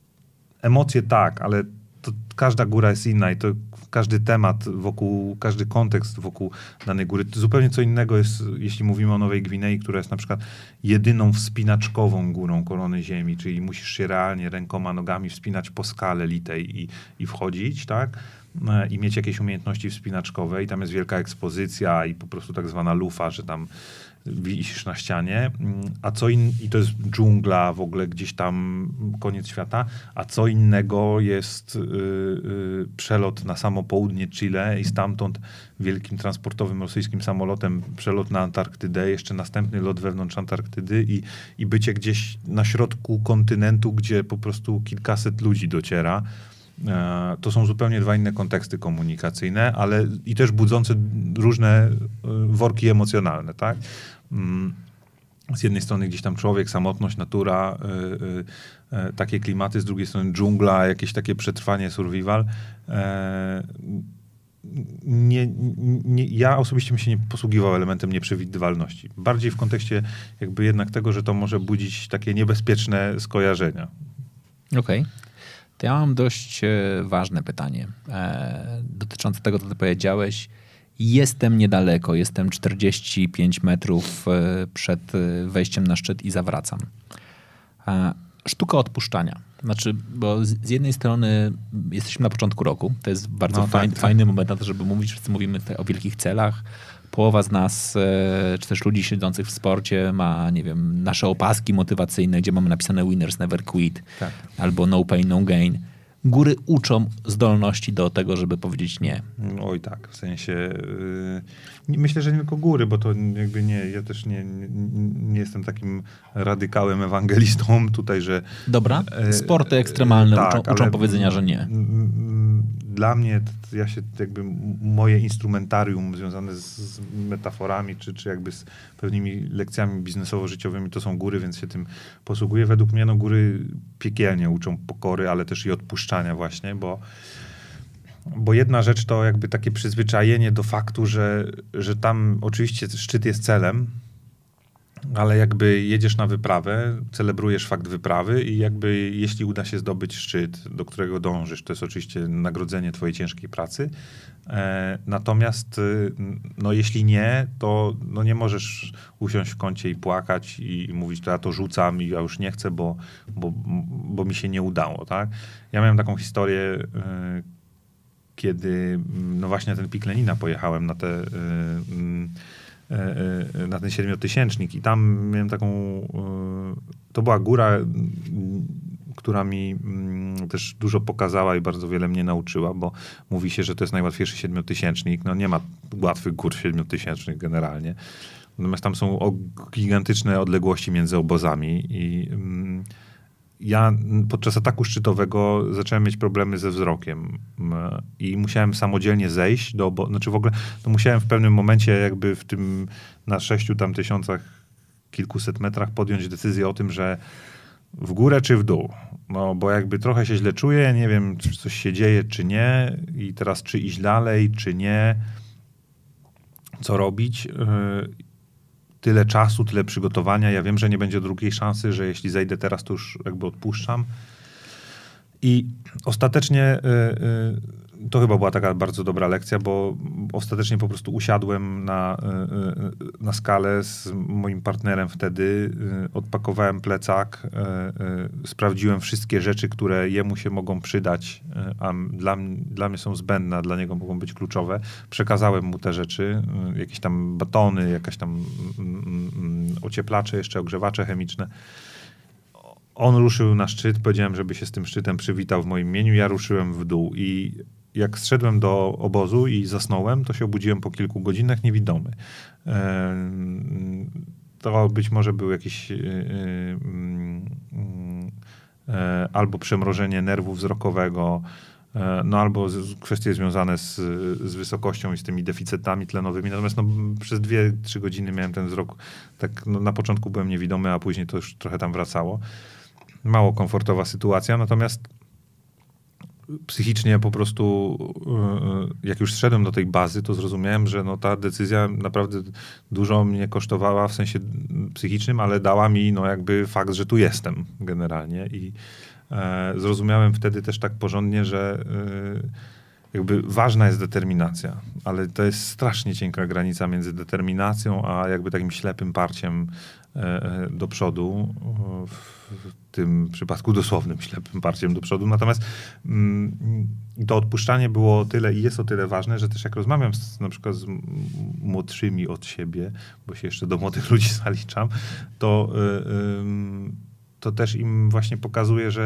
emocje tak, ale to każda góra jest inna i to każdy temat wokół, każdy kontekst wokół danej góry. Zupełnie co innego jest, jeśli mówimy o Nowej Gwinei, która jest na przykład jedyną wspinaczkową górą korony ziemi, czyli musisz się realnie rękoma, nogami wspinać po skale litej i, i wchodzić, tak? I mieć jakieś umiejętności wspinaczkowe i tam jest wielka ekspozycja i po prostu tak zwana lufa, że tam wisisz na ścianie, a co in, i to jest dżungla w ogóle gdzieś tam, koniec świata, a co innego jest yy, yy, przelot na samo południe Chile i stamtąd wielkim transportowym rosyjskim samolotem przelot na Antarktydę, jeszcze następny lot wewnątrz Antarktydy i, i bycie gdzieś na środku kontynentu, gdzie po prostu kilkaset ludzi dociera. To są zupełnie dwa inne konteksty komunikacyjne, ale i też budzące różne worki emocjonalne, tak? Z jednej strony gdzieś tam człowiek, samotność, natura, yy, yy, takie klimaty, z drugiej strony dżungla, jakieś takie przetrwanie, survival. Yy, nie, nie, ja osobiście bym się nie posługiwał elementem nieprzewidywalności. Bardziej w kontekście jakby jednak tego, że to może budzić takie niebezpieczne skojarzenia. Okej. Okay. To ja mam dość e, ważne pytanie e, dotyczące tego, co ty powiedziałeś. Jestem niedaleko, jestem czterdzieści pięć metrów e, przed wejściem na szczyt i zawracam. E, sztuka odpuszczania. Znaczy, bo z, z jednej strony jesteśmy na początku roku. To jest bardzo no, fajny, tak, fajny tak. moment na to, żeby mówić. Wszyscy mówimy tutaj o wielkich celach. Połowa z nas, e, czy też ludzi siedzących w sporcie ma, nie wiem, nasze opaski motywacyjne, gdzie mamy napisane winners never quit, tak. albo no pain, no gain. Góry uczą zdolności do tego, żeby powiedzieć nie. Oj tak, w sensie yy, myślę, że nie tylko góry, bo to jakby nie, ja też nie, nie, nie jestem takim radykałem, ewangelistą tutaj, że... Dobra, sporty ekstremalne yy, tak, uczą, uczą powiedzenia, że nie. Dla mnie, ja się jakby moje instrumentarium związane z, z metaforami, czy, czy jakby z pewnymi lekcjami biznesowo-życiowymi, to są góry, więc się tym posługuję. Według mnie no, góry piekielnie uczą pokory, ale też i odpuszczania właśnie, bo, bo jedna rzecz to jakby takie przyzwyczajenie do faktu, że, że tam oczywiście szczyt jest celem, ale jakby jedziesz na wyprawę, celebrujesz fakt wyprawy i jakby jeśli uda się zdobyć szczyt, do którego dążysz, to jest oczywiście nagrodzenie twojej ciężkiej pracy. E, natomiast no jeśli nie, to no nie możesz usiąść w kącie i płakać i, i mówić, to ja to rzucam i ja już nie chcę, bo, bo, bo mi się nie udało, tak? Ja miałem taką historię, e, kiedy no właśnie na ten Pik Lenina pojechałem, na te... E, na ten siedmiotysięcznik i tam miałem taką, to była góra, która mi też dużo pokazała i bardzo wiele mnie nauczyła, bo mówi się, że to jest najłatwiejszy siedmiotysięcznik. No nie ma łatwych gór siedmiotysięcznych generalnie. Natomiast tam są gigantyczne odległości między obozami i ja podczas ataku szczytowego zacząłem mieć problemy ze wzrokiem i musiałem samodzielnie zejść do obozu. Znaczy w ogóle to musiałem w pewnym momencie jakby w tym na sześciu tam tysiącach kilkuset metrach podjąć decyzję o tym, że w górę czy w dół. No bo jakby trochę się źle czuję, nie wiem czy coś się dzieje czy nie i teraz czy iść dalej czy nie, co robić. Tyle czasu, tyle przygotowania. Ja wiem, że nie będzie drugiej szansy, że jeśli zejdę teraz, to już jakby odpuszczam. I ostatecznie y, y, to chyba była taka bardzo dobra lekcja, bo ostatecznie po prostu usiadłem na, y, y, na skalę z moim partnerem wtedy, y, odpakowałem plecak, y, y, sprawdziłem wszystkie rzeczy, które jemu się mogą przydać, y, a dla, dla mnie są zbędne, a dla niego mogą być kluczowe. Przekazałem mu te rzeczy, y, jakieś tam batony, jakaś tam y, y, y, ocieplacze, jeszcze ogrzewacze chemiczne. On ruszył na szczyt, powiedziałem, żeby się z tym szczytem przywitał w moim imieniu, ja ruszyłem w dół i jak zszedłem do obozu i zasnąłem, to się obudziłem po kilku godzinach niewidomy. To być może był jakiś albo przemrożenie nerwu wzrokowego, no albo kwestie związane z, z wysokością i z tymi deficytami tlenowymi. Natomiast no, przez dwie, trzy godziny miałem ten wzrok, tak no, na początku byłem niewidomy, a później to już trochę tam wracało. Mało komfortowa sytuacja, natomiast psychicznie po prostu, jak już zszedłem do tej bazy, to zrozumiałem, że no ta decyzja naprawdę dużo mnie kosztowała w sensie psychicznym, ale dała mi no jakby fakt, że tu jestem generalnie i e, zrozumiałem wtedy też tak porządnie, że e, jakby ważna jest determinacja, ale to jest strasznie cienka granica między determinacją, a jakby takim ślepym parciem e, do przodu, w tym przypadku dosłownym ślepym parciem do przodu. Natomiast mm, to odpuszczanie było tyle i jest o tyle ważne, że też jak rozmawiam z, na przykład z młodszymi od siebie, bo się jeszcze do młodych ludzi zaliczam, to, yy, to też im właśnie pokazuję, że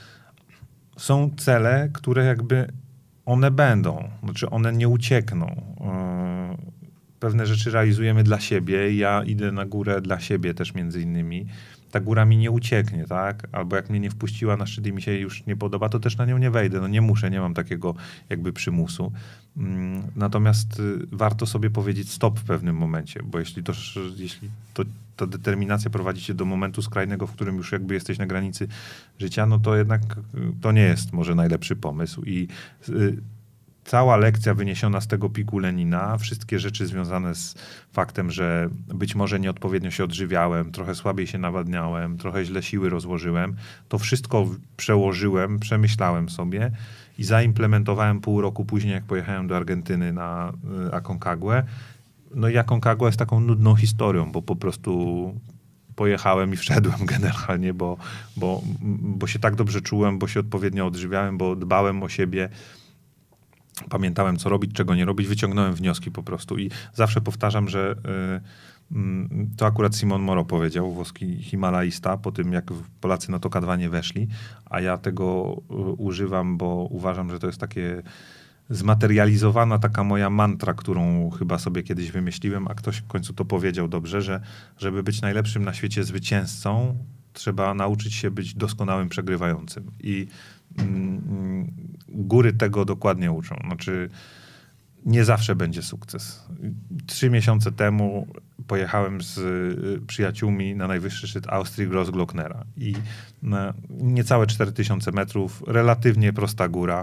są cele, które jakby one będą, znaczy one nie uciekną. Yy, pewne rzeczy realizujemy dla siebie. Ja idę na górę dla siebie też między innymi. Ta góra mi nie ucieknie, tak? Albo jak mnie nie wpuściła na szczyt i mi się już nie podoba, to też na nią nie wejdę. No nie muszę, nie mam takiego jakby przymusu. Mm, natomiast y, warto sobie powiedzieć stop w pewnym momencie, bo jeśli, to, jeśli to, ta determinacja prowadzi cię do momentu skrajnego, w którym już jakby jesteś na granicy życia, no to jednak y, to nie jest może najlepszy pomysł. I y, cała lekcja wyniesiona z tego Piku Lenina, wszystkie rzeczy związane z faktem, że być może nieodpowiednio się odżywiałem, trochę słabiej się nawadniałem, trochę źle siły rozłożyłem, to wszystko przełożyłem, przemyślałem sobie i zaimplementowałem pół roku później, jak pojechałem do Argentyny na Aconcaguę. No i Aconcagua jest taką nudną historią, bo po prostu pojechałem i wszedłem generalnie, bo, bo, bo się tak dobrze czułem, bo się odpowiednio odżywiałem, bo dbałem o siebie. Pamiętałem, co robić, czego nie robić, wyciągnąłem wnioski po prostu i zawsze powtarzam, że y, y, to akurat Simon Moro powiedział, włoski himalaista, po tym jak Polacy na to K dwa nie weszli, a ja tego y, używam, bo uważam, że to jest takie zmaterializowana taka moja mantra, którą chyba sobie kiedyś wymyśliłem, a ktoś w końcu to powiedział dobrze, że żeby być najlepszym na świecie zwycięzcą, trzeba nauczyć się być doskonałym przegrywającym. I mm, góry tego dokładnie uczą. Znaczy, nie zawsze będzie sukces. Trzy miesiące temu pojechałem z przyjaciółmi na najwyższy szczyt Austrii Grossglocknera i na niecałe cztery tysiące metrów, relatywnie prosta góra,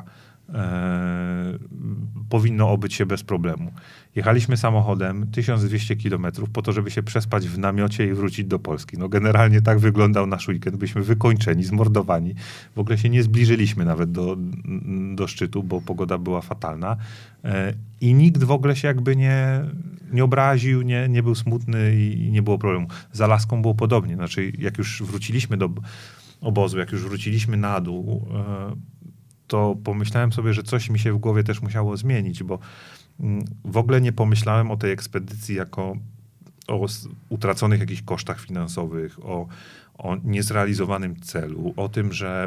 e, powinno obyć się bez problemu. Jechaliśmy samochodem tysiąc dwieście kilometrów po to, żeby się przespać w namiocie i wrócić do Polski. No generalnie tak wyglądał nasz weekend. Byliśmy wykończeni, zmordowani. W ogóle się nie zbliżyliśmy nawet do, do szczytu, bo pogoda była fatalna. I nikt w ogóle się jakby nie, nie obraził, nie, nie był smutny i nie było problemu. Z Alaską było podobnie. Znaczy, jak już wróciliśmy do obozu, jak już wróciliśmy na dół, to pomyślałem sobie, że coś mi się w głowie też musiało zmienić, bo w ogóle nie pomyślałem o tej ekspedycji jako o utraconych jakichś kosztach finansowych, o, o niezrealizowanym celu, o tym, że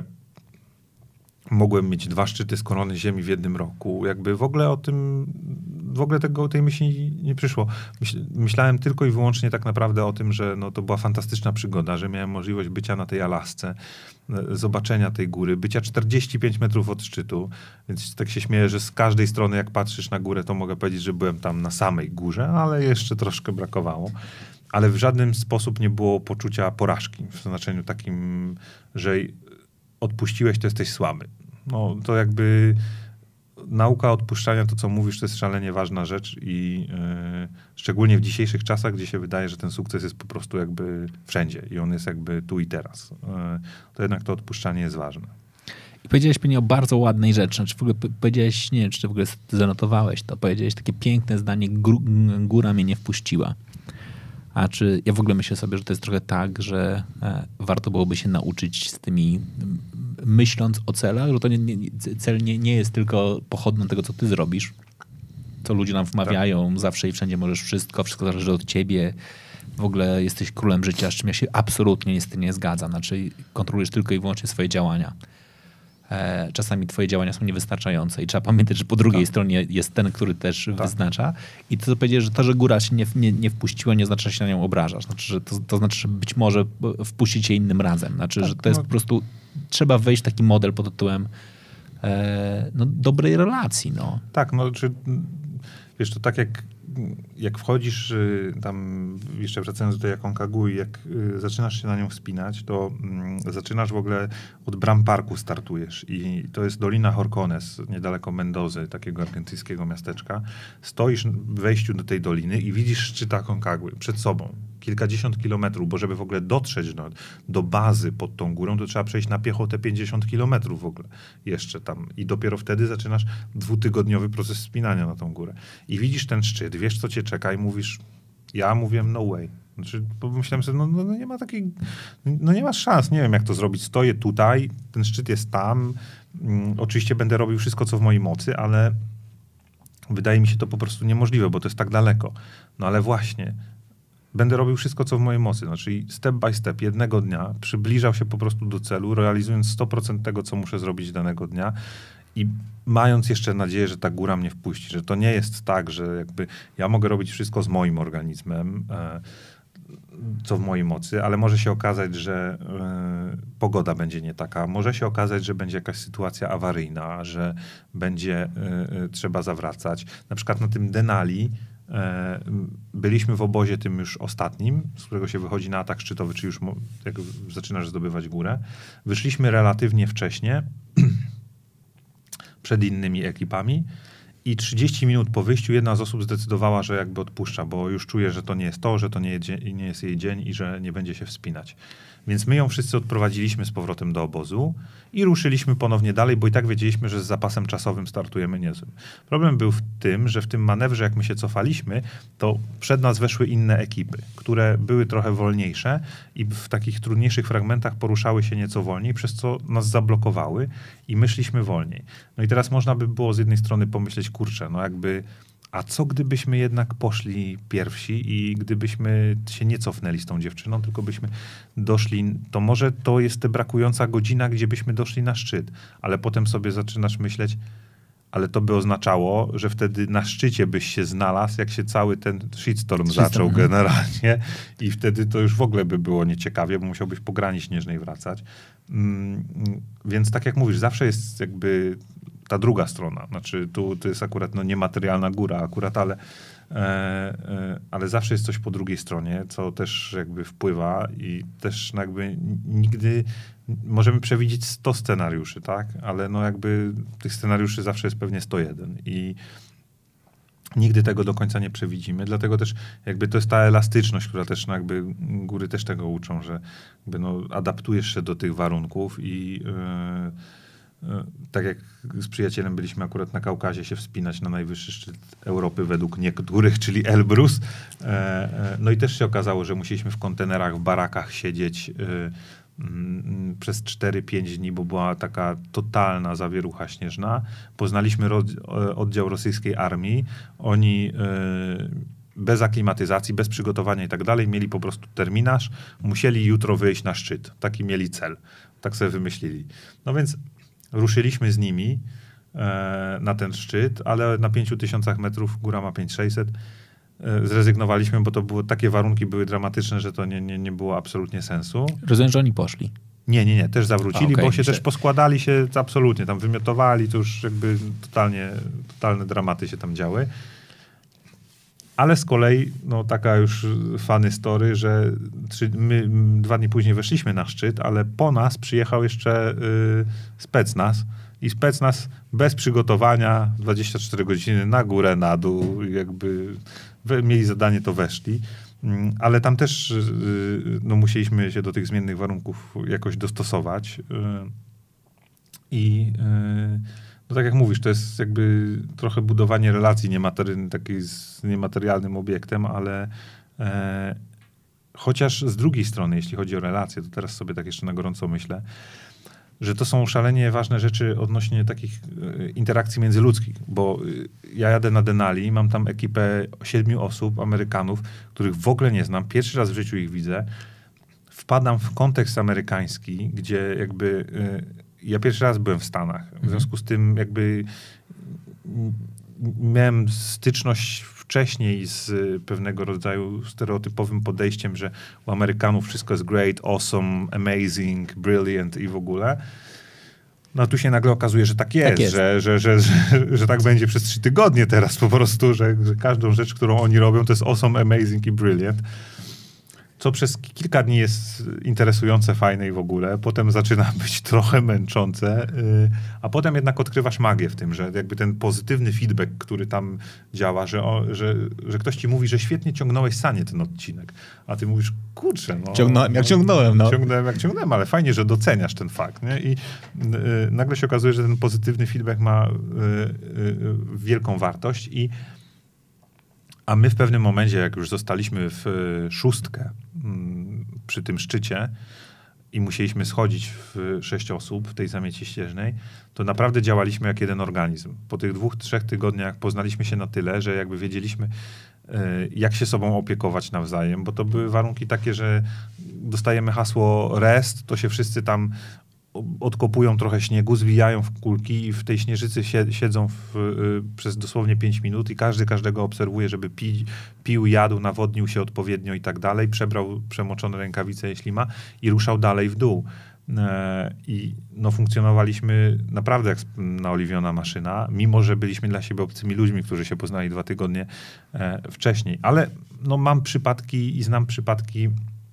mogłem mieć dwa szczyty z korony ziemi w jednym roku. Jakby w ogóle o tym, w ogóle tego, tej myśli nie przyszło. Myśl, myślałem tylko i wyłącznie tak naprawdę o tym, że no, to była fantastyczna przygoda, że miałem możliwość bycia na tej Alasce, zobaczenia tej góry, bycia czterdzieści pięć metrów od szczytu, więc tak się śmieję, że z każdej strony jak patrzysz na górę, to mogę powiedzieć, że byłem tam na samej górze, ale jeszcze troszkę brakowało. Ale w żaden sposób nie było poczucia porażki, w znaczeniu takim, że odpuściłeś, to jesteś słaby. No to jakby nauka odpuszczania, to co mówisz, to jest szalenie ważna rzecz i yy, szczególnie w dzisiejszych czasach, gdzie się wydaje, że ten sukces jest po prostu jakby wszędzie i on jest jakby tu i teraz. Yy, to jednak to odpuszczanie jest ważne. I powiedziałeś pewnie o bardzo ładnej rzeczy. Znaczy w ogóle powiedziałeś, nie wiem, czy ty w ogóle zanotowałeś to, powiedziałeś takie piękne zdanie, góra mnie nie wpuściła. A czy ja w ogóle myślę sobie, że to jest trochę tak, że e, warto byłoby się nauczyć z tymi, myśląc o celach, że to nie, nie, cel nie, nie jest tylko pochodną tego, co ty zrobisz, co ludzie nam wmawiają, tak. Zawsze i wszędzie możesz wszystko, wszystko zależy od ciebie, w ogóle jesteś królem życia, z czym ja się absolutnie niestety nie zgadzam. Znaczy kontrolujesz tylko i wyłącznie swoje działania. E, czasami twoje działania są niewystarczające i trzeba pamiętać, że po drugiej tak. stronie jest ten, który też tak. wyznacza. I to, co powiedziałeś, że to, że góra się nie, nie, nie wpuściła, nie oznacza, że się na nią obrażasz. Znaczy, że to, to znaczy, że być może wpuścić się innym razem. Znaczy, tak, że to jest no. po prostu, trzeba wejść w taki model pod tytułem e, no, dobrej relacji. No. Tak, no czy wiesz, to tak jak jak wchodzisz tam, jeszcze wracając do tej Aconcagui, jak zaczynasz się na nią wspinać, to mm, zaczynasz w ogóle od bram parku startujesz i to jest Dolina Horcones, niedaleko Mendozy, takiego argentyńskiego miasteczka. Stoisz w wejściu do tej doliny i widzisz szczyt Aconcagui przed sobą. Kilkadziesiąt kilometrów, bo żeby w ogóle dotrzeć do, do bazy pod tą górą, to trzeba przejść na piechotę pięćdziesiąt kilometrów w ogóle jeszcze tam. I dopiero wtedy zaczynasz dwutygodniowy proces wspinania na tą górę. I widzisz ten szczyt, wiesz co cię czeka i mówisz, ja mówiłem no way. Znaczy, pomyślałem sobie, no, no nie ma takiej, no nie ma szans, nie wiem jak to zrobić. Stoję tutaj, ten szczyt jest tam. Mm, oczywiście będę robił wszystko, co w mojej mocy, ale wydaje mi się to po prostu niemożliwe, bo to jest tak daleko. No ale właśnie, będę robił wszystko, co w mojej mocy. Znaczy step by step, jednego dnia przybliżał się po prostu do celu, realizując sto procent tego, co muszę zrobić danego dnia i mając jeszcze nadzieję, że ta góra mnie wpuści, że to nie jest tak, że jakby ja mogę robić wszystko z moim organizmem, e, co w mojej mocy, ale może się okazać, że e, pogoda będzie nie taka. Może się okazać, że będzie jakaś sytuacja awaryjna, że będzie e, e, trzeba zawracać. Na przykład na tym Denali e, byliśmy w obozie tym już ostatnim, z którego się wychodzi na atak szczytowy, czy już jak zaczynasz zdobywać górę. Wyszliśmy relatywnie wcześnie, przed innymi ekipami i trzydzieści minut po wyjściu jedna z osób zdecydowała, że jakby odpuszcza, bo już czuje, że to nie jest to, że to nie jest, nie jest jej dzień i że nie będzie się wspinać. Więc my ją wszyscy odprowadziliśmy z powrotem do obozu i ruszyliśmy ponownie dalej, bo i tak wiedzieliśmy, że z zapasem czasowym startujemy niezłym. Problem był w tym, że w tym manewrze, jak my się cofaliśmy, to przed nas weszły inne ekipy, które były trochę wolniejsze i w takich trudniejszych fragmentach poruszały się nieco wolniej, przez co nas zablokowały i my szliśmy wolniej. No i teraz można by było z jednej strony pomyśleć, kurczę, no jakby a co gdybyśmy jednak poszli pierwsi i gdybyśmy się nie cofnęli z tą dziewczyną, tylko byśmy doszli, to może to jest ta brakująca godzina, gdzie byśmy doszli na szczyt, ale potem sobie zaczynasz myśleć, ale to by oznaczało, że wtedy na szczycie byś się znalazł, jak się cały ten shitstorm zaczął generalnie i wtedy to już w ogóle by było nieciekawie, bo musiałbyś po Grani Śnieżnej wracać. Mm, więc tak jak mówisz, zawsze jest jakby ta druga strona. Znaczy tu to jest akurat no, niematerialna góra akurat, ale, e, e, ale zawsze jest coś po drugiej stronie, co też jakby wpływa i też jakby nigdy możemy przewidzieć sto scenariuszy, tak? Ale no jakby tych scenariuszy zawsze jest pewnie sto jeden i nigdy tego do końca nie przewidzimy, dlatego też jakby to jest ta elastyczność, która też no jakby góry też tego uczą, że jakby no adaptujesz się do tych warunków i yy, yy, tak jak z przyjacielem byliśmy akurat na Kaukazie się wspinać na najwyższy szczyt Europy według niektórych, czyli Elbrus. Yy, yy, no i też się okazało, że musieliśmy w kontenerach, w barakach siedzieć yy, przez cztery pięć dni, bo była taka totalna zawierucha śnieżna. Poznaliśmy ro- oddział rosyjskiej armii. Oni yy, bez aklimatyzacji, bez przygotowania i tak dalej mieli po prostu terminarz. Musieli jutro wyjść na szczyt. Taki mieli cel. Tak sobie wymyślili. No więc ruszyliśmy z nimi yy, na ten szczyt, ale na pięciu tysiącach metrów, góra ma pięć tysięcy sześćset, zrezygnowaliśmy, bo to były, takie warunki były dramatyczne, że to nie, nie, nie było absolutnie sensu. Rozumiem, że oni poszli. Nie, nie, nie. Też zawrócili, A, okay. bo się Myślę... też poskładali się absolutnie. Tam wymiotowali, to już jakby totalnie, totalne dramaty się tam działy. Ale z kolei, no taka już funny story, że trzy, my dwa dni później weszliśmy na szczyt, ale po nas przyjechał jeszcze y, specnaz. I specnaz bez przygotowania, dwadzieścia cztery godziny na górę, na dół, jakby mieli zadanie, to weszli. Ale tam też no, musieliśmy się do tych zmiennych warunków jakoś dostosować. I no, tak jak mówisz, to jest jakby trochę budowanie relacji niematery- takiej z niematerialnym obiektem, ale e, chociaż z drugiej strony, jeśli chodzi o relacje, to teraz sobie tak jeszcze na gorąco myślę, że to są szalenie ważne rzeczy odnośnie takich y, interakcji międzyludzkich, bo y, ja jadę na Denali, mam tam ekipę siedmiu osób, Amerykanów, których w ogóle nie znam, pierwszy raz w życiu ich widzę, wpadam w kontekst amerykański, gdzie jakby y, ja pierwszy raz byłem w Stanach, w związku z tym jakby y, miałem styczność wcześniej z pewnego rodzaju stereotypowym podejściem, że u Amerykanów wszystko jest great, awesome, amazing, brilliant i w ogóle. No a tu się nagle okazuje, że tak jest, tak jest. Że, że, że, że, że tak będzie przez trzy tygodnie teraz po prostu, że, że każdą rzecz, którą oni robią, to jest awesome, amazing i brilliant. Co przez kilka dni jest interesujące, fajne i w ogóle. Potem zaczyna być trochę męczące, yy, a potem jednak odkrywasz magię w tym, że jakby ten pozytywny feedback, który tam działa, że, o, że, że ktoś ci mówi, że świetnie ciągnąłeś sanie ten odcinek, a ty mówisz, kurczę, no. Ciągnąłem jak ciągnąłem, no. Ciągnąłem jak ciągnąłem, ale fajnie, że doceniasz ten fakt, nie? I yy, nagle się okazuje, że ten pozytywny feedback ma yy, yy, wielką wartość i a my w pewnym momencie, jak już zostaliśmy w szóstkę m, przy tym szczycie i musieliśmy schodzić w sześć osób w tej zamieci śnieżnej, to naprawdę działaliśmy jak jeden organizm. Po tych dwóch, trzech tygodniach poznaliśmy się na tyle, że jakby wiedzieliśmy, y, jak się sobą opiekować nawzajem, bo to były warunki takie, że dostajemy hasło rest, to się wszyscy tam odkopują trochę śniegu, zwijają w kulki i w tej śnieżycy siedzą w, y, przez dosłownie pięć minut i każdy każdego obserwuje, żeby pi, pił, jadł, nawodnił się odpowiednio i tak dalej, przebrał przemoczone rękawice, jeśli ma, i ruszał dalej w dół. E, I no, funkcjonowaliśmy naprawdę jak naoliwiona maszyna, mimo że byliśmy dla siebie obcymi ludźmi, którzy się poznali dwa tygodnie e, wcześniej. Ale no, mam przypadki i znam przypadki,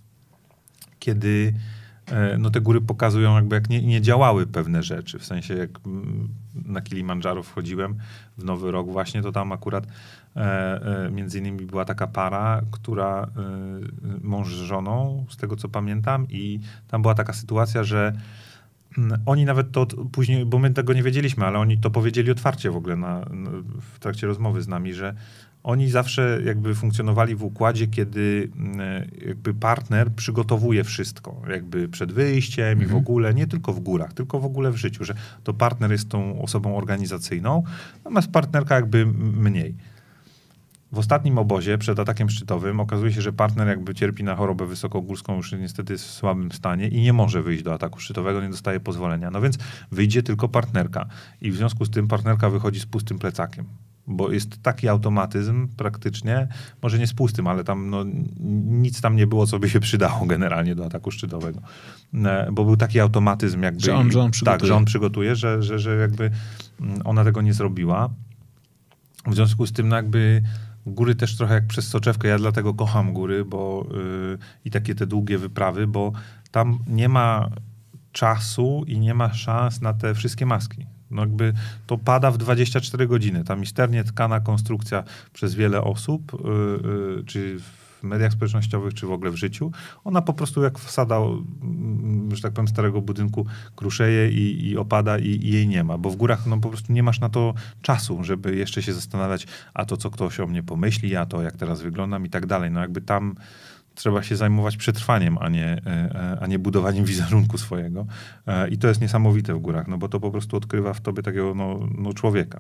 kiedy no te góry pokazują jakby jak nie, nie działały pewne rzeczy. W sensie jak na Kilimandżaro wchodziłem w Nowy Rok właśnie, to tam akurat e, e, między innymi była taka para, która e, mąż z żoną, z tego co pamiętam, i tam była taka sytuacja, że m, oni nawet to później, bo my tego nie wiedzieliśmy, ale oni to powiedzieli otwarcie w ogóle na, na, w trakcie rozmowy z nami, że oni zawsze jakby funkcjonowali w układzie, kiedy jakby partner przygotowuje wszystko, jakby przed wyjściem mhm. i w ogóle, nie tylko w górach, tylko w ogóle w życiu, że to partner jest tą osobą organizacyjną, natomiast partnerka jakby mniej. W ostatnim obozie, przed atakiem szczytowym, okazuje się, że partner jakby cierpi na chorobę wysokogórską, już niestety jest w słabym stanie i nie może wyjść do ataku szczytowego, nie dostaje pozwolenia. No więc wyjdzie tylko partnerka i w związku z tym partnerka wychodzi z pustym plecakiem. Bo jest taki automatyzm praktycznie, może nie z pustym, ale tam no, nic tam nie było, co by się przydało generalnie do ataku szczytowego. Bo był taki automatyzm jakby... Że on, że on przygotuje. Tak, że on przygotuje, że, że, że jakby ona tego nie zrobiła. W związku z tym no jakby góry też trochę jak przez soczewkę. Ja dlatego kocham góry, bo yy, i takie te długie wyprawy, bo tam nie ma czasu i nie ma szans na te wszystkie maski. No jakby to pada w dwadzieścia cztery godziny. Ta misternie tkana konstrukcja przez wiele osób, yy, yy, czy w mediach społecznościowych, czy w ogóle w życiu, ona po prostu jak wsada, yy, że tak powiem, starego budynku kruszeje i, i opada i, i jej nie ma. Bo w górach no po prostu nie masz na to czasu, żeby jeszcze się zastanawiać, a to co ktoś o mnie pomyśli, a to jak teraz wyglądam i tak dalej. No jakby tam trzeba się zajmować przetrwaniem, a nie, a nie budowaniem wizerunku swojego. I to jest niesamowite w górach, no bo to po prostu odkrywa w tobie takiego no, no człowieka.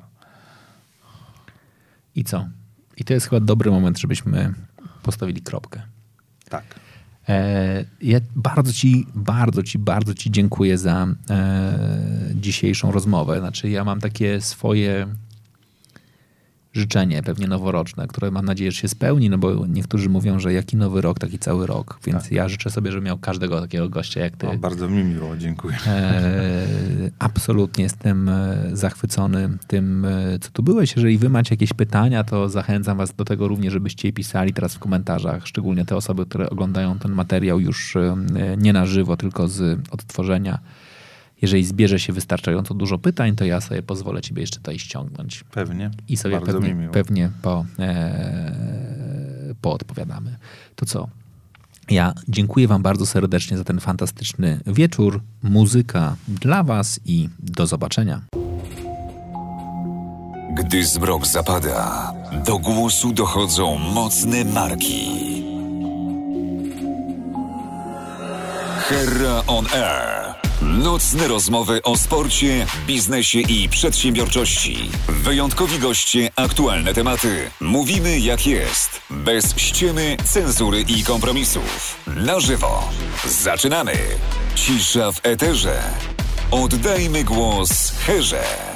I co? I to jest chyba dobry moment, żebyśmy postawili kropkę. Tak. E, ja bardzo ci, bardzo ci, bardzo ci dziękuję za e, dzisiejszą rozmowę. Znaczy ja mam takie swoje życzenie, pewnie noworoczne, które mam nadzieję, że się spełni, no bo niektórzy mówią, że jaki nowy rok, taki cały rok. Więc tak. Ja życzę sobie, żeby miał każdego takiego gościa jak ty. O, bardzo mi miło, dziękuję. E, absolutnie jestem zachwycony tym, co tu byłeś. Jeżeli wy macie jakieś pytania, to zachęcam was do tego również, żebyście je pisali teraz w komentarzach. Szczególnie te osoby, które oglądają ten materiał już nie na żywo, tylko z odtworzenia. Jeżeli zbierze się wystarczająco dużo pytań, to ja sobie pozwolę ciebie jeszcze tutaj ściągnąć. Pewnie. I sobie Bardzo pewnie, mi miło. pewnie po, e, poodpowiadamy. To co? Ja dziękuję wam bardzo serdecznie za ten fantastyczny wieczór. Muzyka dla was i do zobaczenia. Gdy zmrok zapada, do głosu dochodzą mocne marki. Herra on Air. Nocne rozmowy o sporcie, biznesie i przedsiębiorczości. Wyjątkowi goście, aktualne tematy. Mówimy jak jest. Bez ściemy, cenzury i kompromisów. Na żywo. Zaczynamy. Cisza w eterze. Oddajmy głos Herze.